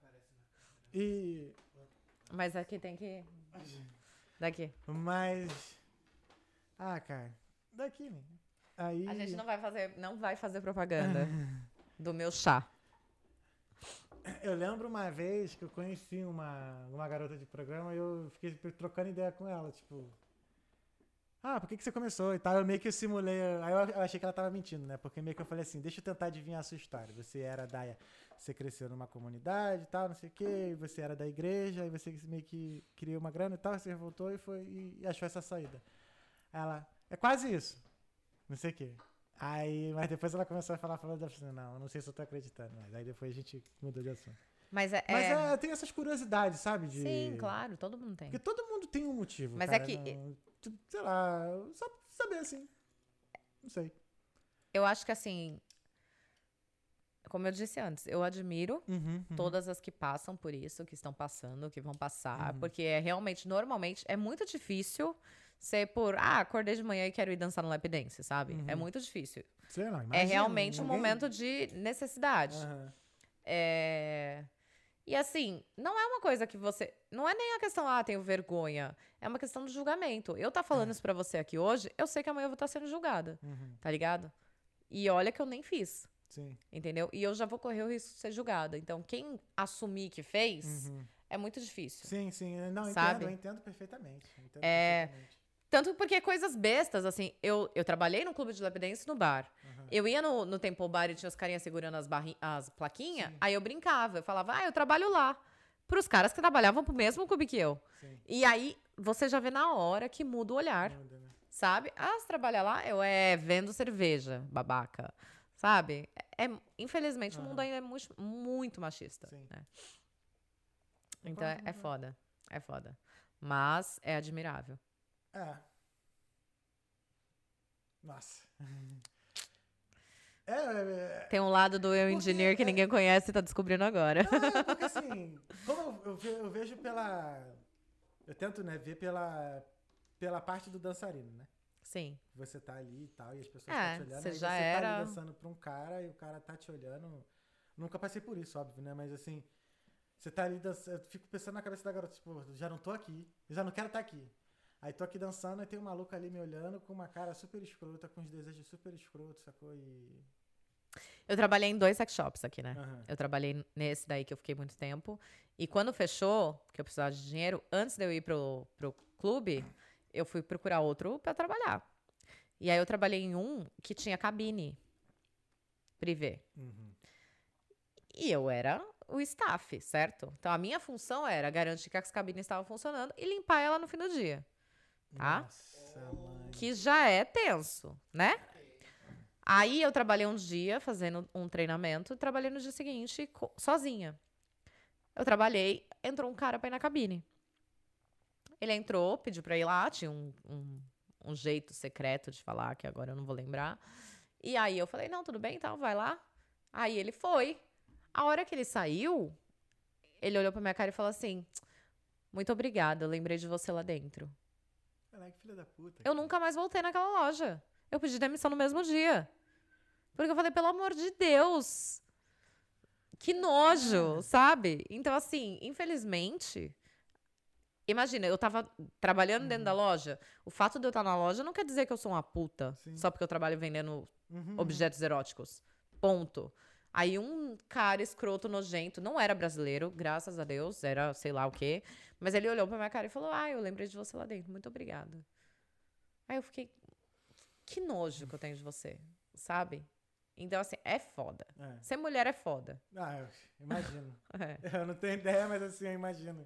E. Mas aqui tem que. Daqui. Mas. Ah, cara. Daqui, né? Aí. A gente não vai fazer, não vai fazer propaganda do meu chá. Eu lembro uma vez que eu conheci uma, uma garota de programa e eu fiquei trocando ideia com ela, tipo. Ah, por que, que você começou e tal? Eu meio que simulei. Aí eu, eu achei que ela tava mentindo, né? Porque meio que eu falei assim: deixa eu tentar adivinhar a sua história. Você era da. Você cresceu numa comunidade e tal, não sei o quê. Você era da igreja, aí você meio que queria uma grana e tal. Você voltou e, foi, e achou essa saída. Aí ela. É quase isso. Não sei o quê. Aí, mas depois ela começou a falar, falando assim: não, eu não sei se eu tô acreditando. Mas aí depois a gente mudou de assunto. Mas é. Mas é- é, tem essas curiosidades, sabe? De... Sim, claro, todo mundo tem. Porque todo mundo tem um motivo. Mas cara, é que- não- tipo, sei lá, só pra saber assim. Não sei. Eu acho que assim. Como eu disse antes, eu admiro Uhum, uhum. todas as que passam por isso, que estão passando, que vão passar, Uhum. porque é realmente, normalmente, é muito difícil ser por, ah, acordei de manhã e quero ir dançar no lap dance, sabe? É muito difícil. Sei lá, É imagina, realmente um ninguém- momento de necessidade. Aham. É... E assim, não é uma coisa que você. Não é nem a questão, ah, tenho vergonha. É uma questão de julgamento. Eu tá falando isso pra você aqui hoje, eu sei que amanhã eu vou estar sendo julgada. Uhum, Tá ligado? E olha que eu nem fiz. sim. Entendeu? E eu já vou correr o risco de ser julgada. Então, quem assumir que fez, Uhum. é muito difícil. Sim, sim. Não, eu Sabe? entendo, eu entendo perfeitamente. eu entendo É, perfeitamente. Tanto porque coisas bestas, assim, eu, eu trabalhei no clube de lap dance no bar. Aham. Eu ia no, no Temple Bar e tinha os carinhas segurando as, barri as plaquinhas, Sim. aí eu brincava, eu falava, ah, eu trabalho lá. Pros caras que trabalhavam pro mesmo clube que eu. Sim. E aí, você já vê na hora que muda o olhar, Muda, né? sabe? Ah, você trabalha lá? Eu, é, vendo cerveja, babaca. Sabe? É, é- infelizmente, o mundo Aham. ainda é muito, muito machista. Sim. Né? Então, é, Concordo, é concordo. foda. É foda. Mas é admirável. É. Nossa. É, é, é, Tem um lado do eu Porque engineer que é- ninguém conhece e tá descobrindo agora. não, é porque assim, como eu, eu ve- eu vejo pela. Eu tento, né, ver pela, pela parte do dançarino, né? Sim. Você tá ali e tal, e as pessoas É, estão te olhando, você aí já você tá era- ali dançando pra um cara e o cara tá te olhando. Nunca passei por isso, óbvio, né? Mas assim, você tá ali dançando, eu fico pensando na cabeça da garota, tipo, já não tô aqui, eu já não quero estar aqui. Aí tô aqui dançando e tem um maluco ali me olhando com uma cara super escrota, com os desejos super escrotos, sacou? E. Eu trabalhei em dois sex shops aqui, né? Aham. Eu trabalhei nesse daí que eu fiquei muito tempo. E quando fechou, que eu precisava de dinheiro, antes de eu ir pro, pro clube, eu fui procurar outro pra trabalhar. E aí eu trabalhei em um que tinha cabine privê. Uhum. E eu era o staff, certo? Então a minha função era garantir que as cabines estavam funcionando e limpar ela no fim do dia. Tá? Nossa, mãe. Que já é tenso, né? Aí eu trabalhei um dia fazendo um treinamento e trabalhei no dia seguinte co- sozinha. Eu trabalhei, entrou um cara pra ir na cabine. Ele entrou, pediu pra ir lá, tinha um, um, um jeito secreto de falar, que agora eu não vou lembrar. E aí eu falei, não, tudo bem, então, vai lá. Aí ele foi. A hora que ele saiu, ele olhou pra minha cara e falou assim, muito obrigada, eu lembrei de você lá dentro. Caraca, filha da puta. Eu nunca mais voltei naquela loja. Eu pedi demissão no mesmo dia. Porque eu falei, pelo amor de Deus. Que nojo, sabe? Então, assim, infelizmente... Imagina, eu tava trabalhando dentro da loja. O fato de eu estar na loja não quer dizer que eu sou uma puta. Sim. Só porque eu trabalho vendendo Uhum, objetos eróticos. Ponto. Aí um cara escroto, nojento, não era brasileiro, graças a Deus, era sei lá o quê. Mas ele olhou pra minha cara e falou, ah, eu lembrei de você lá dentro, muito obrigada. Aí eu fiquei, que nojo que eu tenho de você, sabe? Então, assim, é foda. uhum. É. Ser mulher é foda. Ah, eu imagino. É. Eu não tenho ideia, mas assim, eu imagino.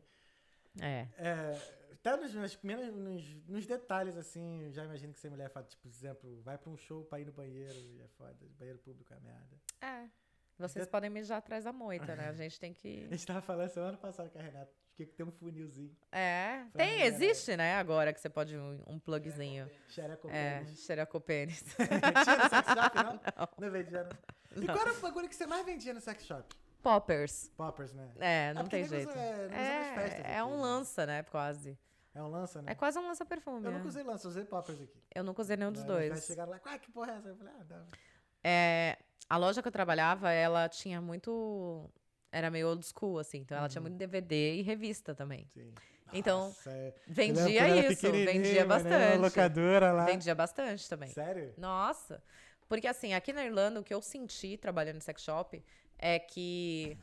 É. É, até nos, nos, primeiros- nos, nos detalhes, assim, eu já imagino que ser mulher é foda. Tipo, por exemplo, vai pra um show pra ir no banheiro e é foda. Banheiro público é merda. É. Vocês Det- podem mijar atrás da moita, né? A gente tem que... A gente tava falando semana passada com a Renata que tem um funilzinho. É. Pra Tem, mulher, existe, né? Agora que você pode um, um plugzinho. Xereco É, pênis. xerecopênis. Tinha no sex shop, não? Não vendia, não. E qual era o bagulho que você mais vendia no sex shop? Poppers. Poppers, né? É, não porque tem nego jeito. usa- é, não usa nas festas É, é aqui, um né? lança, né? Quase. É um lança, né? É quase um lança-perfume. Eu né? nunca usei lança, eu usei poppers aqui. Eu nunca usei nenhum dos Aí os caras dois. chegaram lá, ah, que porra é essa? Eu falei, ah, dá. É, a loja que eu trabalhava, ela tinha muito... Era meio old school, assim. Então, ela tinha muito D V D e revista também. Sim. Então, Nossa, é. Eu lembro vendia quando eu era isso. pequenininho, Vendia mano, ia na bastante. locadora lá. Vendia bastante também. Sério? Nossa. Porque, assim, aqui na Irlanda, o que eu senti trabalhando em sex shop é que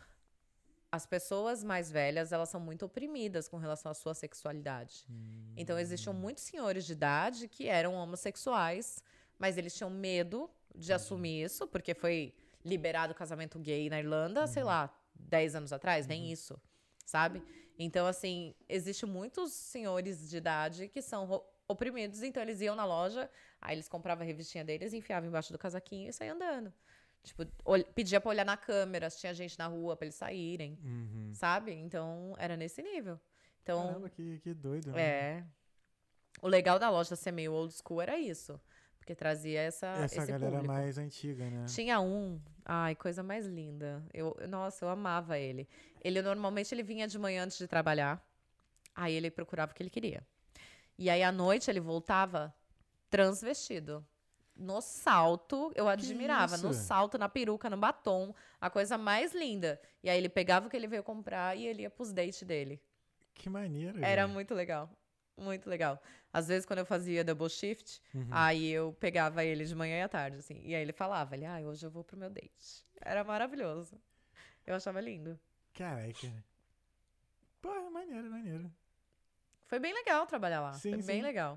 as pessoas mais velhas, elas são muito oprimidas com relação à sua sexualidade. Então, existiam muitos senhores de idade que eram homossexuais, mas eles tinham medo de assumir isso, porque foi liberado o casamento gay na Irlanda, sei lá, dez anos atrás, nem isso, sabe? Então, assim, existem muitos senhores de idade que são ro- oprimidos, então eles iam na loja, aí eles compravam a revistinha deles, enfiavam embaixo do casaquinho e saiam andando. Tipo, ol- pedia pra olhar na câmera, se tinha gente na rua pra eles saírem, sabe? Então, era nesse nível. Então, Caramba, que, que doido, né? é. O legal da loja ser meio old school era isso. Porque trazia essa, Essa esse galera público. mais antiga, né? Tinha um, ai, coisa mais linda. Eu, nossa, eu amava ele. Ele normalmente ele vinha de manhã antes de trabalhar. Aí ele procurava o que ele queria. E aí à noite ele voltava transvestido. No salto, eu admirava. No isso? salto, na peruca, no batom. A coisa mais linda. E aí ele pegava o que ele veio comprar e ele ia pros dates dele. Que maneiro. Era velho. muito legal. Muito legal. Às vezes, quando eu fazia double shift, Uhum. aí eu pegava ele de manhã e à tarde, assim. E aí ele falava, ele, ah, hoje eu vou pro meu date. Era maravilhoso. Eu achava lindo. Caraca. Pô, maneiro, maneiro. Foi bem legal trabalhar lá. Sim, Foi bem sim. legal.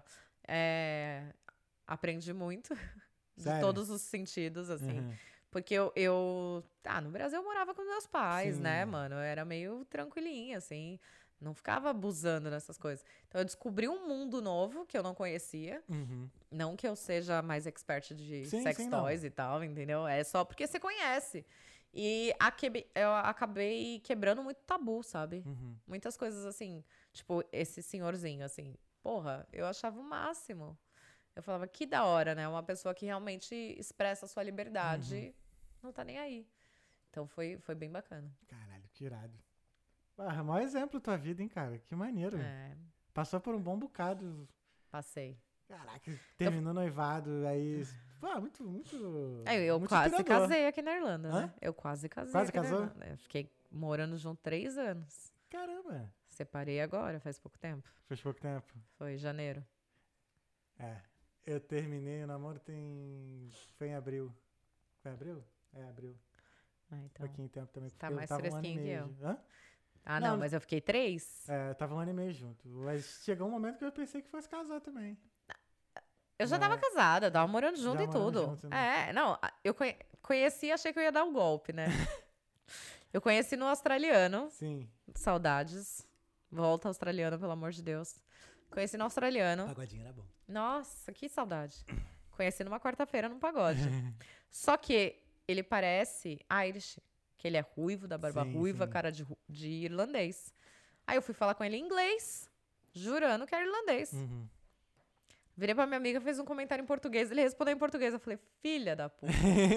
É, aprendi muito, de Sério? todos os sentidos, assim. Uhum. Porque eu, eu... Ah, no Brasil eu morava com meus pais, Sim. né, mano? Eu era meio tranquilinha, assim. Não ficava abusando nessas coisas. Então eu descobri um mundo novo que eu não conhecia. Uhum. Não que eu seja mais expert de Sim, sex sim, não. toys e tal, entendeu? É só porque você conhece. E aque- eu acabei quebrando muito tabu, sabe? Uhum. Muitas coisas assim, tipo, esse senhorzinho, assim, porra, eu achava o máximo. Eu falava, que da hora, né? Uma pessoa que realmente expressa a sua liberdade, Uhum. não tá nem aí. Então foi, foi bem bacana. Caralho, que irado. Ah, maior exemplo tua vida, hein, cara? Que maneiro. É, Passou por um bom bocado. passei. Caraca, terminou noivado, aí... Pô, muito, muito... Aí eu muito quase inspirador. casei aqui na Irlanda, Hã? né? Eu quase casei Quase aqui na casou? Irlanda. Eu fiquei morando junto três anos. Caramba, Separei agora, faz pouco tempo. faz pouco tempo. Foi em janeiro. É, eu terminei o namoro tem... Foi em abril. Foi abril? É, abril. Ah, Um então. pouquinho de tempo também. Tá porque eu mais tava um ano e fresquinho que meio eu. ju- Hã? Ah, não, Não, mas eu fiquei três. É, eu tava um ano e meio junto. Mas chegou um momento que eu pensei que fosse casar também. Eu já Mas- tava casada, tava morando junto Já e morando tudo. junto, né? É, não, a- eu conhe- conheci e achei que eu ia dar um golpe, né? Eu conheci no australiano, Sim. saudades. Volta australiano, pelo amor de Deus. Conheci no australiano. Pagodinho era bom. Nossa, que saudade. Conheci numa quarta-feira num pagode. Só que ele parece Irish, que ele é ruivo, da barba Sim, ruiva, sim. cara de, ru- de irlandês. Aí eu fui falar com ele em inglês, jurando que era irlandês. Uhum. Virei pra minha amiga, fez um comentário em português, ele respondeu em português. Eu falei, filha da puta.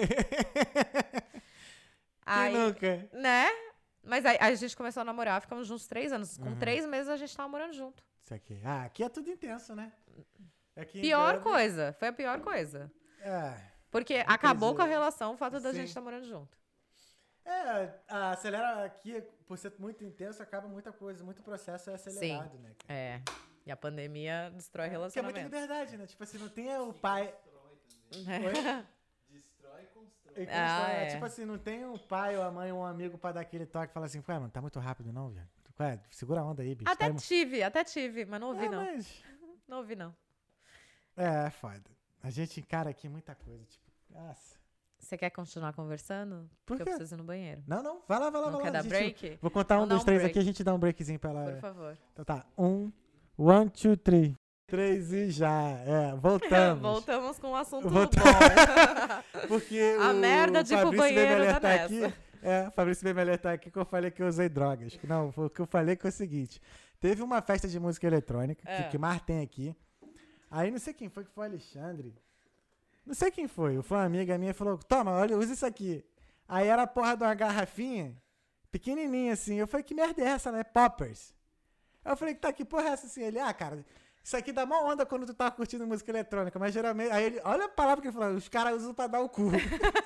Aí, Quem nunca? né? Mas aí, aí a gente começou a namorar, ficamos juntos três anos. Com Uhum. três meses a gente tava morando junto. Isso aqui. Ah, aqui é tudo intenso, né? Aqui em Pior Dublin- coisa, foi a pior coisa. É. Porque acabou dizer, com a relação o fato da sim. gente estar morando junto. É, a acelera aqui, por ser muito intenso, acaba muita coisa, muito processo é acelerado, né, cara? É. E a pandemia destrói Porque é muita relacionamento. liberdade, né? Tipo assim, não tem o pai. Destrói também. Oi? Destrói e constrói. E Ah, constrói, é. Tipo assim, não tem o pai ou a mãe ou um amigo pra dar aquele toque e falar assim, ué, mano, tá muito rápido não, velho. Ué, segura a onda aí, bicho. Até tá mu- tive, até tive, mas não ouvi, é, não. mas... Não ouvi, não. É, é foda. A gente encara aqui muita coisa, tipo, nossa. Você quer continuar conversando? Por Porque eu quê? preciso ir no banheiro. Não, não, vai lá, vai lá, Não vai quer lá. dar gente- break? Vou contar um, Vamos dar dois, um três break. aqui, a gente dá um breakzinho pra ela. Por favor. Então tá, um, one, two, three. Três e já, é, voltamos. Voltamos com um assunto Volta- bom. Porque A o merda de ir pro Fabrício banheiro Bemelher tá tá nessa. aqui. É, o Fabrício Bemelher tá aqui que eu falei que eu usei drogas. Não, foi o que eu falei que é o seguinte. Teve uma festa de música eletrônica, É. que, que mais tem aqui. Aí não sei quem foi, que foi o Alexandre. Não sei quem foi. Foi uma amiga minha e falou, toma, olha, usa isso aqui. Aí era a porra de uma garrafinha, pequenininha assim. Eu falei, que merda é essa, né? Poppers. Aí eu falei, tá, que porra é essa assim? Ele, ah, cara, isso aqui dá mó onda quando tu tá curtindo música eletrônica, mas geralmente... Aí ele, olha a palavra que ele falou, os caras usam pra dar o cu.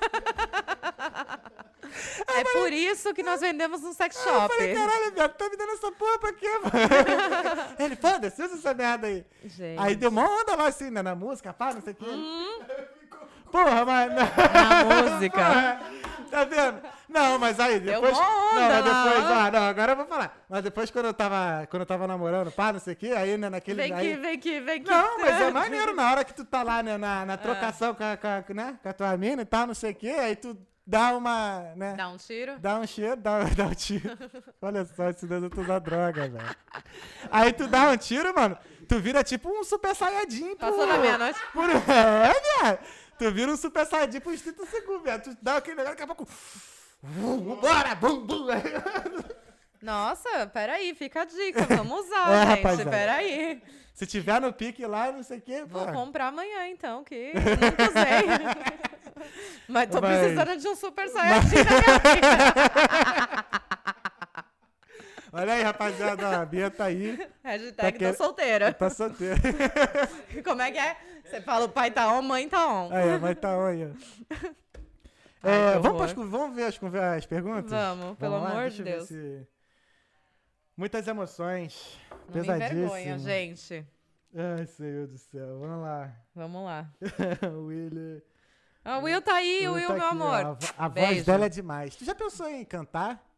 É por isso que nós vendemos no sex Aí eu shop. falei, caralho, viado, tá me dando essa porra pra quê, mano? Ele, foda-se, usa essa merda aí. Gente. Aí deu mó onda lá assim, né, na música, pá, não sei o quê. Hum. Porra, mas... Na música. Tá vendo? Não, mas aí, Deu depois... mó não, onda mas lá, depois, ó. ah, não, agora eu vou falar. Mas depois quando eu tava, quando eu tava namorando, pá, não sei o quê, aí, né, naquele... Vem aí, aqui, vem aqui, vem aqui. Não, mas é maneiro na hora que tu tá lá, né, na, na trocação com, a, com, a, né, com a tua mina e tal, não sei o quê, aí tu dá uma, né... Dá um tiro. Dá um cheiro, dá, dá um tiro. Olha só, esse dedo tu usa droga, velho. Aí tu dá um tiro, mano, tu vira tipo um super saiyajin. Passou pro- da meia-noite. por- É, viado. Tu vira um super saiyajin por trinta segundos, viado. Tu dá aquele negócio, daqui a pouco... Vambora, bum, bum. Nossa, peraí, fica a dica. Vamos usar, É, gente. rapaziada. Peraí. Se tiver no pique lá, não sei o quê, Vou pô. comprar amanhã, então, que eu nunca usei. Mas tô Mas- precisando de um super saiyajin na minha vida. Olha aí, rapaziada, ó, a Bia tá aí, Hashtag Tá tô quer- solteira. tá solteira. Como é que é? Você fala o pai tá on, mãe tá on. Aí, a mãe tá onde? Ai, É, que vamos, horror. pras con- vamos ver as, conver- as perguntas? Vamos, pelo Vamos lá, amor de deixa eu ver Deus. se- Muitas emoções. Não me Pesadíssimo. envergonha, gente. Ai, Senhor do céu. Vamos lá. Vamos lá. William. Ah, o Will tá aí, o Will, tá meu aqui, ó. amor. A, vo- a voz Beijo. dela é demais. Tu já pensou em cantar?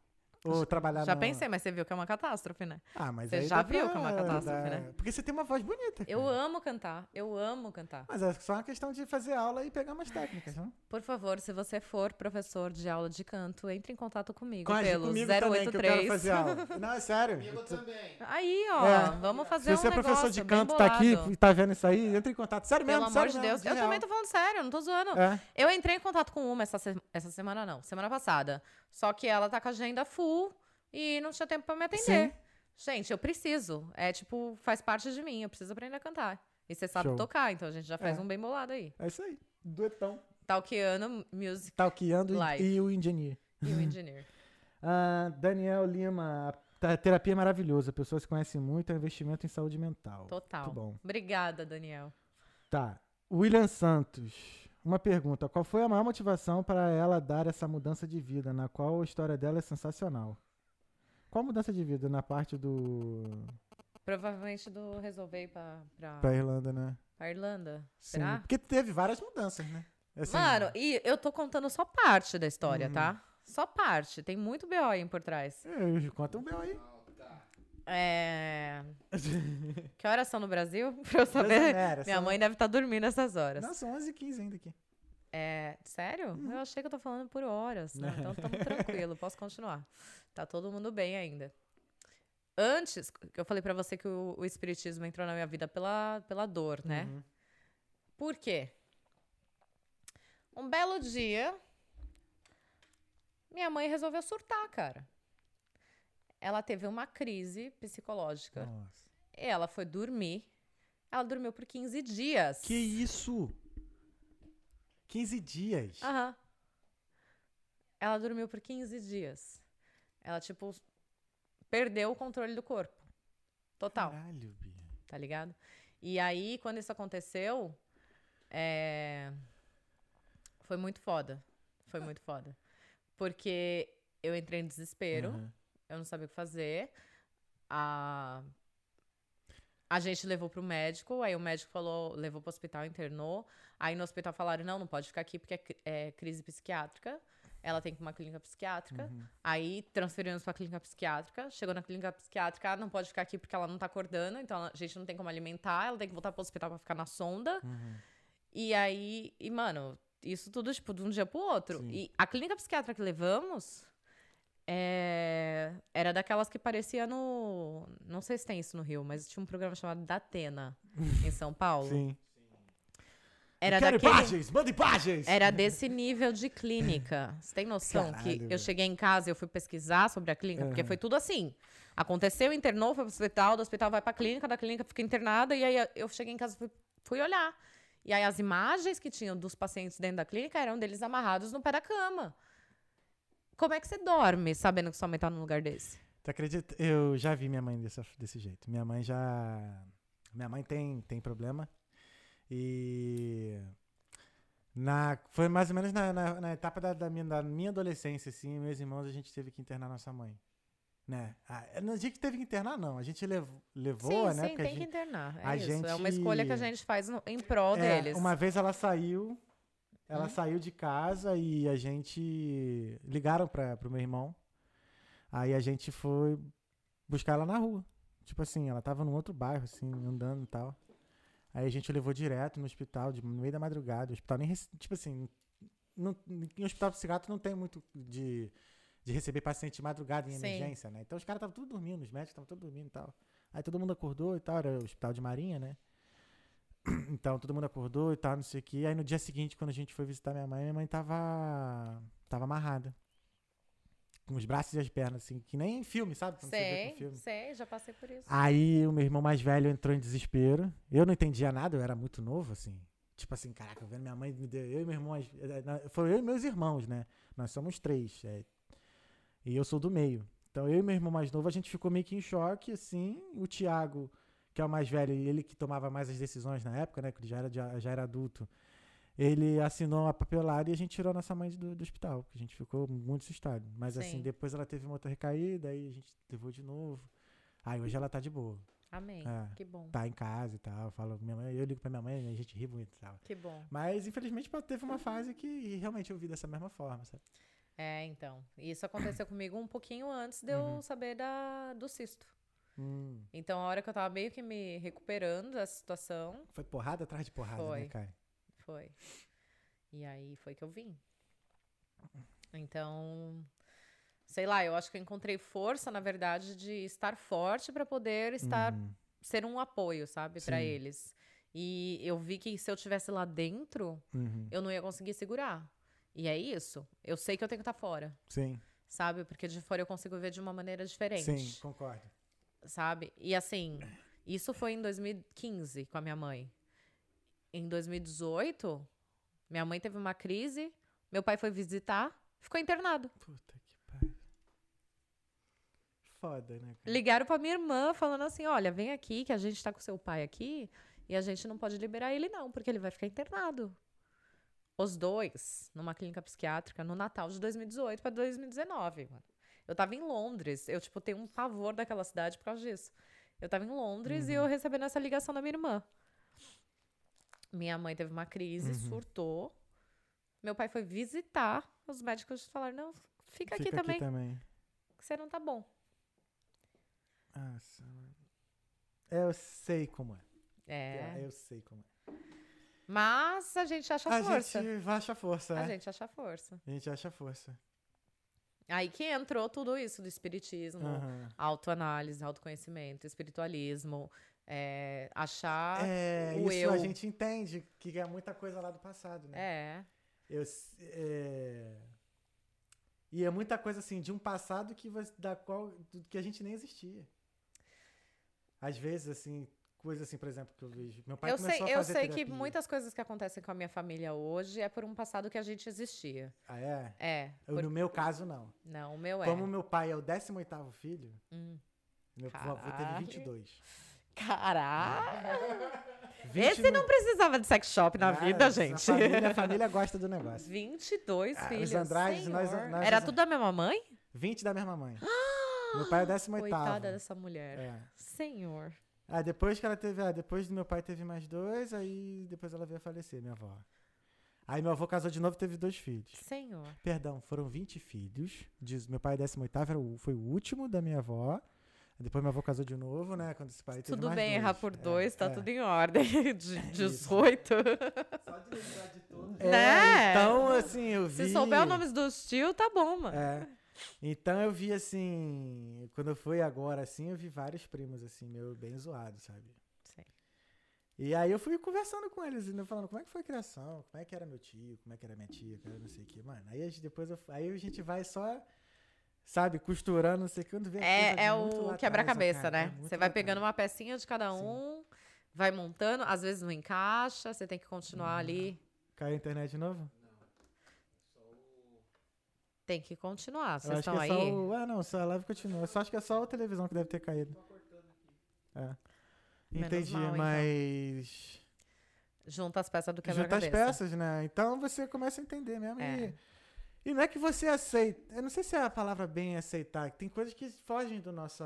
Ou trabalhar Já no... pensei, mas você viu que é uma catástrofe, né? Ah, mas Você aí já dá viu pra- que é uma catástrofe, dá- né? Porque você tem uma voz bonita. Eu cara. amo cantar, eu amo cantar. Mas é só uma questão de fazer aula e pegar umas técnicas, não? Por favor, se você for professor de aula de canto, entre em contato comigo Conte pelo comigo zero também, oito que eu quero três. fazer aula. Não, é sério. Comigo também. Aí, ó, É. vamos fazer Se um você é negócio professor de bem canto, tá aqui bolado. e tá vendo isso aí, entra em contato. Sério mesmo, Pelo amor sério de mesmo, Deus. Eu real. também tô falando sério, não tô zoando. É. Eu entrei em contato com uma essa, se- essa semana, não. Semana passada. Só que ela tá com a agenda full e não tinha tempo pra me atender. Sim. Gente, eu preciso. É tipo, faz parte de mim. Eu preciso aprender a cantar. E você sabe Show. tocar, então a gente já faz É. um bem bolado aí. É isso aí. Duetão. Talkiano Music Talkiando e- Live. e o engineer. e o Engineer. Ah, Daniel Lima, a terapia é maravilhosa. Pessoas se conhecem muito, é um investimento em saúde mental. Total. Muito bom. Obrigada, Daniel. Tá. William Santos. Uma pergunta. Qual foi a maior motivação para ela dar essa mudança de vida, na qual a história dela é sensacional? Qual mudança de vida? Na parte do... Provavelmente do resolver ir pra, pra, pra Irlanda, né? pra Irlanda. Sim. Será? Porque teve várias mudanças, né? Assim, Mano, e eu tô contando só parte da história, Uhum. tá? Só parte. Tem muito B O aí por trás. eu- conta um bel aí. É... Que horas são no Brasil? Pra eu saber. Brasileira, Minha são- mãe deve estar dormindo essas horas. Não, são onze e quinze ainda aqui. É... Sério? Uhum. Eu achei que eu tô falando por horas. Não, então estamos tranquilo, posso continuar. Tá todo mundo bem ainda. Antes, eu falei pra você que o, o espiritismo entrou na minha vida pela, pela dor, né? Uhum. Por quê? Um belo dia, minha mãe resolveu surtar, cara. Ela teve uma crise psicológica. Nossa. Ela foi dormir. Ela dormiu por quinze dias. Que isso? quinze dias. Aham. Ela dormiu por quinze dias. Ela, tipo, perdeu o controle do corpo. Total. Caralho, Bia. Tá ligado? E aí, quando isso aconteceu, é, foi muito foda. Foi muito foda. Porque eu entrei em desespero, Uhum. eu não sabia o que fazer. A... a gente levou pro médico, aí o médico falou, levou pro hospital, internou. Aí no hospital falaram, não, não pode ficar aqui porque é, cri- é crise psiquiátrica. Ela tem que ir pra uma clínica psiquiátrica. Uhum. Aí transferimos pra clínica psiquiátrica. Chegou na clínica psiquiátrica, ah, não pode ficar aqui porque ela não tá acordando, então a gente não tem como alimentar, ela tem que voltar pro hospital pra ficar na sonda. Uhum. E aí, e mano, isso tudo, tipo, de um dia pro outro. Sim. E a clínica psiquiátrica que levamos é, era daquelas que parecia no. Não sei se tem isso no Rio, mas tinha um programa chamado Datena, em São Paulo. Sim. Era Quero daquele. imagens, manda imagens! Era desse nível de clínica. Você tem noção Caralho, que eu velho. cheguei em casa e eu fui pesquisar sobre a clínica? Porque Aham. foi tudo assim. Aconteceu, internou, foi pro hospital, do hospital vai pra clínica, da clínica fica internada, e aí eu cheguei em casa e fui, fui olhar. E aí as imagens que tinham dos pacientes dentro da clínica eram deles amarrados no pé da cama. Como é que você dorme sabendo que sua mãe tá num lugar desse? Tu acredita? Eu já vi minha mãe dessa, desse jeito. Minha mãe já... Minha mãe tem, tem problema. E... Na, foi mais ou menos na, na, na etapa da, da, minha, da minha adolescência, assim, meus irmãos, a gente teve que internar nossa mãe. Né? Ah, no dia que teve que internar, não. A gente levou, levou sim, né? sim, Porque tem a que gente, internar. É a isso. É uma gente- escolha que a gente faz no- em prol é, deles. uma vez ela saiu, ela Hum. saiu de casa e a gente ligaram para pro meu irmão. Aí a gente foi buscar ela na rua. Tipo assim, ela tava num outro bairro, assim, andando e tal. Aí a gente levou direto no hospital, de- no meio da madrugada. O hospital nem, rece- tipo assim, não, em hospital psiquiátrico não tem muito de, de receber paciente de madrugada em Sim. emergência, né? Então os caras estavam tudo dormindo, os médicos estavam todos dormindo e tal. Aí todo mundo acordou e tal, era o hospital de Marinha, né? Então todo mundo acordou e tal, não sei o que. Aí no dia seguinte, quando a gente foi visitar minha mãe, minha mãe tava, tava amarrada. Com os braços e as pernas, assim, que nem em filme, sabe? Quando você vê Sei, com filme. sei, já passei por isso. Aí o meu irmão mais velho entrou em desespero. Eu não entendia nada, eu era muito novo, assim. Tipo assim, caraca, eu vendo minha mãe me deu. Eu e meu irmão. mais- eh, na- Foi eu e meus irmãos, né? Nós somos três. é, E eu sou do meio. Então eu e meu irmão mais novo, a gente ficou meio que em choque, assim. O Thiago, que é o mais velho, ele que tomava mais as decisões na época, né? Que ele já era, de- já era adulto. Ele assinou a papelada e a gente tirou a nossa mãe do, do hospital, porque a gente ficou muito assustado. Mas Sim. assim, depois ela teve uma outra recaída, aí a gente levou de novo. Aí hoje ela tá de boa. Amém. É. Que bom. Tá em casa e tal. Eu, falo, minha mãe, eu ligo pra minha mãe e a gente ri muito e tal. Que bom. Mas infelizmente teve uma fase que realmente eu vi dessa mesma forma, sabe? É, então. Isso aconteceu comigo um pouquinho antes de eu Uhum. saber da, do cisto. Hum. Então, a hora que eu tava meio que me recuperando dessa situação, Foi porrada atrás de porrada, Foi. né, Kai? foi. E aí foi que eu vim. Então, sei lá, eu acho que eu encontrei força, na verdade, de estar forte para poder estar, Uhum. ser um apoio, sabe, para Sim. eles. E eu vi que se eu tivesse lá dentro, Uhum. eu não ia conseguir segurar. E é isso. Eu sei que eu tenho que estar fora, Sim, sabe? Porque de fora eu consigo ver de uma maneira diferente. sim, concordo. Sabe? E assim, isso foi em dois mil e quinze com a minha mãe. Em dois mil e dezoito, minha mãe teve uma crise, meu pai foi visitar, ficou internado. Puta que pariu. Foda, né, cara? Ligaram pra minha irmã falando assim: olha, vem aqui que a gente tá com seu pai aqui e a gente não pode liberar ele, não, porque ele vai ficar internado. Os dois, numa clínica psiquiátrica, no Natal de dois mil e dezoito pra dois mil e dezenove, mano. Eu tava em Londres. Eu, tipo, tenho um pavor daquela cidade por causa disso. Eu tava em Londres e eu recebendo essa ligação da minha irmã. Minha mãe teve uma crise, Uhum. surtou. Meu pai foi visitar. Os médicos falaram: não, fica, aqui Fica também, aqui também. que você não tá bom. Nossa, mano. É, eu sei como é. É. Eu sei como é. Mas a gente acha A força. gente acha força, A é. gente acha força. A gente acha força. Aí que entrou tudo isso do espiritismo, Aham. autoanálise, autoconhecimento, espiritualismo, é, achar É, o isso eu. a gente entende que é muita coisa lá do passado, né? É, Eu, s- é... E é muita coisa assim, de um passado que, você- da qual, do que a gente nem existia. Às vezes, assim, coisa assim, por exemplo, que eu vejo. Meu pai eu começou sei, a eu fazer sei que terapia. muitas coisas que acontecem com a minha família hoje é por um passado que a gente existia. Ah, é? É, Eu, por- No meu caso, não. não, o meu é. Como meu pai é o décimo oitavo filho, Hum. meu avô teve Caralho. vinte e dois. Caralho! vinte Esse no- não precisava de sex shop na Ah, vida, a gente. família, a família gosta do negócio. vinte e dois Ah, os filhos. Andrades, nós- Senhor. nós- Era tudo da mesma mãe? vinte da mesma mãe. Meu pai é o décimo oitavo. Coitada dessa mulher. É. Senhor. Ah, depois que ela teve. Ah, depois do meu pai teve mais dois, aí depois ela veio a falecer, minha avó. Aí meu avô casou de novo e teve dois filhos. Senhor. Perdão, foram vinte filhos. Diz, meu pai é décimo oitavo, era o- foi o último da minha avó. Depois meu avô casou de novo, né? Quando esse pai teve Tudo mais bem dois. errar por É, dois, tá é. tudo em ordem. De dezoito. Só de lembrar de todos. É, Né? então, assim, eu vi. Se souber o nome dos tios, tá bom, mano. É. Então eu vi assim, quando eu fui agora assim, eu vi vários primos assim, meu bem zoados, sabe? Sim. E aí eu fui conversando com eles, né, falando como é que foi a criação, como é que era meu tio, como é que era minha tia, que era não sei o que, mano. Aí a gente, depois eu, aí a gente vai só, sabe, costurando, não sei o que, quando vê coisa É, de é muito lá o atrás, quebra-cabeça, cara, né? é muito Você vai lá pegando atrás. uma pecinha de cada um, vai montando, às vezes não encaixa, você tem que continuar Uhum. ali. Caiu a internet de novo? Só o. Tem que continuar. Eu Vocês acho que estão é aí? só o... Ah, não, só a live continua. Eu só acho que é só a televisão que deve ter caído. Tô cortando aqui. É. Menos Entendi, mal, então. mas... Junta as peças do Junta as quebra-cabeça. peças, né? Então você começa a entender mesmo. É. E, e não é que você aceita. Eu não sei se é a palavra bem aceitar. Tem coisas que fogem do nosso.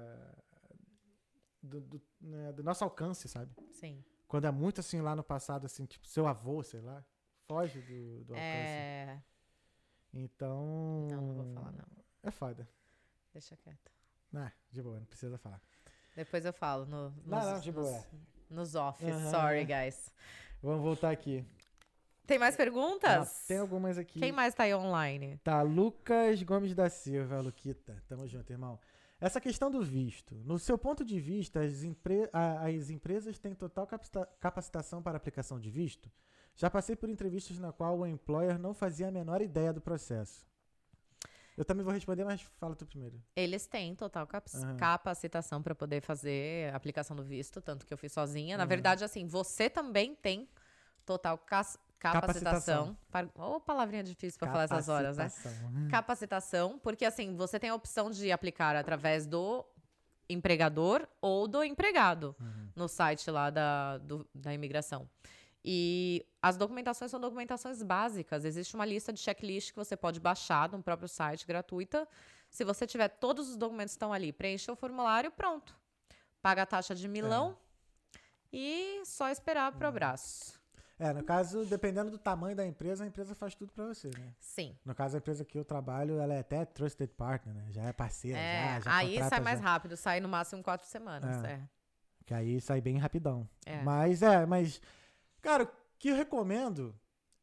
Do, do, né, do nosso alcance, sabe? Sim. Quando é muito assim lá no passado, assim, tipo, seu avô, sei lá. Foge do, do alcance. É... Então. Não, não vou falar, não. É foda. Deixa quieto. Ah, de boa, não precisa falar. Depois eu falo no, nos, Não, não, de nos, boa. nos offs. Aham. Sorry, guys. Vamos voltar aqui. Tem mais perguntas? Ah, tem algumas aqui. Quem mais tá aí online? Tá, Lucas Gomes da Silva, Luquita. Tamo junto, irmão. Essa questão do visto. No seu ponto de vista, as, empre- a- as empresas têm total capacita- capacitação para aplicação de visto? Já passei por entrevistas na qual o employer não fazia a menor ideia do processo. Eu também vou responder, mas fala tu primeiro. Eles têm total cap- Aham. capacitação para poder fazer a aplicação do visto, tanto que eu fiz sozinha. Na Uhum. verdade, assim, você também tem total cas- capacitação. Para... Ô, palavrinha difícil para falar essas horas, né? Capacitação. Capacitação, porque assim, você tem a opção de aplicar através do empregador ou do empregado Uhum. no site lá da, do- da imigração. E as documentações são documentações básicas. Existe uma lista de checklist que você pode baixar no próprio site, gratuita. Se você tiver todos os documentos que estão ali, preenche o formulário, pronto. Paga a taxa de milão É. e só esperar pro abraço. É, no caso, dependendo do tamanho da empresa, a empresa faz tudo pra você, né? Sim. No caso, a empresa que eu trabalho, ela é até trusted partner, né? Já é parceira, É, já, já aí contrata sai mais já. rápido, sai no máximo quatro semanas. É. É. Que aí sai bem rapidão. É. Mas, é, mas... Cara, o que eu recomendo,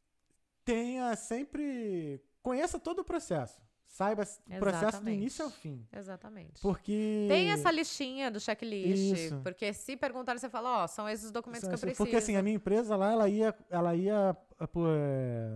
tenha sempre... Conheça todo o processo. Saiba o processo do Exatamente. início ao fim. Exatamente. Porque... Tem essa listinha do checklist, Isso. porque se perguntarem, você fala, ó, são esses os documentos que eu preciso. Porque assim, a minha empresa lá, ela ia, ela ia eh, pô, é,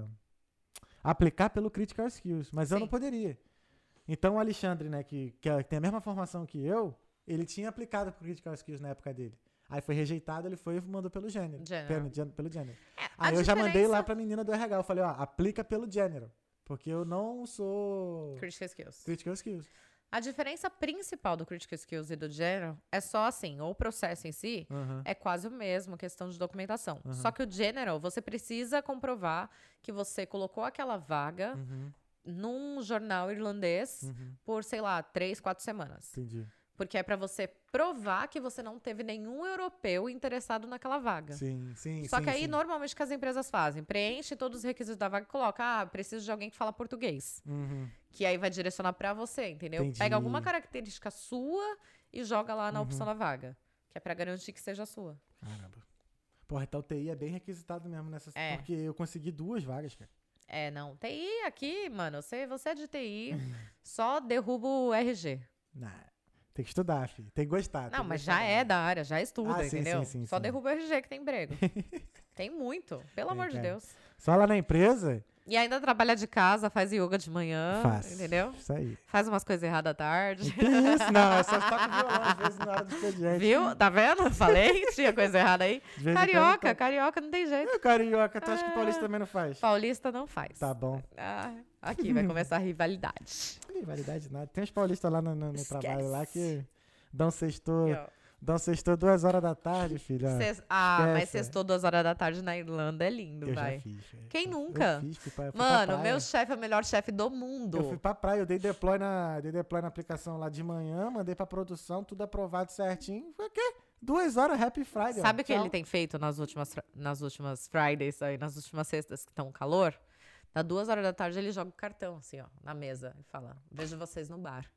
aplicar pelo Critical Skills, mas eu Sim. não poderia. Então o Alexandre, né, que, que é- tem a mesma formação que eu, ele tinha aplicado pro Critical Skills na época dele. Aí foi rejeitado, ele foi e mandou pelo General. General. Pelo, gen- pelo General. É, a Aí eu já mandei diferença- lá pra menina do R H, eu falei, ó, aplica pelo General, porque eu não sou Critical Skills. Critical Skills. A diferença principal do Critical Skills e do General é só assim, o processo em si Aham. é quase o mesmo, questão de documentação. Uhum. Só que o General, você precisa comprovar que você colocou aquela vaga Uhum, num jornal irlandês uhum, por, sei lá, três, quatro semanas. entendi. Porque é pra você provar que você não teve nenhum europeu interessado naquela vaga. Sim, sim, Só sim, que aí, sim. normalmente, o que as empresas fazem? Preenche todos os requisitos da vaga e coloca, ah, preciso de alguém que fala português. Uhum. Que aí vai direcionar pra você, entendeu? Entendi. Pega alguma característica sua e joga lá na Uhum. opção da vaga. Que é pra garantir que seja sua. Caramba. Porra, então o T I é bem requisitado mesmo nessa... É. Porque eu consegui duas vagas, cara. É, não. T I aqui, mano, você, você é de T I, só derruba o R G. Nah, tem que estudar, filho. Tem que gostar. tem Não, que mas gostar já da é área. da área, já estuda, Ah, sim, entendeu? sim, sim, Só sim. derruba o R G que tem emprego. Tem muito, pelo Tem, amor de tem. Deus. Só lá na empresa, E ainda trabalha de casa, faz yoga de manhã, faz. entendeu? Isso aí. Faz umas coisas erradas à tarde. Que isso? Não, é só toca violão às vezes na hora do expediente. Viu? Tá vendo? Falei, tinha coisa errada aí. De vez em quando Carioca, toca. carioca não tem jeito. E o carioca, tu acha que Ah. paulista também não faz? Paulista não faz. Tá bom. Ah, aqui vai começar a rivalidade. Não tem validade nada. Tem uns paulistas lá no, no- no Esquece. trabalho lá que dão sextou, Ó, dão sextou duas horas da tarde, filho. ó. Ses- Ah, mas esquece. sextou duas horas da tarde na Irlanda é lindo, Eu vai. já fiz. velho. Quem Eu- nunca? Eu fiz, fui pra, fui pra Mano, praia. meu chefe é o melhor chefe do mundo. Eu fui pra praia, eu dei deploy na, dei deploy na aplicação lá de manhã, mandei pra produção, tudo aprovado certinho. Foi o quê? Duas horas, Happy Friday. ó. Sabe o que Tchau. ele tem feito nas últimas, fra- nas últimas Fridays, aí, nas últimas sextas que estão calor? Dá duas horas da tarde ele joga o cartão, assim, ó, na mesa e fala: vejo vocês no bar.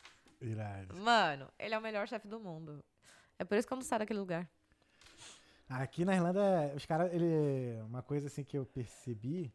Irado. Mano, ele é o melhor chefe do mundo. É por isso que eu não saio daquele lugar. Aqui na Irlanda, os caras, ele, uma coisa assim que eu percebi,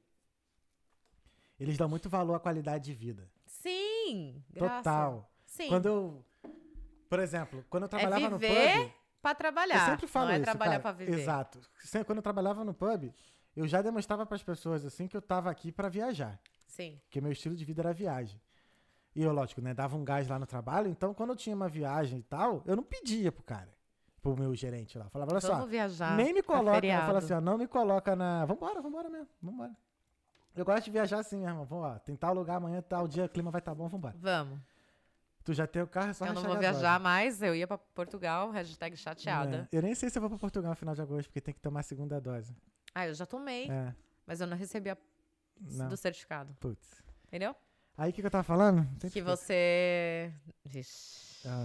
eles dão muito valor à qualidade de vida. Sim! Graça. Total. Sim. Quando eu, por exemplo, quando eu trabalhava no viver pub, pra trabalhar. eu sempre falo não é isso, trabalhar cara. pra viver. Exato. Sempre, quando eu trabalhava no pub, eu já demonstrava para as pessoas assim que eu tava aqui para viajar, Sim. porque meu estilo de vida era viagem. E eu, lógico, né, dava um gás lá no trabalho, então quando eu tinha uma viagem e tal, eu não pedia pro cara, pro meu gerente lá. Eu falava, olha Vamos só, viajar. nem me pra coloca, eu feriado. falo assim, ó, não me coloca na... Vambora, vambora mesmo, vambora. Eu gosto de viajar assim, meu irmão, vamos lá, tem tal lugar, amanhã, tal dia, o clima vai estar bom, vambora. Vamos. Tu já tem o carro, é só Eu não rachar vou gasóleo. viajar mais, eu ia pra Portugal, hashtag chateada. É, eu nem sei se eu vou pra Portugal no final de agosto, porque tem que tomar a segunda dose. Ah, eu já tomei, É, mas eu não recebi a não, do certificado. putz. Entendeu? Aí o que, que eu tava falando? Tem Que você. Vixe. Ah.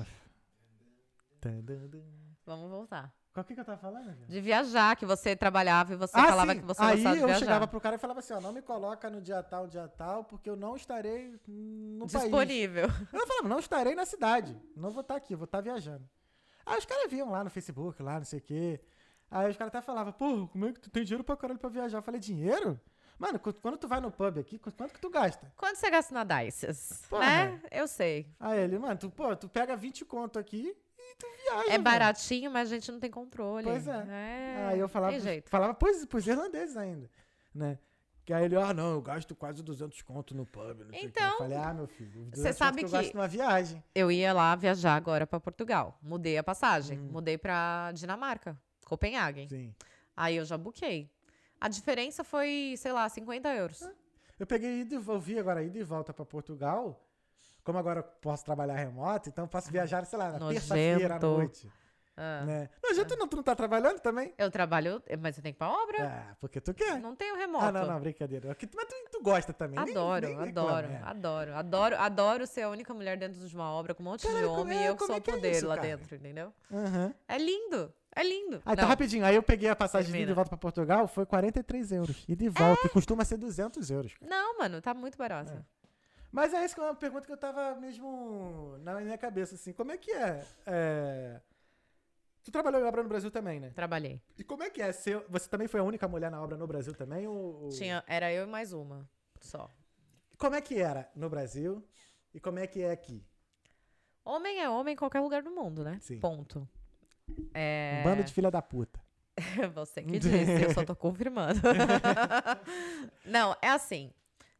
Tadadã. Vamos voltar. Qual que, que eu tava falando, gente? De viajar, que você trabalhava e você Ah, falava sim. que você Aí gostava de eu viajar. chegava pro cara e falava assim, ó, não me coloca no dia tal, dia tal, porque eu não estarei no país. Disponível. Eu falava, não estarei na cidade, não vou estar aqui, eu vou estar viajando. Aí os caras viam lá no Facebook, lá, não sei o quê. Aí os caras até falavam, pô, como é que tu tem dinheiro pra caralho pra viajar? Eu falei, dinheiro? Mano, qu- quando tu vai no pub aqui, qu- quanto que tu gasta? Quanto você gasta na Dices? Porra. Né? Eu sei. Aí ele, mano, tu, pô, tu pega vinte conto aqui e tu viaja, É velho. baratinho, mas a gente não tem controle. Pois é. É, Aí eu falava, tem pros- jeito. falava pros, pros irlandeses ainda, né? Que aí ele, ah, não, eu gasto quase duzentos conto no pub, não sei o quê. Então, Eu falei, ah, meu filho, duzentos você sabe conto eu que- gasto numa viagem. Eu ia lá viajar agora pra Portugal. Mudei a passagem. Hum. Mudei pra Dinamarca, Copenhagen. Sim. Aí eu já buquei. A diferença foi, sei lá, cinquenta euros. Eu peguei ida e vo- eu vi agora ida e volta pra Portugal. Como agora eu posso trabalhar remoto, então eu posso viajar, sei lá, na Nojento. terça-feira à noite. Ah. Né? Não, já tu não, tu não tá trabalhando também? Eu trabalho, mas eu tenho que ir pra obra. É, porque tu quer. Não tenho remoto. Ah, não, não, brincadeira. Aqui- Mas tu, tu gosta também. nem- Adoro, nem reclama, adoro, é. adoro, adoro, adoro ser a única mulher dentro de uma obra com um monte Cara, de como homem é- e eu que como sou é o que é poder isso, lá cara? dentro, entendeu? Aham. É lindo, É lindo. Ah, então Não, rapidinho. Aí eu peguei a passagem de ida Termina. e volta pra Portugal, foi quarenta e três euros. Ida e volta. E costuma ser duzentos euros. Não, mano, tá muito barato. Mas é isso que é uma pergunta que eu tava mesmo na minha cabeça, assim. Como é que é? é... Tu trabalhou em obra no Brasil também, né? Trabalhei. E como é que é? Ser... Você também foi a única mulher na obra no Brasil também? Ou... ou- Tinha, era eu e mais uma, só. Como é que era no Brasil e como é que é aqui? Homem é homem em qualquer lugar do mundo, né? Sim. Ponto. É... Um bando de filha da puta. Você que disse, eu só tô confirmando. Não, é assim.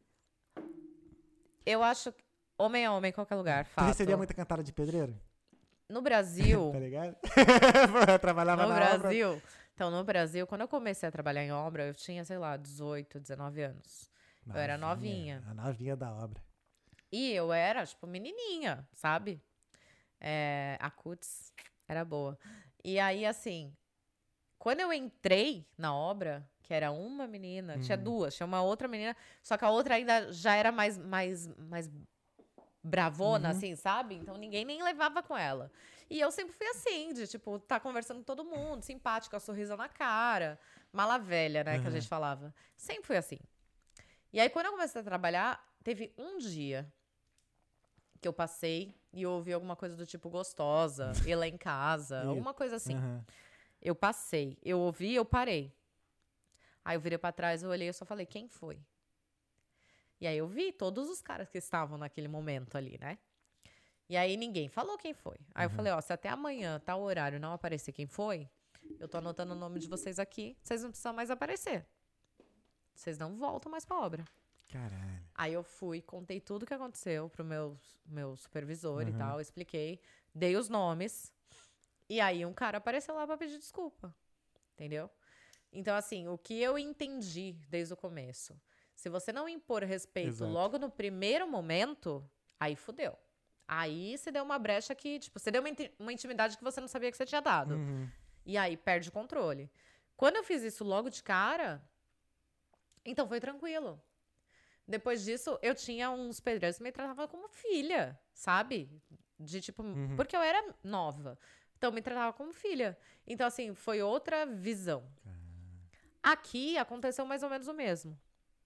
Eu acho que homem é homem em qualquer lugar, Tu fato. recebia muita cantada de pedreiro? No Brasil, Tá ligado? Eu trabalhava no na obra. Brasil, então no Brasil, quando eu comecei a trabalhar em obra, eu tinha, sei lá, dezoito, dezenove anos. Eu era novinha. A novinha da obra. E eu era, tipo, menininha, sabe? É, a cutis era boa. E aí, assim, quando eu entrei na obra, que era uma menina, tinha duas, tinha uma outra menina, só que a outra ainda já era mais, mais, mais bravona, assim, sabe? Então ninguém nem levava com ela. E eu sempre fui assim, de, tipo, tá conversando com todo mundo, simpática, sorriso na cara, mala velha, né, que a Uhum. gente falava. Sempre fui assim. E aí, quando eu comecei a trabalhar, teve um dia que eu passei e eu ouvi alguma coisa do tipo gostosa, ir lá em casa, Isso. alguma coisa assim. Aham. Eu passei, eu ouvi, eu parei. Aí eu virei pra trás, eu olhei, eu só falei, quem foi? E aí eu vi todos os caras que estavam naquele momento ali, né? E aí ninguém falou quem foi. Aí eu falei, ó, se até amanhã, tal horário, não aparecer quem foi, eu tô anotando o nome de vocês aqui, vocês não precisam mais aparecer. Vocês não voltam mais pra obra. Caralho. Aí eu fui, contei tudo o que aconteceu pro meu, meu supervisor e Uhum. tal, expliquei, dei os nomes. E aí um cara apareceu lá pra pedir desculpa. Entendeu? Então, assim, o que eu entendi desde o começo, se você não impor respeito Exato. logo no primeiro momento, aí fudeu. Aí você deu uma brecha que, tipo, você deu uma, inti- uma intimidade que você não sabia que você tinha dado. Uhum. E aí perde o controle. Quando eu fiz isso logo de cara, então foi tranquilo. Depois disso, eu tinha uns pedreiros que me tratavam como filha, sabe? De tipo, Uhum. porque eu era nova. Então me tratava como filha. Então, assim, foi outra visão. Aqui aconteceu mais ou menos o mesmo.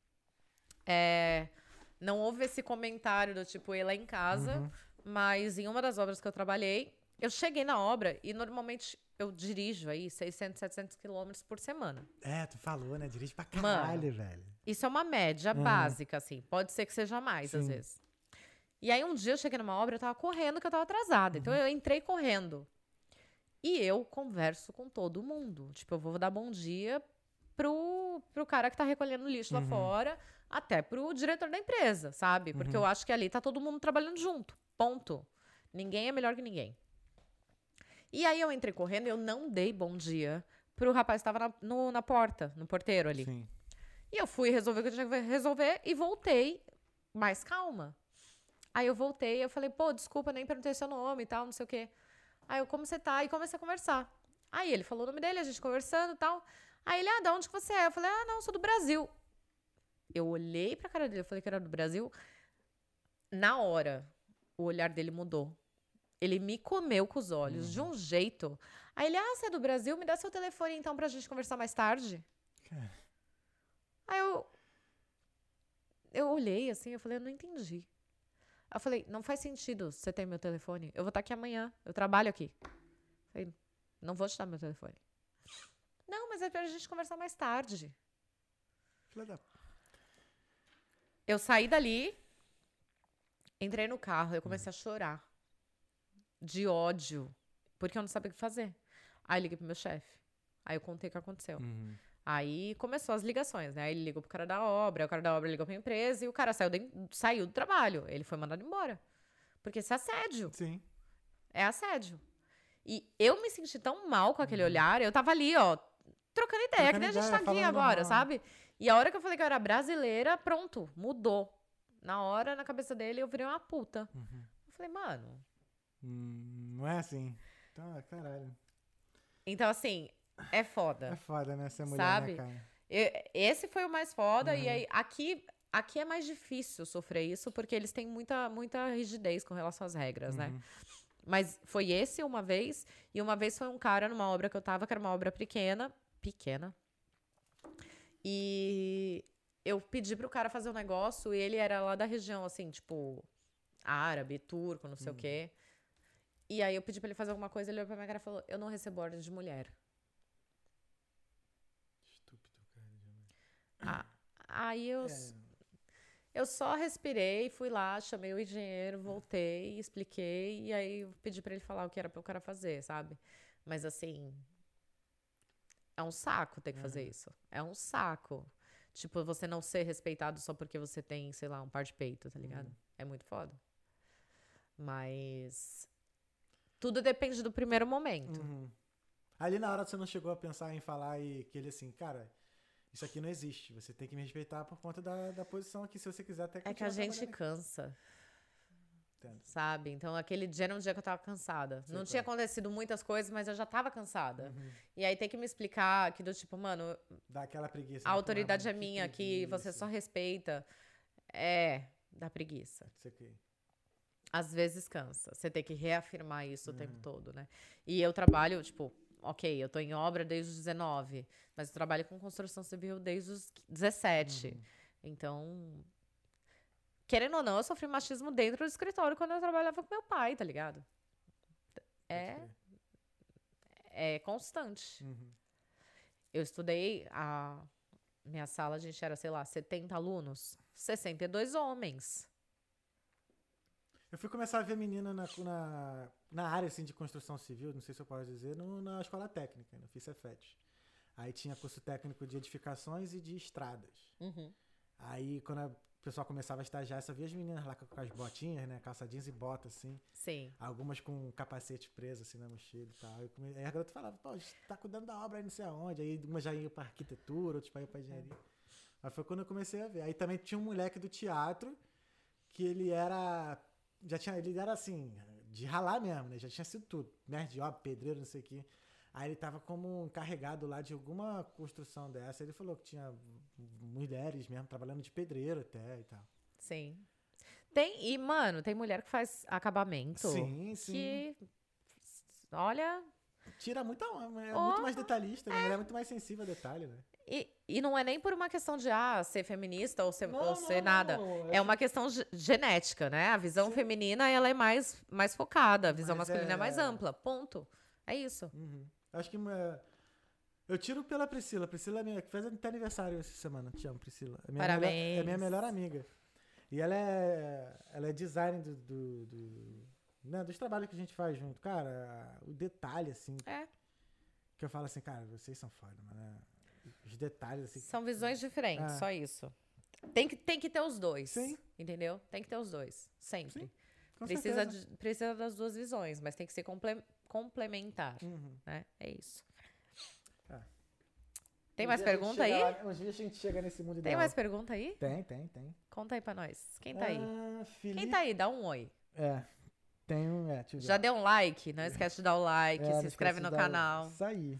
É, não houve esse comentário do tipo, ir lá em casa, Uhum. mas em uma das obras que eu trabalhei, eu cheguei na obra e normalmente eu dirijo aí seiscentos, setecentos quilômetros por semana. É, tu falou, né? Dirige pra Mano. caralho, velho. Isso é uma média Uhum. básica, assim. Pode ser que seja mais, às Sim. vezes. E aí, um dia eu cheguei numa obra, eu tava correndo, que eu tava atrasada. Então, eu entrei correndo. E eu converso com todo mundo. Tipo, eu vou dar bom dia pro, pro cara que tá recolhendo lixo lá Uhum. fora, até pro diretor da empresa, sabe? Porque Uhum. eu acho que ali tá todo mundo trabalhando junto. Ponto. Ninguém é melhor que ninguém. E aí, eu entrei correndo e eu não dei bom dia pro rapaz que tava na, no- na porta, no porteiro ali. Sim. E eu fui resolver o que eu tinha que resolver e voltei mais calma. Aí eu voltei, eu falei, pô, desculpa, nem perguntei seu nome e tal, não sei o quê. Aí eu, como você tá? E comecei a conversar. Aí ele falou o nome dele, a gente conversando e tal. Aí ele, ah, de onde que você é? Eu falei, ah, não, eu sou do Brasil. Eu olhei pra cara dele, eu falei que era do Brasil. Na hora, o olhar dele mudou. Ele me comeu com os olhos, de um jeito. Aí ele, ah, você é do Brasil? Me dá seu telefone então pra gente conversar mais tarde. Cara. Aí eu. Eu olhei assim, eu falei, eu não entendi. Aí eu falei, não faz sentido você ter meu telefone. Eu vou estar aqui amanhã, eu trabalho aqui. Eu falei, não vou te dar meu telefone. Não, mas é pra gente conversar mais tarde. Filha da... Eu saí dali, entrei no carro, eu comecei a chorar. De ódio. Porque eu não sabia o que fazer. Aí eu liguei pro meu chefe. Aí eu contei o que aconteceu. Uhum. Aí começou as ligações, né? Aí ele ligou pro cara da obra, o cara da obra ligou pra empresa e o cara saiu, de- saiu do trabalho. Ele foi mandado embora. Porque isso é assédio. Sim. É assédio. E eu me senti tão mal com aquele olhar. Eu tava ali, ó, trocando ideia, Trocando que nem a gente ideia, tá aqui falando agora, normal. sabe? E a hora que eu falei que eu era brasileira, pronto, mudou. Na hora, na cabeça dele, eu virei uma puta. Uhum. Eu falei, mano. Hum, não é assim. Então, ah, caralho. Então, assim, é foda. É foda, né? Ser mulher, Sabe? né, cara? E- Esse foi o mais foda. E Uhum. aí, aqui, aqui é mais difícil sofrer isso, porque eles têm muita, muita rigidez com relação às regras, né? Uhum. Mas foi esse uma vez, e uma vez foi um cara numa obra que eu tava, que era uma obra pequena, pequena. E eu pedi pro cara fazer um negócio, e ele era lá da região, assim, tipo, árabe, turco, não sei o quê. E aí eu pedi pra ele fazer alguma coisa, ele olhou pra minha cara e falou, eu não recebo ordem de mulher. Estúpido, cara. Ah, aí eu, É, eu só respirei, fui lá, chamei o engenheiro, voltei, expliquei, e aí eu pedi pra ele falar o que era pro cara fazer, sabe? Mas assim, é um saco ter que fazer isso. É um saco. Tipo, você não ser respeitado só porque você tem, sei lá, um par de peito, tá ligado? É muito foda. Mas tudo depende do primeiro momento. Uhum. Ali na hora você não chegou a pensar em falar e que ele assim, cara, isso aqui não existe. Você tem que me respeitar por conta da, da posição aqui, se você quiser até É que a continuar gente trabalhando aqui. cansa, Entendo. sabe? Então, aquele dia era um dia que eu tava cansada. Sei Não qual tinha é. acontecido muitas coisas, mas eu já tava cansada. Uhum. E aí tem que me explicar que do tipo, mano, Dá aquela preguiça. a né? autoridade Pô, é que minha aqui, você preguiça. só respeita. É, dá preguiça. Isso aqui. Às vezes cansa. Você tem que reafirmar isso o Uhum. tempo todo, né? E eu trabalho, tipo, ok, eu tô em obra desde os dezenove, mas eu trabalho com construção civil desde os dezessete. Uhum. Então, querendo ou não, eu sofri machismo dentro do escritório quando eu trabalhava com meu pai, tá ligado? Pode É, crer. é constante. Uhum. Eu estudei, a minha sala, a gente era, sei lá, setenta alunos, sessenta e dois homens. Eu fui começar a ver menina na, na, na área assim, de construção civil, não sei se eu posso dizer, no, na escola técnica, no FICEFET. Aí tinha curso técnico de edificações e de estradas. Uhum. Aí quando a- o pessoal começava a estagiar, só via as meninas lá com, com as botinhas, né? Calça jeans e bota, assim. Sim. Algumas com capacete preso, assim, na mochila e tal. Aí, come... aí a garota falava, pô, a gente tá cuidando da obra aí não sei aonde. Aí umas já iam pra arquitetura, outros pra ir pra engenharia. Aí foi quando eu comecei a ver. Aí também tinha um moleque do teatro que ele era... Já tinha, ele era assim, de ralar mesmo, né? Já tinha sido tudo. Mestre de obra, pedreiro, não sei o quê. Aí ele tava como encarregado lá de alguma construção dessa. Ele falou que tinha mulheres mesmo trabalhando de pedreiro até e tal. Sim. Tem, e, mano, tem mulher que faz acabamento. Sim, sim. Que, olha, Tira muita onda, é Oh, muito mais detalhista, né? Ela é muito mais sensível a detalhe, né? e, e não é nem por uma questão de, ah, ser feminista ou ser, Não, ou não, ser não, nada. não, É uma questão ge- genética, né? A visão Sim. feminina, ela é mais, mais focada. A visão Mas masculina é... é- mais ampla. Ponto. É isso. Uhum. Acho que é, eu tiro pela Priscila. Priscila é minha, que fez até aniversário essa semana. Te amo, Priscila. É minha Parabéns. Melhor, é minha melhor amiga. E ela é, ela é design do, do, do- né, dos trabalhos que a gente faz junto. Cara, o detalhe, assim, É. que eu falo assim, cara, vocês são foda, mano. Os detalhes, assim. São visões diferentes, Ah. só isso. Tem que, tem que ter os dois. Sim. Entendeu? Tem que ter os dois. Sempre. Com Precisa, certeza. de- precisa das duas visões, mas tem que ser comple- complementar. Uhum. Né? É isso. Ah. Tem Um mais dia a gente pergunta chega aí? lá- uns dias a gente chega nesse mundo Tem ideal. mais pergunta aí? Tem, tem, tem. Conta aí pra nós. Quem tá aí? Ah, Felipe... Quem tá aí? Dá um oi. É, tem um... É, deixa eu ver. Já deu um like? Não esquece de dar o like, É, se não inscreve esquece no de dar o- canal. Isso aí.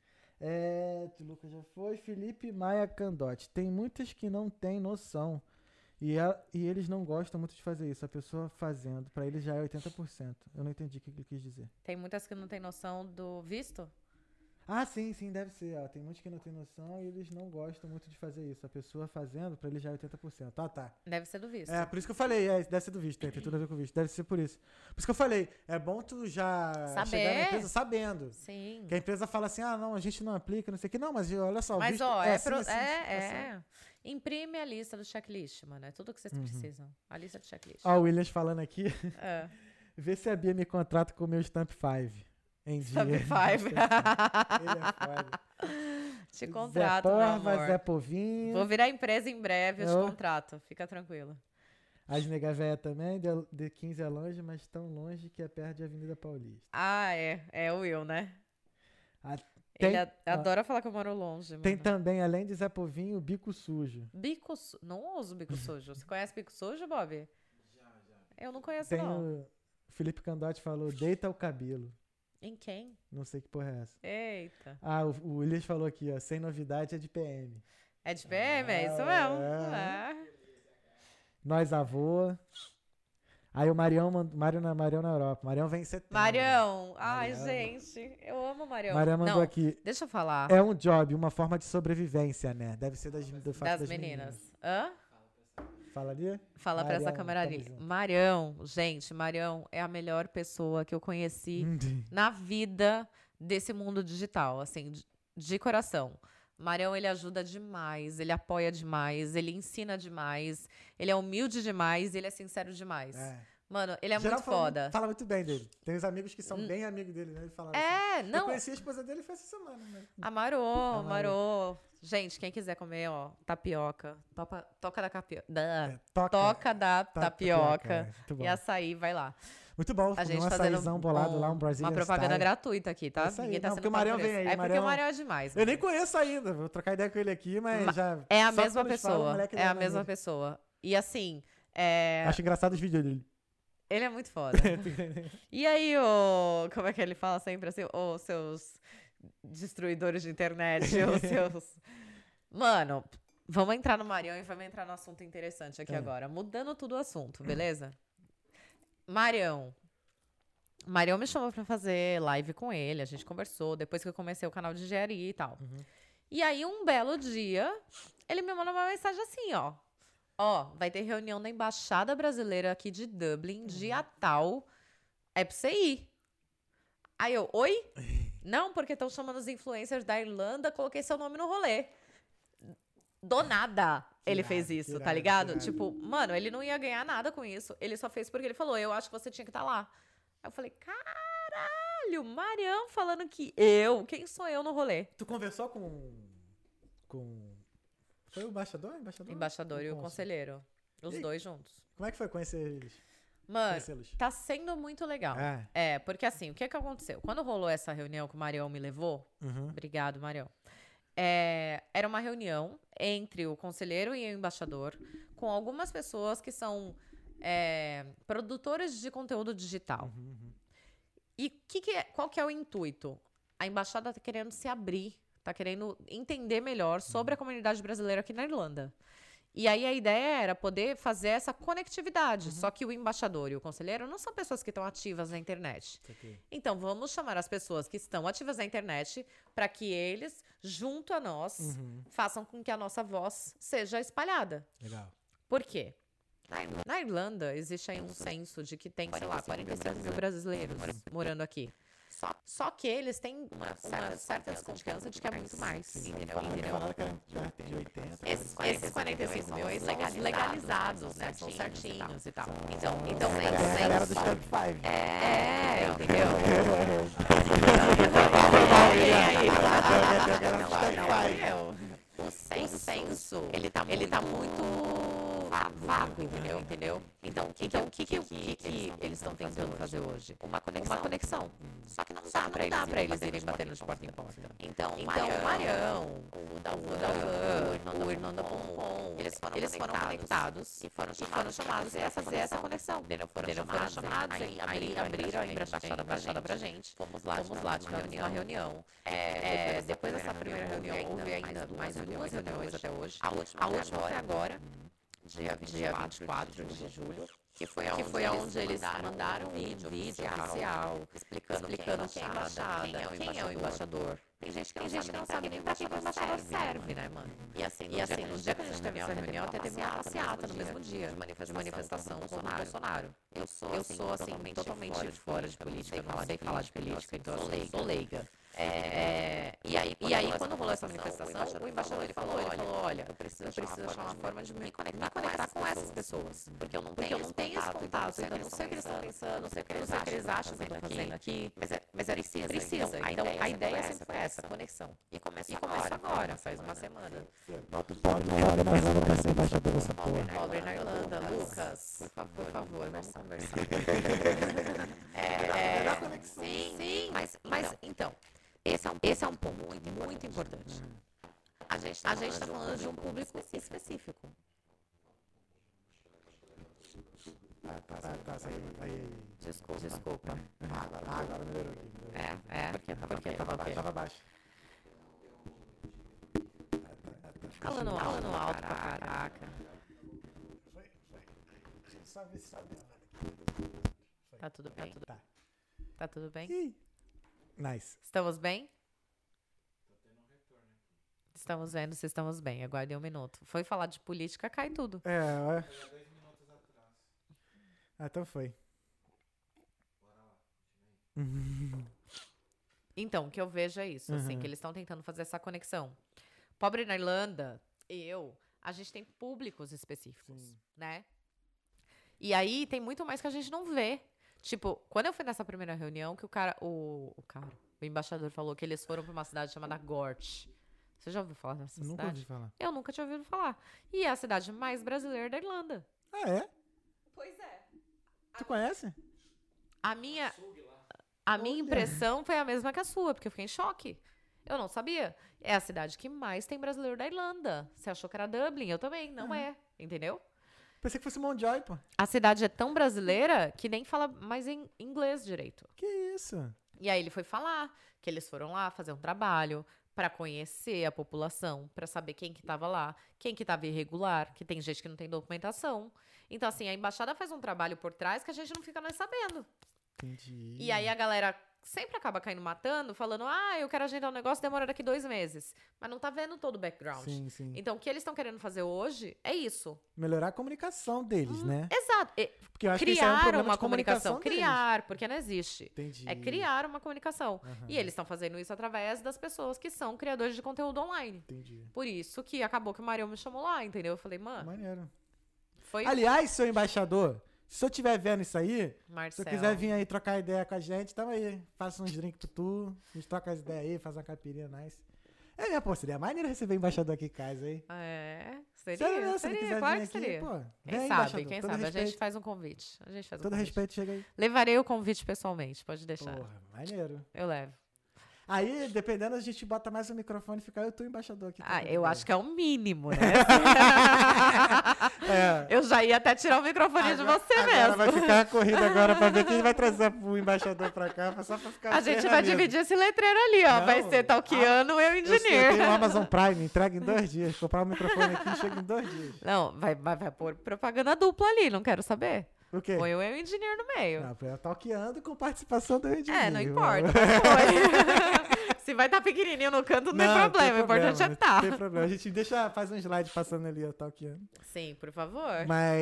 É, o Lucas já foi. Felipe Maia Candotti. Tem muitas que não têm noção. E, a- e eles não gostam muito de fazer isso. A pessoa fazendo, pra eles já é oitenta por cento. Eu não entendi o que ele quis dizer. Tem muitas que não tem noção do visto? Ah, sim, sim, deve ser. Ó. Tem muitos que não têm noção e eles não gostam muito de fazer isso. A pessoa fazendo, pra eles já é oitenta por cento. Ah, tá. Deve ser do visto. É, por isso que eu falei, é, deve ser do visto, tem, tem tudo a ver com o visto, deve ser por isso. Por isso que eu falei, é bom tu já Saber. chegar na empresa sabendo. Sim. Que a empresa fala assim, ah, não, a gente não aplica, não sei o que. Não, mas olha só, o Mas, visto ó, é, assim, pro- assim, é, assim. é. Imprime a lista do checklist, mano. É tudo que vocês Uhum. precisam. A lista do checklist. Ó, o Williams falando aqui, É. vê se a Bia me contrata com o meu Stamp cinco em dia. Stamp cinco. Ele é foda. Te contrato, Zé meu Porva, amor. Zé Povinho, Vou virar empresa em breve, eu te Eu- contrato. Fica tranquilo. as nega véia também, de, de quinze é longe, mas tão longe que é perto de Avenida Paulista. Ah, é. É o Will, né? Ah, Ele tem- a- adora falar que eu moro longe, Tem mano. também, além de Zé Povinho, o Bico Sujo. Bico su... Não uso bico sujo. Você conhece bico sujo, Bob? Já, já. Eu não conheço, Tem não. o Felipe Candotti falou, deita o cabelo. Em quem? Não sei que porra é essa. Eita. Ah, o, o Williams falou aqui, ó, sem novidade é de P M. É de P M? É isso Ah, mesmo. é. É. Nós avô. Aí o Marião, mand- Mário na, Marião na Europa. Marião vem em setembro. Marião. Ai, Marião. gente. Eu amo o Marião. Marião mandou Não, aqui. deixa eu falar É um job, uma forma de sobrevivência, né? Deve ser das, do fato das, das meninas. Hã? Fala ali. Fala pra essa Marião, câmera tamo ali. junto. Marião, gente, Marião é a melhor pessoa que eu conheci na vida desse mundo digital, assim, de, de coração. Marião, ele ajuda demais, ele apoia demais, ele ensina demais, ele é humilde demais e ele é sincero demais. É. Mano, ele é Geral muito fala, foda. Fala muito bem dele. Tem uns amigos que são Hum. bem amigos dele, né? Ele fala assim. É, Eu não, conheci a esposa dele foi essa semana, né? a Marô, A Marô. Marô. Gente, quem quiser comer, ó, tapioca, topa, toca da capioca, É, toca. toca da Ta- tapioca é, muito bom. e açaí, vai lá. Muito bom. A comi gente um fazendo açaizão bolado um- lá, um Brazilian uma propaganda style. gratuita aqui, tá? É isso aí. Ninguém tá Não, sendo porque o Marião pago por vem isso. aí, É porque o Marião- Marião é demais. Eu mano. nem conheço ainda. Vou trocar ideia com ele aqui, mas Ma- já... É a só mesma quando eles falam, pessoa. moleque É a dá mesma maneiro. pessoa. E assim, é, Acho engraçado os vídeos dele. ele é muito foda. E aí, o. Como é que ele fala sempre assim? Os seus destruidores de internet, os seus. Mano, vamos entrar no Marião e vamos entrar no assunto interessante aqui É. agora. Mudando tudo o assunto, beleza? Marião. Marião me chamou pra fazer live com ele, a gente conversou, depois que eu comecei o canal de engenharia e tal. Uhum. E aí, um belo dia, ele me mandou uma mensagem assim, ó. Ó, vai ter reunião da Embaixada Brasileira aqui de Dublin, dia tal. É pra você ir. Aí eu, oi? Não, porque estão chamando os influencers da Irlanda, coloquei seu nome no rolê. Do nada ele irado, fez que isso, tá irado, ligado? que irado. Tipo, mano, ele não ia ganhar nada com isso. Ele só fez porque ele falou, eu acho que você tinha que estar lá. Aí eu falei, caralho, Marião falando que eu, quem sou eu no rolê? Tu conversou com... com... Foi o embaixador? Embaixador, Embaixador e o cônsul? conselheiro. Os E- dois juntos. Como é que foi conhecer eles? Mano, Conhecê-los? tá sendo muito legal. É. É, porque assim, o que que aconteceu? Quando rolou essa reunião que o Marião me levou, Uhum. obrigado, Marião. É, era uma reunião entre o conselheiro e o embaixador com algumas pessoas que são é, produtores de conteúdo digital. Uhum, uhum. E que que é- qual que é o intuito? A embaixada tá querendo se abrir, tá querendo entender melhor sobre a comunidade brasileira aqui na Irlanda. E aí a ideia era poder fazer essa conectividade. Só que o embaixador e o conselheiro não são pessoas que estão ativas na internet. Isso aqui. Então vamos chamar as pessoas que estão ativas na internet para que eles, junto a nós, Uhum. façam com que a nossa voz seja espalhada. Legal. Por quê? Na Irlanda existe aí um censo de que tem, sei lá, quarenta e seis mil brasileiros morando aqui. Só, só que eles têm uma, uma certa desconfiança de que é muito mais. Entendeu? Entendeu? Falaram que era perto de oitenta. Esses, esses quarenta e seis mil aí são legalizados, legalizados, né? São certinhos e tal. Então, então É a galera do censo. Top cinco. É, entendeu? O censo, ele tá, ele tá muito vago, entendeu? entendeu? Então, o que, então, que, que, que, que eles estão tentando fazer hoje? Uma conexão. Uma conexão. Só que não dá pra eles, pra eles irem batendo de porta em porta. Então, então o Marião, o Dalvan, o Hernando Pompom, eles foram, eles foram conectados e foram chamados, foram chamados a fazer essa conexão. Entendeu? Foram, foram chamados, chamados aí, aí abriram a embaixada, embaixada pra gente. Fomos lá, fomos lá, tivemos uma reunião. É, depois dessa primeira reunião, houve ainda mais duas reuniões até hoje. A última, a última foi agora, dia vinte e quatro de julho, que foi aonde, que foi aonde eles mandaram um vídeo, vídeo oficial, explicando, explicando quem é a embaixada, quem é o embaixador. Tem gente que não, gente sabe, não sabe nem pra que a embaixada serve, né, mano? E assim, e assim no dia que a gente teve essa reunião, até teve uma passeata no mesmo dia, de manifestação contra o Bolsonaro. Eu sou, eu sou assim, totalmente fora de política, eu não sei falar de política, então eu sou leiga. É, e aí, e aí quando rolou essa manifestação, o embaixador ele falou, ele falou, olha, eu preciso, eu preciso achar uma forma de me conectar, conectar com essas pessoas, porque eu não tenho, porque eu não tenho esse contato, então eu não sei o que eles estão pensando, não sei o que eles, que eles acham que eu estou fazendo aqui, mas é, mas é precisa, precisa. Então a ideia sempre foi essa, conexão. E começa e começa agora, faz uma semana. Bota o pobre na hora, mas vamos pra ser embaixador dessa porra. Pobre na Irlanda, Lucas, por favor, por favor, vamos conversar. é, é, sim, sim, mas, mas então. Esse é um, esse é um ponto muito, muito importante. A gente está tá falando de um público específico. Ah, tá, tá, tá, saiu. Aí, aí. Desculpa, desculpa. Ah, agora, ah, agora melhorou aqui. melhorou. É, é, porque tava, porque tava, Tava, tava baixo. falando, falando alto pra caraca. Foi, foi. A gente só vê se sabe. Tá tudo bem? Tá. Tá tudo bem? Ih. Nice. Estamos bem? Estamos vendo se estamos bem. Aguardem um minuto. Foi falar de política, cai tudo. É, ó. Ah, então foi. Então, o que eu vejo é isso, assim, Uhum. que eles estão tentando fazer essa conexão. Pobre na Irlanda, eu, a gente tem públicos específicos, Sim. né? E aí tem muito mais que a gente não vê. Tipo, quando eu fui nessa primeira reunião, que o cara, o, o cara, o embaixador falou que eles foram pra uma cidade chamada Gort. Você já ouviu falar dessa Nunca cidade? ouvi falar. Eu nunca tinha ouvido falar. E é a cidade mais brasileira da Irlanda. Ah, é? Pois é. Tu conhece? A minha, a minha Olha. impressão foi a mesma que a sua, porque eu fiquei em choque. Eu não sabia. É a cidade que mais tem brasileiro da Irlanda. Você achou que era Dublin? Eu também. Não é. Entendeu? Pensei que fosse Mountjoy, pô. A cidade é tão brasileira que nem fala mais em inglês direito. Que isso? E aí ele foi falar que eles foram lá fazer um trabalho para conhecer a população, para saber quem que tava lá, quem que tava irregular, que tem gente que não tem documentação. Então, assim, a embaixada faz um trabalho por trás que a gente não fica mais sabendo. Entendi. E aí a galera sempre acaba caindo matando, falando, ah, eu quero agendar um negócio, demora daqui dois meses. Mas não tá vendo todo o background. Sim, sim. Então, o que eles estão querendo fazer hoje é isso. Melhorar a comunicação deles, né? Exato. E Porque eu acho que esse é um criar problema uma de comunicação comunicação. deles. Criar, porque não existe. Entendi. É criar uma comunicação. Aham. E eles estão fazendo isso através das pessoas que são criadores de conteúdo online. Entendi. Por isso que acabou que o Marião me chamou lá, entendeu? Eu falei, mano, Maneiro. foi Aliás, seu embaixador, se eu estiver vendo isso aí, se Marcel. eu quiser vir aí trocar ideia com a gente, tamo aí. Faça uns drinks pro tu, a gente troca as ideias aí, faz uma caipirinha nice. É, minha pô, seria maneiro receber embaixador aqui em casa, aí. É, seria, Sério, né? Se ele seria, quiser claro vir que aqui, seria. pô. Quem vem, sabe, embaixador, quem todo sabe, a respeito. gente faz um convite. A gente faz um Todo convite. respeito, chega aí. Levarei o convite pessoalmente, pode deixar. Porra, maneiro. Eu levo. Aí, dependendo, a gente bota mais o microfone e fica eu e tu embaixador aqui. Ah, trocando eu ideia. acho que é o mínimo, né? É. Eu já ia até tirar o microfone de Agora- você agora mesmo. vai ficar a corrida agora pra ver quem vai trazer o embaixador pra cá, só pra ficar A gente na vai mesa. dividir esse letreiro ali, ó. Não, vai ser talquiano, eu Eu, sei, eu engineer. tenho o Amazon Prime, entrega em dois dias. Comprar o microfone aqui e chega em dois dias. Não, vai, vai, vai pôr propaganda dupla ali, não quero saber. O quê? Põe o eu engineer no meio. Não, eu talqueando com participação do Edinho. É, não importa. mas põe. Se vai estar pequenininho no canto, não, tem problema. O importante é estar. Não tem problema. A gente deixa, faz um slide passando ali, ó, talqueando. Sim, por favor.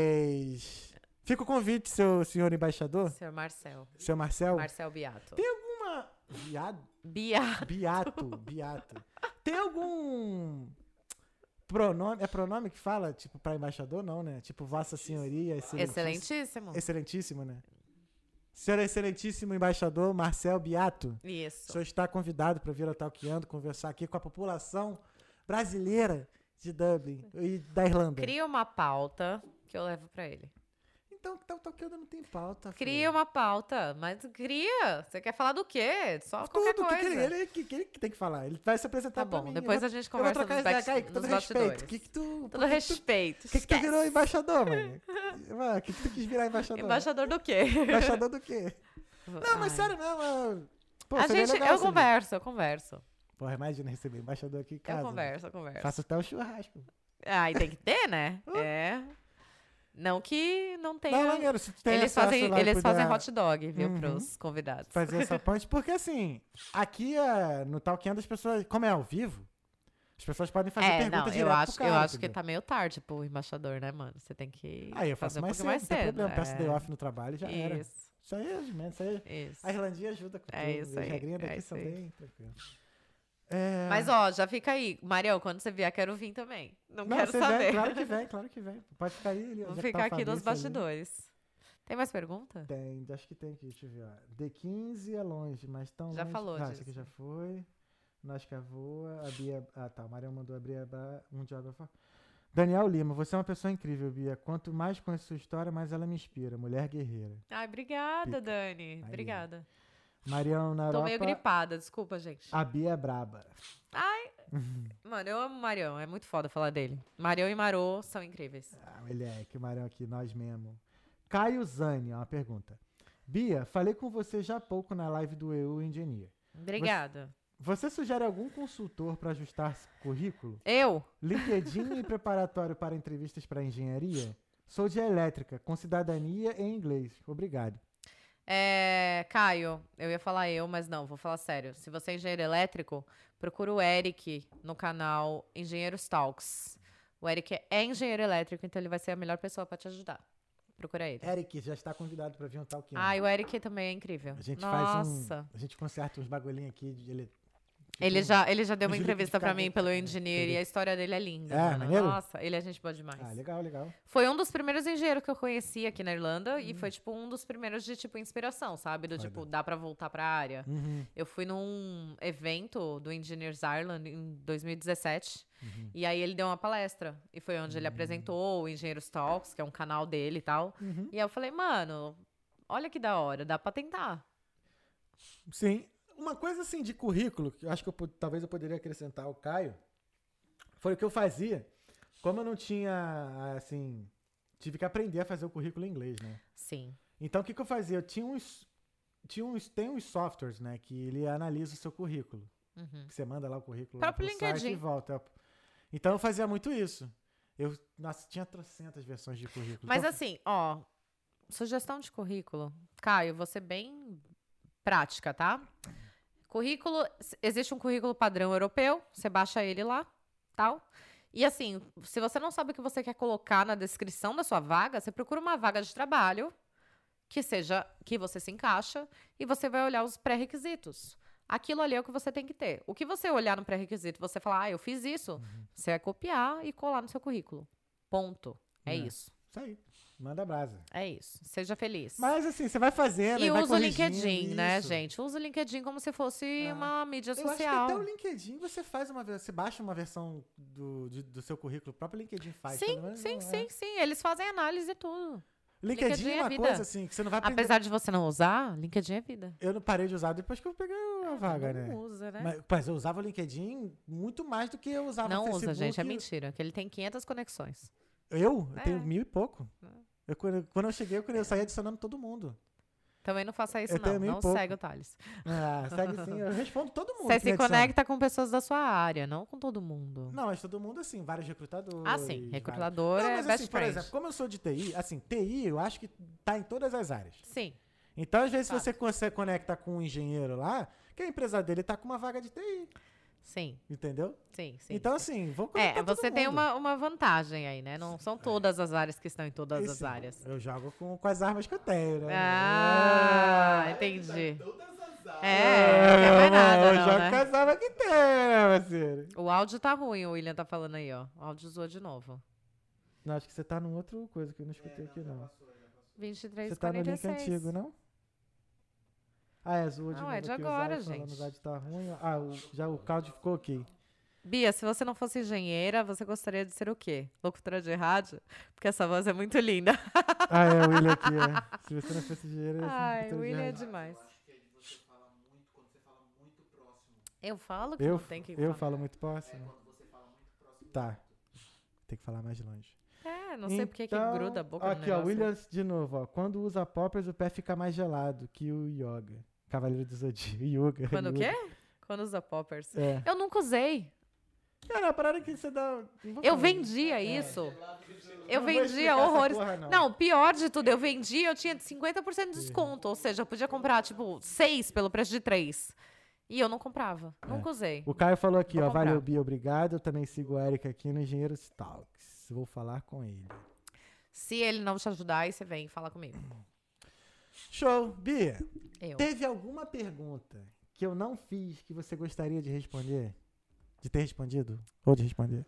Mas... Fica o convite, seu senhor embaixador, Senhor Marcel. seu Marcel. Marcel Biato. Tem alguma... Viado? Biato. Biato, Biato. Tem algum pronome, é pronome que fala, tipo, pra embaixador, não, né? Tipo, Vossa Senhoria, excelentíssimo. Excelentíssimo. Excelentíssimo, né? Senhor excelentíssimo embaixador Marcel Biato, o Isso. senhor está convidado para vir ao Talkando, conversar aqui com a população brasileira de Dublin e da Irlanda. Cria uma pauta que eu levo pra ele. Então, o Talkando não tem pauta. Cria filho. uma pauta, mas cria. Você quer falar do quê? Só Tudo qualquer que, coisa. que ele, ele, que, que ele que tem que falar. Ele vai se apresentar Tá pra bom, mim. depois eu a gente vou, eu vou conversa trocar nos, ideia back, com ele, com nos todo bastidores. respeito. Que que tu, Todo por que que tu- respeito. O que, que tu esquece. virou embaixador, mano? Mano, o que, que tu quis virar embaixador? Embaixador do quê? Embaixador do quê? Não, mas Ai. sério mesmo. eu- Pô, A seria gente, legal eu saber. converso, eu converso. Porra, imagina receber embaixador aqui em casa. Eu converso, eu converso. Faço até o churrasco. Ah, e tem que ter, né? É. Não que não tenha. Não, maneiro, se tu tem eles acesso fazem, lá e eles puder fazem hot dog, viu, Uhum. pros convidados. fazer essa ponte. Porque assim, aqui é, no Talkando as pessoas, como é ao vivo, as pessoas podem fazer É, perguntas não, direto eu acho, pro cara, eu acho que entendeu? tá meio tarde pro embaixador, né, mano? Você tem que Aí eu faço fazer um mais pouquinho cedo, mais não tem cedo. problema. Peço é. day off no trabalho, já era. Isso, Isso aí é de menos, isso aí... isso. A Irlandinha ajuda com É tudo. isso As aí, regrinhas é daqui isso são aí. bem tranquilas. É... Mas, ó, já fica aí. Mariel, quando você vier, quero vir também. Não, Não, quero você saber. vem, claro que vem, claro que vem. Pode ficar aí. Vou onde é que ficar tá o aqui nos Fabrício ali? bastidores. Tem mais pergunta? Tem, acho que tem aqui, deixa eu ver. Ó. D quinze é longe, mas tão Já longe. falou Ah, disso. esse aqui já foi. Nós que voa. A Bia. Ah, tá. O Mariel mandou abrir a ba- um job. of- Daniel Lima, você é uma pessoa incrível, Bia. Quanto mais conheço sua história, mais ela me inspira. Mulher guerreira. Ai, obrigada, Pica. Dani. Aí. Obrigada. Marião na Tô Europa. meio gripada, desculpa, gente. A Bia é braba. Ai, mano, eu amo o Marião. É muito foda falar dele. Marião e Marô são incríveis. Ah, moleque, o Marião aqui, nós mesmo. Caio Zani, ó, uma pergunta. Bia, falei com você já há pouco na live do E U Engineer. Obrigada. Você sugere algum consultor para ajustar currículo? Eu? LinkedIn e preparatório para entrevistas para engenharia? Sou de elétrica, com cidadania em inglês. Obrigado. É, Caio, eu ia falar eu, mas não, vou falar sério. Se você é engenheiro elétrico, procura o Eric no canal Engenheiros Talks. O Eric é engenheiro elétrico, então ele vai ser a melhor pessoa pra te ajudar. Procura ele. Eric já está convidado para vir um talk. Ah, e o Eric também é incrível. A gente Nossa. faz um, a gente conserta uns bagulhinhos aqui de ele. Ele já, ele já deu uma um entrevista pra mim pelo liquidificador. Engineer e a história dele é linda. É, mano. maneiro? Nossa, ele é gente boa demais. Ah, legal, legal. Foi um dos primeiros engenheiros que eu conheci aqui na Irlanda e foi, tipo, um dos primeiros de, tipo, inspiração, sabe? Do, Foda. tipo, dá pra voltar pra área. Uhum, Eu fui num evento do Engineers Ireland em dois mil e dezessete uhum. e aí ele deu uma palestra. E foi onde ele apresentou o Engenheiros Talks, que é um canal dele e tal. Uhum. E aí eu falei, mano, olha que da hora, dá pra tentar. Sim. Uma coisa assim de currículo, que eu acho que eu, po- talvez eu poderia acrescentar ao Caio, foi o que eu fazia. Como eu não tinha, assim, tive que aprender a fazer o currículo em inglês, né? Sim. Então o que, que eu fazia? Eu tinha uns, tinha uns, tem uns softwares, né, que ele analisa o seu currículo. Uhum. Que você manda lá o currículo lá Próprio pro site LinkedIn. e volta. Então eu fazia muito isso. Eu, nossa, tinha trocentas versões de currículo. Mas Então, assim, ó, sugestão de currículo. Caio, vou ser bem prática, tá? Currículo, s- existe um currículo padrão europeu, você baixa ele lá, tal. E assim, se você não sabe o que você quer colocar na descrição da sua vaga, você procura uma vaga de trabalho que seja, que você se encaixa e você vai olhar os pré-requisitos. Aquilo ali é o que você tem que ter. O que você olhar no pré-requisito, você falar, ah, eu fiz isso, você vai copiar e colar no seu currículo. Ponto. É, É. isso. Isso aí. Manda brasa. É isso. Seja feliz. Mas assim, você vai fazendo E vai usa o corrigindo LinkedIn, né, isso. gente? Usa o LinkedIn como se fosse É. uma mídia Eu acho que social. até o LinkedIn você faz uma versão, você baixa uma versão do, de- do seu currículo, o próprio LinkedIn faz. Sim, pelo menos sim, não é. sim, sim. Eles fazem análise e tudo. LinkedIn, LinkedIn é é uma vida. coisa assim, que você não vai aprender. Apesar de você não usar, LinkedIn é vida. Eu não parei de usar depois que eu peguei a vaga, não né? usa, né? Mas, mas eu usava o LinkedIn muito mais do que eu usava não o Facebook. usa, gente. É mentira. Que ele tem quinhentas conexões. Eu? Eu É. tenho mil e pouco. É. Eu, quando, quando eu cheguei, eu, queria- eu saí adicionando todo mundo. Também não faça isso, Eu tenho não. mil e Não pouco. segue o Thales. Ah, segue sim. Eu respondo todo mundo. Você que se me adiciona. conecta com pessoas da sua área, não com todo mundo. Não, mas todo mundo assim, vários recrutadores. Ah, sim. vários- Recrutador Não, é mas best assim, por friend. exemplo, como eu sou de T I, assim, T I eu acho que tá em todas as áreas. Sim. Então, às vezes, Fato. se você você conecta com um engenheiro lá, que a empresa dele tá com uma vaga de T I, Sim. entendeu? Sim, sim. Então, assim, vou É, conectar todo você tem mundo. uma, uma vantagem aí, né? Não são todas as áreas que estão em todas Isso, as áreas. Eu jogo com, com as armas que eu tenho, né? Ah, É. entendi. Todas as áreas. É, não quer mais nada, eu não, jogo né? com as armas que tem, né, parceiro? O áudio tá ruim, o William tá falando aí, ó. O áudio zoou de novo. Não, acho que você tá num outro coisa que eu não escutei aqui, não. vinte e três, Você tá no quarenta e link seis. antigo, não? Ah, é, zoou de Não, novo é de aqui, os agora, áudios falando, gente. O áudio tá ruim. Ah, o, já o áudio ficou ok. Bia, se você não fosse engenheira, você gostaria de ser o quê? Locutora de rádio? Porque essa voz é muito linda. Ah, é, o William aqui, é. Se você não fosse engenheiro, eu Ai, o ia William é ser demais. Eu acho que é de você falar muito, quando você fala muito próximo. Eu falo que Eu, não tem que eu falar. falo muito É próximo. quando você fala muito próximo. Tá. Tem que falar mais longe. É, não sei porque que Então, gruda a boca Aqui, no ó, negócio. Williams de novo, ó. Quando usa poppers, o pé fica mais gelado que o yoga. Cavaleiro do Zodíaco. Yoga. Quando o yoga. quê? Quando usa poppers. É. Eu nunca usei. Cara, a parada que você dá... não vou Eu falar. vendia isso. Eu Não vou vendia explicar essa horrores. porra, não. Não, pior de tudo, eu vendia, eu tinha cinquenta por cento de desconto. Ou seja, eu podia comprar, tipo, seis pelo preço de três. E eu não comprava. Nunca usei. O Caio falou aqui, Vou ó. comprar. Valeu, Bia, obrigado. Eu também sigo o Eric aqui no Engenheiros Talks. Vou falar com ele. Se ele não te ajudar, aí você vem falar comigo. Show. Bia, Eu. teve alguma pergunta que eu não fiz que você gostaria de responder? De ter respondido? Ou de responder?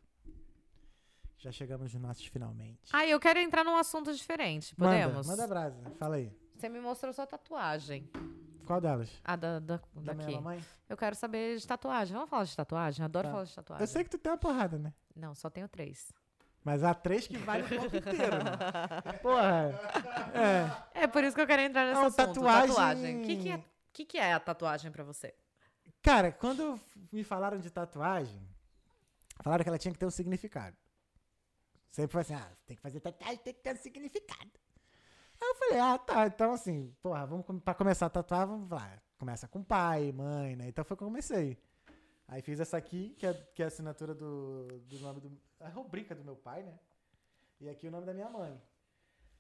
Já chegamos nos nossos finalmente. Ah, eu quero entrar num assunto diferente. Podemos? Manda, manda brasa. Fala aí. Você me mostrou sua tatuagem. Qual delas? A da, da, Da minha daqui. mamãe? Eu quero saber de tatuagem. Vamos falar de tatuagem? Adoro Tá. falar de tatuagem. Eu sei que tu tem uma porrada, né? Não, só tenho três. Mas há três que vale o corpo inteiro, né? Porra. É. É por isso que eu quero entrar nesse Não, assunto. tatuagem- O que, que, é, que, que é a tatuagem pra você? Cara, quando me falaram de tatuagem, falaram que ela tinha que ter um significado. Sempre foi assim, ah, tem que fazer tatuagem, tem que ter um significado. Aí eu falei, ah, tá, então assim, porra, vamos com- pra começar a tatuar, vamos lá. Começa com pai, mãe, né? Então foi que eu comecei. Aí fiz essa aqui, que é, que é a assinatura do, do nome do... A rubrica do meu pai, né? E aqui o nome da minha mãe.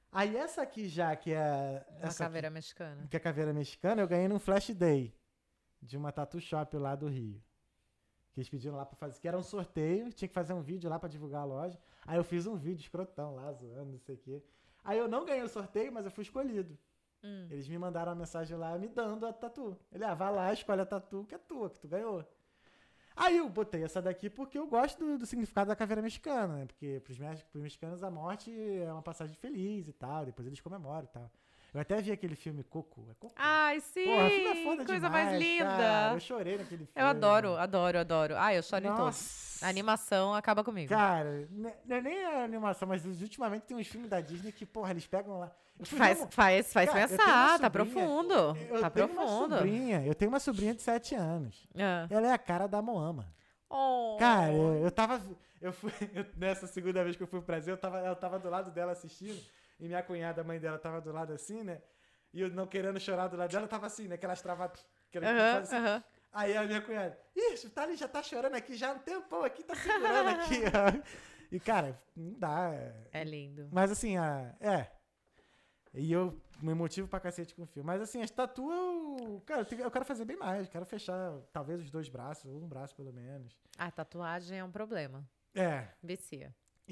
Aí essa aqui já, que é... Uma essa caveira mexicana. aqui, que é a caveira mexicana, eu ganhei num Flash Day. De uma tattoo shop lá do Rio. Que eles pediram lá pra fazer. Que era um sorteio, tinha que fazer um vídeo lá pra divulgar a loja. Aí eu fiz um vídeo escrotão lá, zoando, não sei o quê. Aí eu não ganhei o sorteio, mas eu fui escolhido. Hum. Eles me mandaram uma mensagem lá me dando a tatu. Ele, ah, vai lá, escolhe a tatu que é tua, que tu ganhou. Aí eu botei essa daqui porque eu gosto do, do significado da caveira mexicana, né? Porque pros, me- pros mexicanos a morte é uma passagem feliz e tal, depois eles comemoram e tal. Eu até vi aquele filme Coco. É Coco? Ai, sim! Porra, o filme é foda Coisa demais, mais linda! cara. Eu chorei naquele filme. Eu adoro, adoro, adoro. Ai, eu choro em todos. Nossa. A animação acaba comigo. Cara, não é não é nem a animação, mas ultimamente tem uns filmes da Disney que, porra, eles pegam lá. Eu fui Faz, ver um- faz, faz Cara, eu tenho pensar, uma tá sobrinha- profundo. Eu Tá tenho uma profundo. sobrinha, eu tenho uma sobrinha de sete anos. Ah. Ela é a cara da Moama. Oh. Cara, eu, eu tava. Eu fui. eu- nessa segunda vez que eu fui pro Brasil, eu tava, eu tava do lado dela assistindo. E minha cunhada, a mãe dela, tava do lado assim, né? E eu não querendo chorar do lado dela, eu tava assim, né? Aquelas travadas. Aham, aham. Aí a minha cunhada, ixi, o Thales já tá chorando aqui já há um tempão aqui, tá segurando aqui, ó. E, cara, não dá. É lindo. Mas assim, a, é. E eu me motivo pra cacete com o filme. Mas assim, as tatu, eu, cara, eu, tenho- eu quero fazer bem mais. Quero fechar talvez os dois braços, ou um braço pelo menos. A tatuagem é um problema. É. Vicia.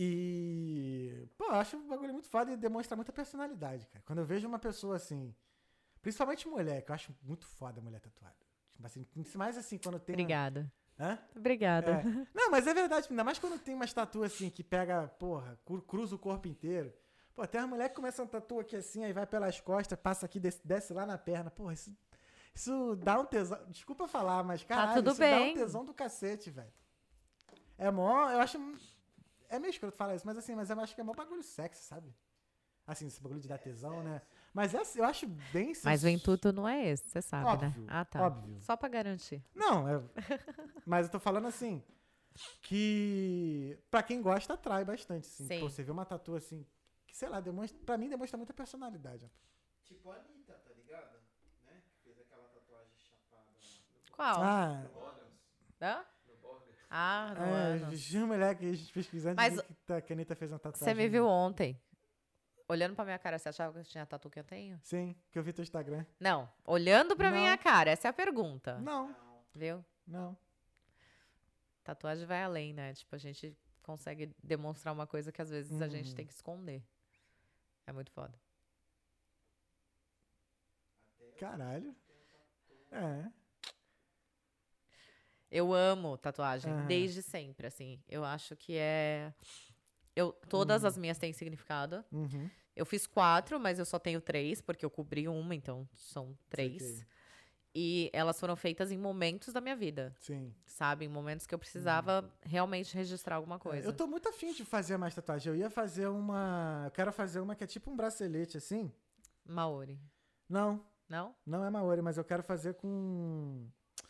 E, pô, eu acho um bagulho muito foda e demonstra muita personalidade, cara. Quando eu vejo uma pessoa assim, principalmente mulher, que eu acho muito foda a mulher tatuada. Tipo assim, mais assim, quando tem. uma- Obrigada. Hã? Obrigada. É. Não, mas é verdade, ainda mais quando tem umas tatuas assim que pega, porra, cru- cruza o corpo inteiro. Pô, tem uma mulher que começa a tatuar aqui assim, aí vai pelas costas, passa aqui, desce, desce lá na perna. Porra, isso, isso dá um tesão. Desculpa falar, mas caralho, tudo isso dá bem. um tesão do cacete, velho. É mó, eu acho. É meio escroto falar isso, mas assim, mas eu acho que é mó bagulho sexy, sabe? Assim, esse bagulho de dar tesão, né? Mas é, eu acho bem Mas o sens- intuito não é esse, você sabe, Óbvio, né? Ah, tá. óbvio. Só pra garantir. Não, é... mas eu tô falando assim, que pra quem gosta atrai bastante, assim. Sim. Pô, você vê uma tatu assim, que sei lá, demonstra, pra mim demonstra muita personalidade. Tipo a Anitta, tá ligado? Né? Que fez aquela tatuagem chapada lá Qual? Ah, no Borders. Hã? No Borders. Ah, não é, ano. tinha uma mulher que a gente pesquisando Mas- vi que tá- que a Anitta fez uma tatuagem. Você me viu ontem. Olhando pra minha cara, você achava que eu tinha a tatu que eu tenho? Sim, que eu vi teu Instagram. Não. Olhando pra Não. minha cara, essa é a pergunta. Não, Não. Viu? não. Tatuagem vai além, né? Tipo, a gente consegue demonstrar uma coisa que às vezes a gente Uhum. tem que esconder. É muito foda. Caralho. É. Eu amo tatuagem, Aham. desde sempre, assim. Eu acho que é... Eu, todas as minhas têm significado. Uhum. Eu fiz quatro, mas eu só tenho três, porque eu cobri uma, então são três. Saquei. E elas foram feitas em momentos da minha vida, Sim. sabe? Em momentos que eu precisava realmente registrar alguma coisa. Eu tô muito afim de fazer mais tatuagem. Eu ia fazer uma. Eu quero fazer uma que é tipo um bracelete assim. Maori. Não, Não? não é Maori, mas eu quero fazer com.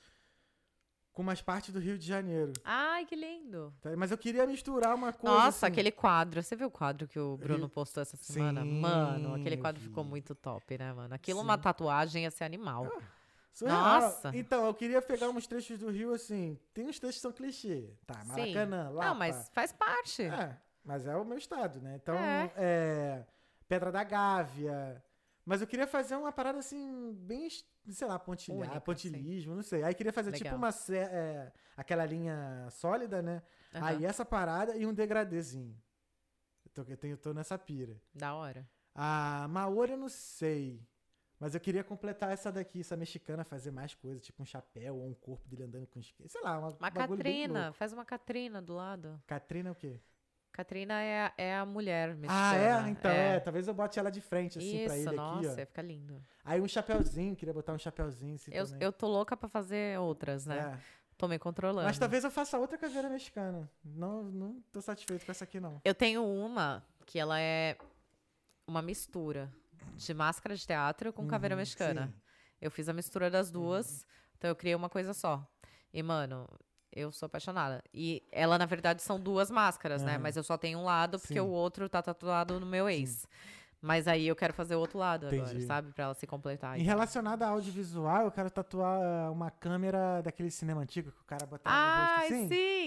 Com umas partes do Rio de Janeiro. Ai, que lindo. tá? Mas eu queria misturar uma coisa. Nossa, assim. aquele quadro. Você viu o quadro que o Bruno Rio- postou essa semana? Sim, Mano, aquele quadro eu ficou vi. muito top, né, mano? Aquilo, Sim. uma tatuagem ia ser animal. Surreal. Nossa. Então, eu queria pegar uns trechos do Rio assim. Tem uns trechos que são clichê. Tá, Maracanã, Lapa. Não, mas faz parte. É, mas é o meu estado, né? Então, É. é, Pedra da Gávea. Mas eu queria fazer uma parada assim, bem, sei lá, pontilhar, Única, pontilhismo, não sei. Aí queria fazer tipo Legal. uma, sé- é, aquela linha sólida, né? Aham. Aí essa parada e um degradêzinho. Eu tô, eu tenho, eu tô nessa pira. Da hora. A Maori eu não sei. Mas eu queria completar essa daqui, essa mexicana, fazer mais coisas, tipo um chapéu ou um corpo dele andando com esquerda. Sei lá, uma Uma bagulho bem Catrina. louco. Faz uma Catrina do lado. Catrina é o quê? Catrina é, a- é a mulher mexicana. Ah, é? Então, é. Talvez eu bote ela de frente, assim, pra Isso, ele nossa, aqui, ó. ia ficar lindo. Aí um chapéuzinho, queria botar um chapéuzinho assim Eu, também. eu tô louca pra fazer outras, né? É. Tô me controlando. Mas talvez eu faça outra caveira mexicana. Não, não tô satisfeito com essa aqui, não. Eu tenho uma que ela é uma mistura de máscara de teatro com caveira Uhum, mexicana. sim. Eu fiz a mistura das duas, então eu criei uma coisa só. E, mano, eu sou apaixonada. E ela, na verdade, são duas máscaras, né? Aham. Mas eu só tenho um lado, porque Sim. o outro tá tatuado no meu ex. Mas aí eu quero fazer o outro lado agora, Entendi. sabe? Pra ela se completar. Em então. relacionado a audiovisual, eu quero tatuar uma câmera daquele cinema antigo que o cara botava no rosto Ai, assim. sim!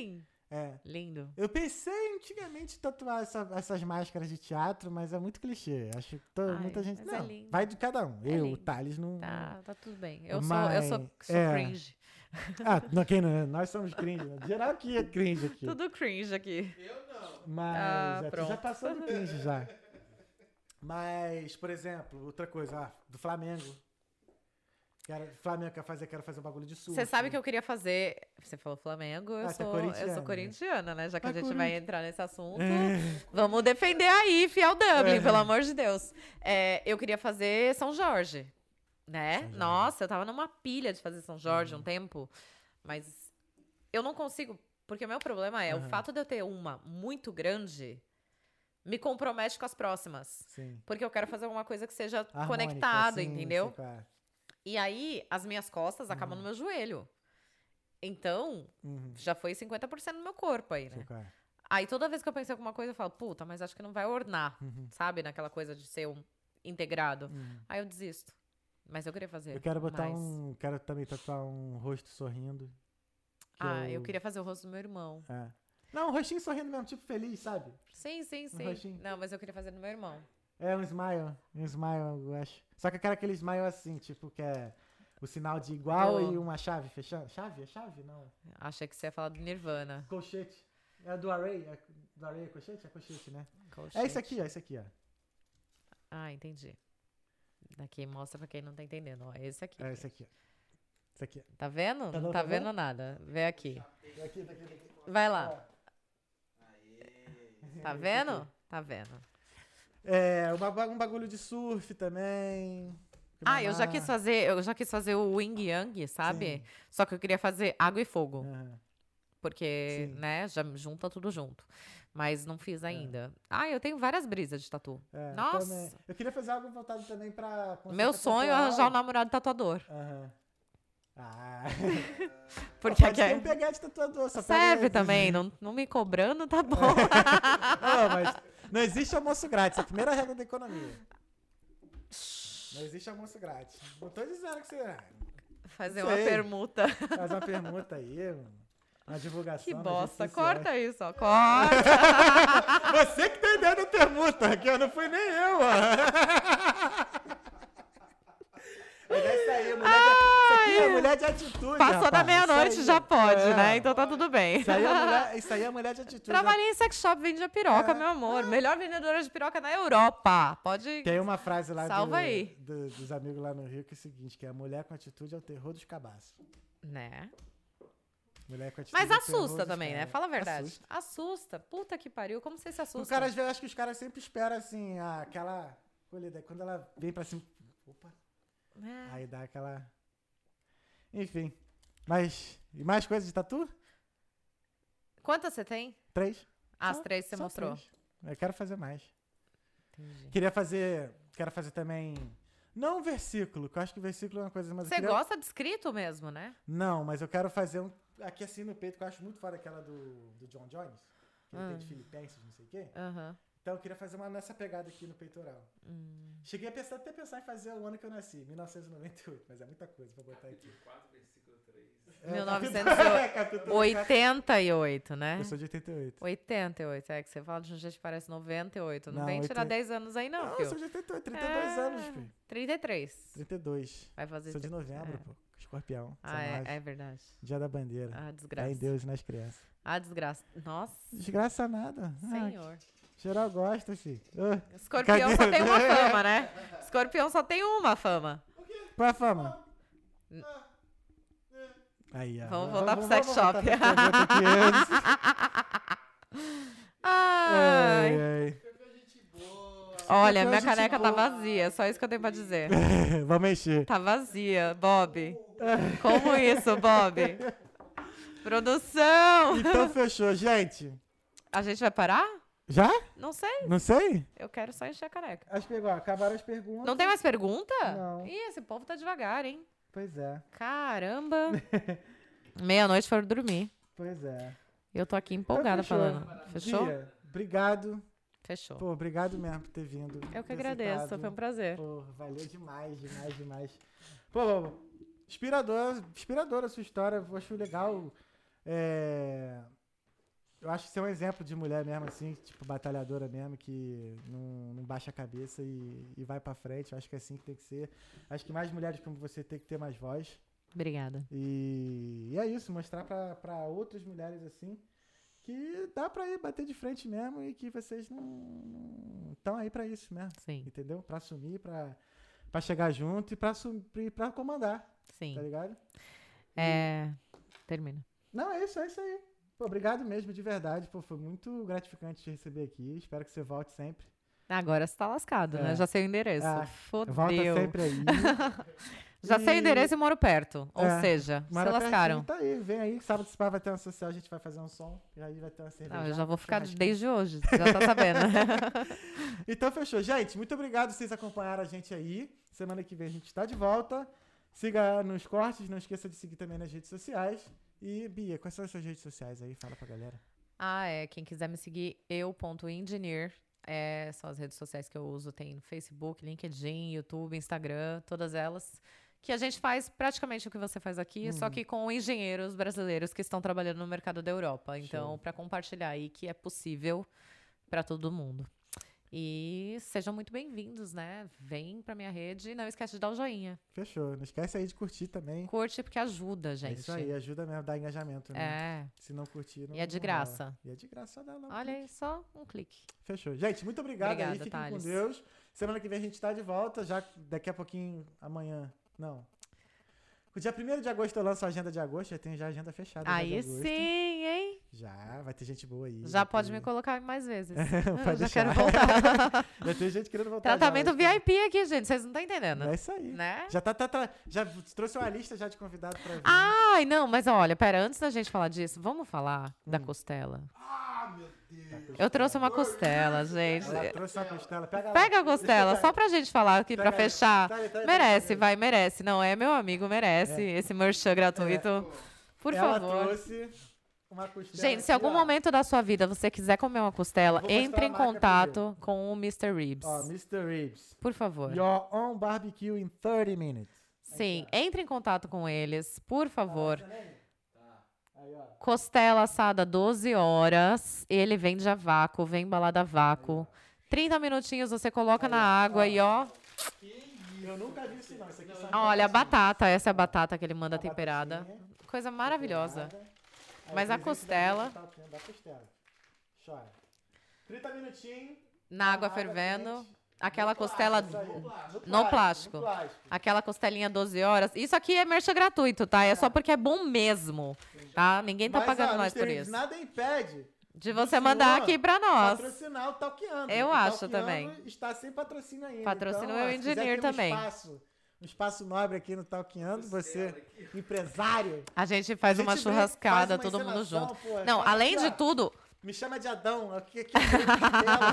É. Lindo. Eu pensei antigamente em tatuar essa- essas máscaras de teatro, mas é muito clichê. Acho que to- Ai, muita gente. mas é Não, lindo. vai de cada um. É eu, o lindo. Thales, não. Tá, tá tudo bem. Eu sou, eu sou, Mas, sou é. cringe. Ah, não, quem não é? Nós somos cringe. Né? Geral aqui é cringe aqui. Tudo cringe aqui. Eu não. Mas Ah, já, tu pronto. já passou do cringe já. Mas, por exemplo, outra coisa, ah, do Flamengo. Quero, Flamengo quer fazer, quero fazer um bagulho de surf. Você sabe que eu queria fazer. Você falou Flamengo, eu, Ah, você é sou, eu corintiana. sou corintiana, né? Já que Ah, a gente Corinthians. vai entrar nesse assunto. É. Vamos defender aí, fiel Dublin, É. pelo amor de Deus. É, eu queria fazer São Jorge, né? São Jorge. Uhum. Nossa, eu tava numa pilha de fazer São Jorge um tempo, mas eu não consigo, porque o meu problema é Uhum. o fato de eu ter uma muito grande me compromete com as próximas. Sim. Porque eu quero fazer alguma coisa que seja Harmônica, conectada, sim, entendeu? sei qual é. E aí, as minhas costas acabam no meu joelho. Então, Uhum, já foi cinquenta por cento do meu corpo aí, sei né? qual é. Aí toda vez que eu penso em alguma coisa, eu falo, puta, mas acho que não vai ornar, Uhum, sabe? Naquela coisa de ser um integrado. uhum. Aí eu desisto. Mas eu queria fazer. Eu quero botar mais. um. Quero também tatuar um rosto sorrindo. que Ah, eu queria fazer o rosto do meu irmão. É. Não, um rostinho sorrindo mesmo, tipo feliz, sabe? Sim, sim, sim. rostinho. Não, mas eu queria fazer no meu irmão. É um smile. Um smile, eu acho. Só que eu quero aquele smile assim, tipo, que é o sinal de igual Do- e uma chave fechando. Chave? É chave? Não. Achei que você ia falar do Nirvana. Colchete. É do Array? É, do Array é colchete? É colchete, né? É Colchete. esse aqui, ó. Esse aqui, ó. Ah, entendi. Daqui mostra pra quem não tá entendendo. Ó, esse aqui. É esse aqui, ó. Esse aqui, ó. Tá vendo? Tá não bom, tá tá vendo bom? nada. Vê aqui. Daqui, daqui, daqui. Vai lá. Aê. Tá vendo? Tá vendo. É, um ba- um bagulho de surf também. Ah, eu já quis fazer, eu já quis fazer o Yin Yang, sabe? Sim. Só que eu queria fazer água e fogo. Aham. Porque, Sim. né, já junta tudo junto. Mas não fiz ainda. Ah, eu tenho várias brisas de tatu. É, Nossa. também. Eu queria fazer algo voltado também pra... Meu consciência sonho é corporal. arranjar um namorado tatuador. Aham. Ah. Porque Pode aqui ter um é... pegar de tatuador. Só serve pega- também, não, não me cobrando, tá bom. Não, mas não existe almoço grátis. É a primeira regra da economia. Não existe almoço grátis. Não tô dizendo que você ah, Fazer Sei. uma permuta. faz uma permuta aí, uma divulgação. Que nas bosta. redes sociais. Corta isso, ó. Corta. Você que tem ideia da permuta, que eu não fui nem eu, ó. Mas é isso aí, mulher de, isso aqui é mulher de atitude. Passou da rapaz. meia-noite, Isso aí- já pode, é. né? Então tá tudo bem. Isso aí é mulher, isso aí é mulher de atitude. Trabalhei em sex shop, vendia piroca, É. meu amor. Melhor vendedora de piroca na Europa. Pode... Tem uma frase lá Salva do- aí. do- dos amigos lá no Rio que é o seguinte, que a mulher com atitude é o terror dos cabaços. Né? Mulher com atitude Mas é o terror assusta dos também, né? caras. Fala a verdade. Assusta. Assusta. Puta que pariu. Como você se Os assusta? caras, eu acho que os caras sempre esperam assim, ah, aquela... Olha, quando ela vem pra cima... Opa, É. aí dá aquela... Enfim. Mas... E mais coisas de tatu? Quantas você tem? Três. As Só- três que você só mostrou. três. Eu quero fazer mais. Entendi. Queria fazer... Quero fazer também... Não um versículo, que eu acho que versículo é uma coisa... Mas eu Você queria- gosta de escrito mesmo, né? Não, mas eu quero fazer um... Aqui assim no peito, que eu acho muito foda aquela do, do John Jones. Que ele Ah. tem de Filipenses, não sei o quê. Aham. Então eu queria fazer uma nessa pegada aqui no peitoral. Hum. Cheguei a pensar, até pensar em fazer o ano que eu nasci, mil novecentos e noventa e oito, mas é muita coisa pra botar aqui. quatro, versículo três. É, mil capítulo- novecentos e é, capítulo- oitenta e oito, né? Eu sou de oitenta e oito. oitenta e oito. É que você fala de um jeito que parece noventa e oito. Não, Não, vem tirar oitenta. dez anos aí, não, Não, eu filho. sou de oitenta e oito, trinta e dois É, anos, filho. trinta e três. trinta e dois. Vai fazer... Sou de trinta- novembro, é. pô. Escorpião. Ah, é, dezenove. é verdade. Dia da bandeira. Ah, Fé desgraça. em Deus e nas crianças. Ah, desgraça. Nossa, Desgraça nada. Ah, senhor. geral gosta, filho. Ah, Escorpião cadê? só tem uma fama, né? Escorpião só tem uma fama. qual é a fama? Aí, ó. Vamos voltar pro sex voltar shop. pra pergunta aqui antes. Ai. Ai, ai. Gente boa. Olha, Escorpião é minha gente caneca tá boa. vazia. Só isso que eu tenho pra dizer. Vamos mexer. Tá vazia, Bob. Como isso, Bob? Produção! Então fechou, gente. A gente vai parar? Já? Não sei. Não sei? Eu quero só encher a caneca. As pergu- acabaram as perguntas. Não tem mais pergunta? Não. Ih, esse povo tá devagar, hein? Pois é, Caramba. Meia-noite foram dormir. pois é. Eu tô aqui empolgada fechou. falando. Fechou? Bia, obrigado. Fechou. Pô, obrigado mesmo por ter vindo. Eu que ter agradeço, aceitado. foi um prazer. Pô, valeu demais, demais, demais. Pô, inspirador, inspiradora a sua história. Eu acho legal. É... eu acho que você é um exemplo de mulher mesmo, assim, tipo, batalhadora mesmo, que não, não baixa a cabeça e, e vai pra frente. Eu acho que é assim que tem que ser. Acho que mais mulheres como você tem que ter mais voz. Obrigada. E, e é isso, mostrar pra, pra outras mulheres, assim, que dá pra ir bater de frente mesmo e que vocês não estão aí pra isso mesmo. Sim, Entendeu? Pra assumir, pra, pra chegar junto e pra, assumir, pra comandar, sim. tá ligado? É... Termina. Não, é isso, é isso aí. Pô, obrigado mesmo, de verdade. Pô, foi muito gratificante te receber aqui. Espero que você volte sempre. Agora você tá lascado, É. né? Já sei o endereço. Ah, Fodeu. Volta sempre aí. Já sei o E- endereço e moro perto. Ou É, seja, se Mara lascaram. pertinho, tá aí, vem aí. Sábado se pá vai ter uma social, a gente vai fazer um som. E aí vai ter uma cerveja. Não, eu já vou ficar churrasquinho. desde hoje. Você já tá sabendo. Então fechou. Gente, muito obrigado vocês acompanharam a gente aí. Semana que vem a gente tá de volta. Siga nos cortes, não esqueça de seguir também nas redes sociais. E, Bia, quais são as suas redes sociais aí? Fala pra galera. Ah, é. Quem quiser me seguir, eu.engineer. É, são as redes sociais que eu uso. Tem Facebook, LinkedIn, YouTube, Instagram, todas elas. Que a gente faz praticamente o que você faz aqui, só que com engenheiros brasileiros que estão trabalhando no mercado da Europa. Então, Show. para compartilhar aí que é possível para todo mundo. E sejam muito bem-vindos, né? Vem pra minha rede e não esquece de dar o joinha. Fechou. Não esquece aí de curtir também. Curte porque ajuda, É gente. isso aí, ajuda mesmo a dar engajamento, né? É. Se não curtir, não E é de não graça. rola. E é de graça, só dá lá. um Olha aí, só um clique. Fechou. Gente, muito obrigado Obrigada, aí. Fiquem Thales. com Deus. Semana que vem a gente tá de volta. Já daqui a pouquinho, amanhã. Não. O dia primeiro de agosto eu lanço a agenda de agosto. Já tenho já a agenda fechada. já de Aí agosto. sim, hein? Já, vai ter gente boa aí. Já vai pode ter- me colocar mais vezes. Pode já deixar. quero voltar. Já tem gente querendo voltar. Tratamento já, V I P aqui, gente. Vocês não estão entendendo. É isso aí. Né? Já, tá, tá, tá- já trouxe uma lista já de convidados pra vir. Ai, não, mas olha, pera, antes da gente falar disso, vamos falar da Hum. costela. Ah, meu Deus. Eu trouxe uma costela, gente. Ela trouxe uma costela. Pega lá. Pega a Deixa eu costela, pegar. só pra gente falar aqui, pra Pega aí. fechar. Tá aí, tá aí, Merece, tá aí. vai, merece. Não, é meu amigo, merece É. esse merchan gratuito. Por Ela favor. trouxe uma costela. Gente, se aqui, algum ó. momento da sua vida você quiser comer uma costela, Eu vou mostrar entre a em marca contato com o mister Ribs. Ó, mister Ribs. Por favor. Your own barbecue in thirty minutes. Sim, entre em contato com eles, por favor. Aí, ó. Costela assada doze horas. Ele vende a vácuo, vem embalada a vácuo. trinta minutinhos você coloca na água e ó. Eu nunca vi isso não. Isso aqui são Olha, a pedacinhos. batata. Essa é a batata que ele manda A temperada. batatinha Coisa maravilhosa. temperada. Aí Mas a presente da costela- gente, tá o quê? Da costela. Chora. trinta minutinhos. Na água na fervendo. quente. Aquela No costela. plástico, isso aí. No plástico. No plástico. Aquela costelinha doze horas. Isso aqui é merchan gratuito, tá? É só porque é bom mesmo. Tá? Ninguém tá Mas, pagando ó, nós mister por Ribs, isso. Nada impede De você do mandar senhor aqui pra nós. patrocinar o Talkeando. Eu O acho Talkeando também. está sem patrocínio ainda. Patrocina então, o ó, se quiser Engineer ter um também. Espaço, um espaço nobre aqui no Talkeando, você, empresário. A gente faz A gente uma vem, churrascada, faz uma todo mundo encenação, junto. pô, Não, faz além aqui, de ó. tudo, Me chama de Adão. Aqui, aqui, aqui, costela.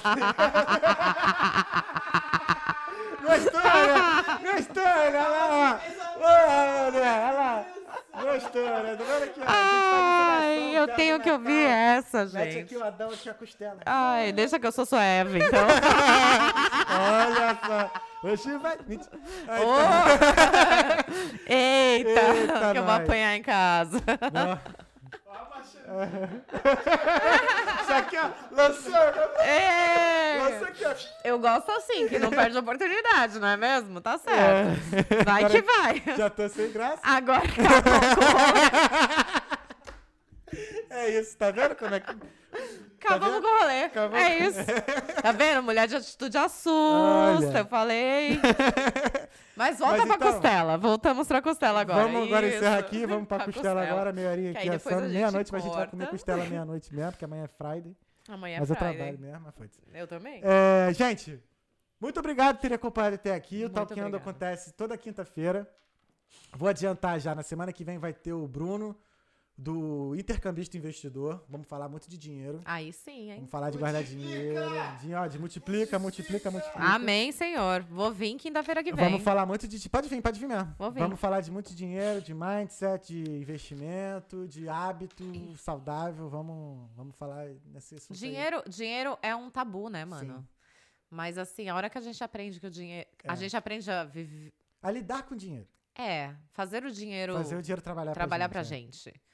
Gostou, né? Gostou, né? Olha lá. Olha, olha lá. Gostou, né? Tá vendo aqui, ó? A gente faz ai, encenação, eu pega tenho na que ouvir cara, essa, Mete aqui gente. o Adão, aqui a costela. Ai, deixa que eu sou sua Eva, então. Olha só. Oxi, vai. Mentira. Aí, Ô! Eita, Eita, que eu vou nós. apanhar em casa. ó. Ó, a baixando. Isso aqui, ó. Lançou. né? Lançou Ei! aqui, ó. Eu gosto assim, que não perde oportunidade, não é mesmo? Tá certo. Vai Agora que vai. Já tô sem graça. Agora acabou com É isso, tá vendo como é que... Acabamos vendo? com o rolê. Acabou. É isso. Tá vendo? Mulher de atitude assusta, Olha. eu falei. Mas volta Mas pra então, costela. Voltamos pra costela agora. Vamos agora Isso. encerrar aqui, vamos pra Pra costela costela. agora, meia horinha Que aqui aí depois a assando. gente Meia-noite, mas a gente vai comer corta. costela meia-noite mesmo, porque amanhã é Friday. Amanhã é mas eu Friday. trabalho mesmo, mas foi. Eu também. É, gente, muito obrigado por ter acompanhado até aqui. Muito O Talkeando obrigada. acontece toda quinta-feira. Vou adiantar já, na semana que vem vai ter o Bruno, do Intercambista Investidor. Vamos falar muito de dinheiro. Aí sim, hein? Vamos falar de guardar dinheiro. De, ó, de multiplica, multiplica, multiplica. Amém, Senhor. Vou vir quinta-feira que vem. Vamos falar muito de. Pode vir, pode vir mesmo. Vou vir. Vamos falar de muito dinheiro, de mindset, de investimento, de hábito saudável. Vamos, vamos falar nesse assunto aí. Dinheiro, dinheiro é um tabu, né, mano? Sim. Mas assim, a hora que a gente aprende que o dinheiro. É. A gente aprende a viver. A lidar com dinheiro. É, fazer o dinheiro Fazer o dinheiro trabalhar, trabalhar pra pra gente. gente.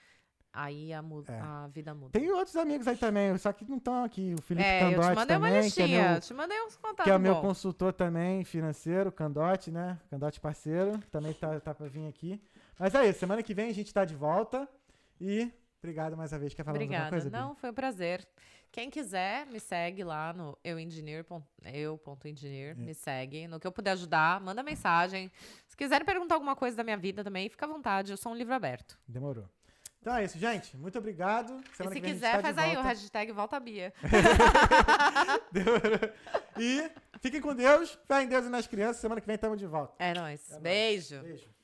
aí a, mu- É. a vida muda. Tem outros amigos aí também, só que não estão aqui. O Felipe É, eu te Candotti mandei uma também, que é listinha. meu, Te mandei uns contatos que é o meu bons. consultor também financeiro, Candotti, né? Candotti parceiro, também tá, tá pra vir aqui. Mas é isso, semana que vem a gente tá de volta. E obrigado mais uma vez. Quer falar mais alguma Obrigada. coisa, Bia? Não, foi um prazer. Quem quiser, me segue lá no euengineer, eu ponto engineer, É. me segue. No que eu puder ajudar, manda mensagem. Se quiserem perguntar alguma coisa da minha vida também, fica à vontade, eu sou um livro aberto. Demorou. Então é isso, gente. Muito obrigado. Semana e se que vem a gente quiser, tá de faz aí o volta. hashtag Volta Bia. Demorou. E fiquem com Deus. Fé em Deus e nas crianças. Semana que vem estamos de volta. É nóis. É nóis. Beijo. Beijo.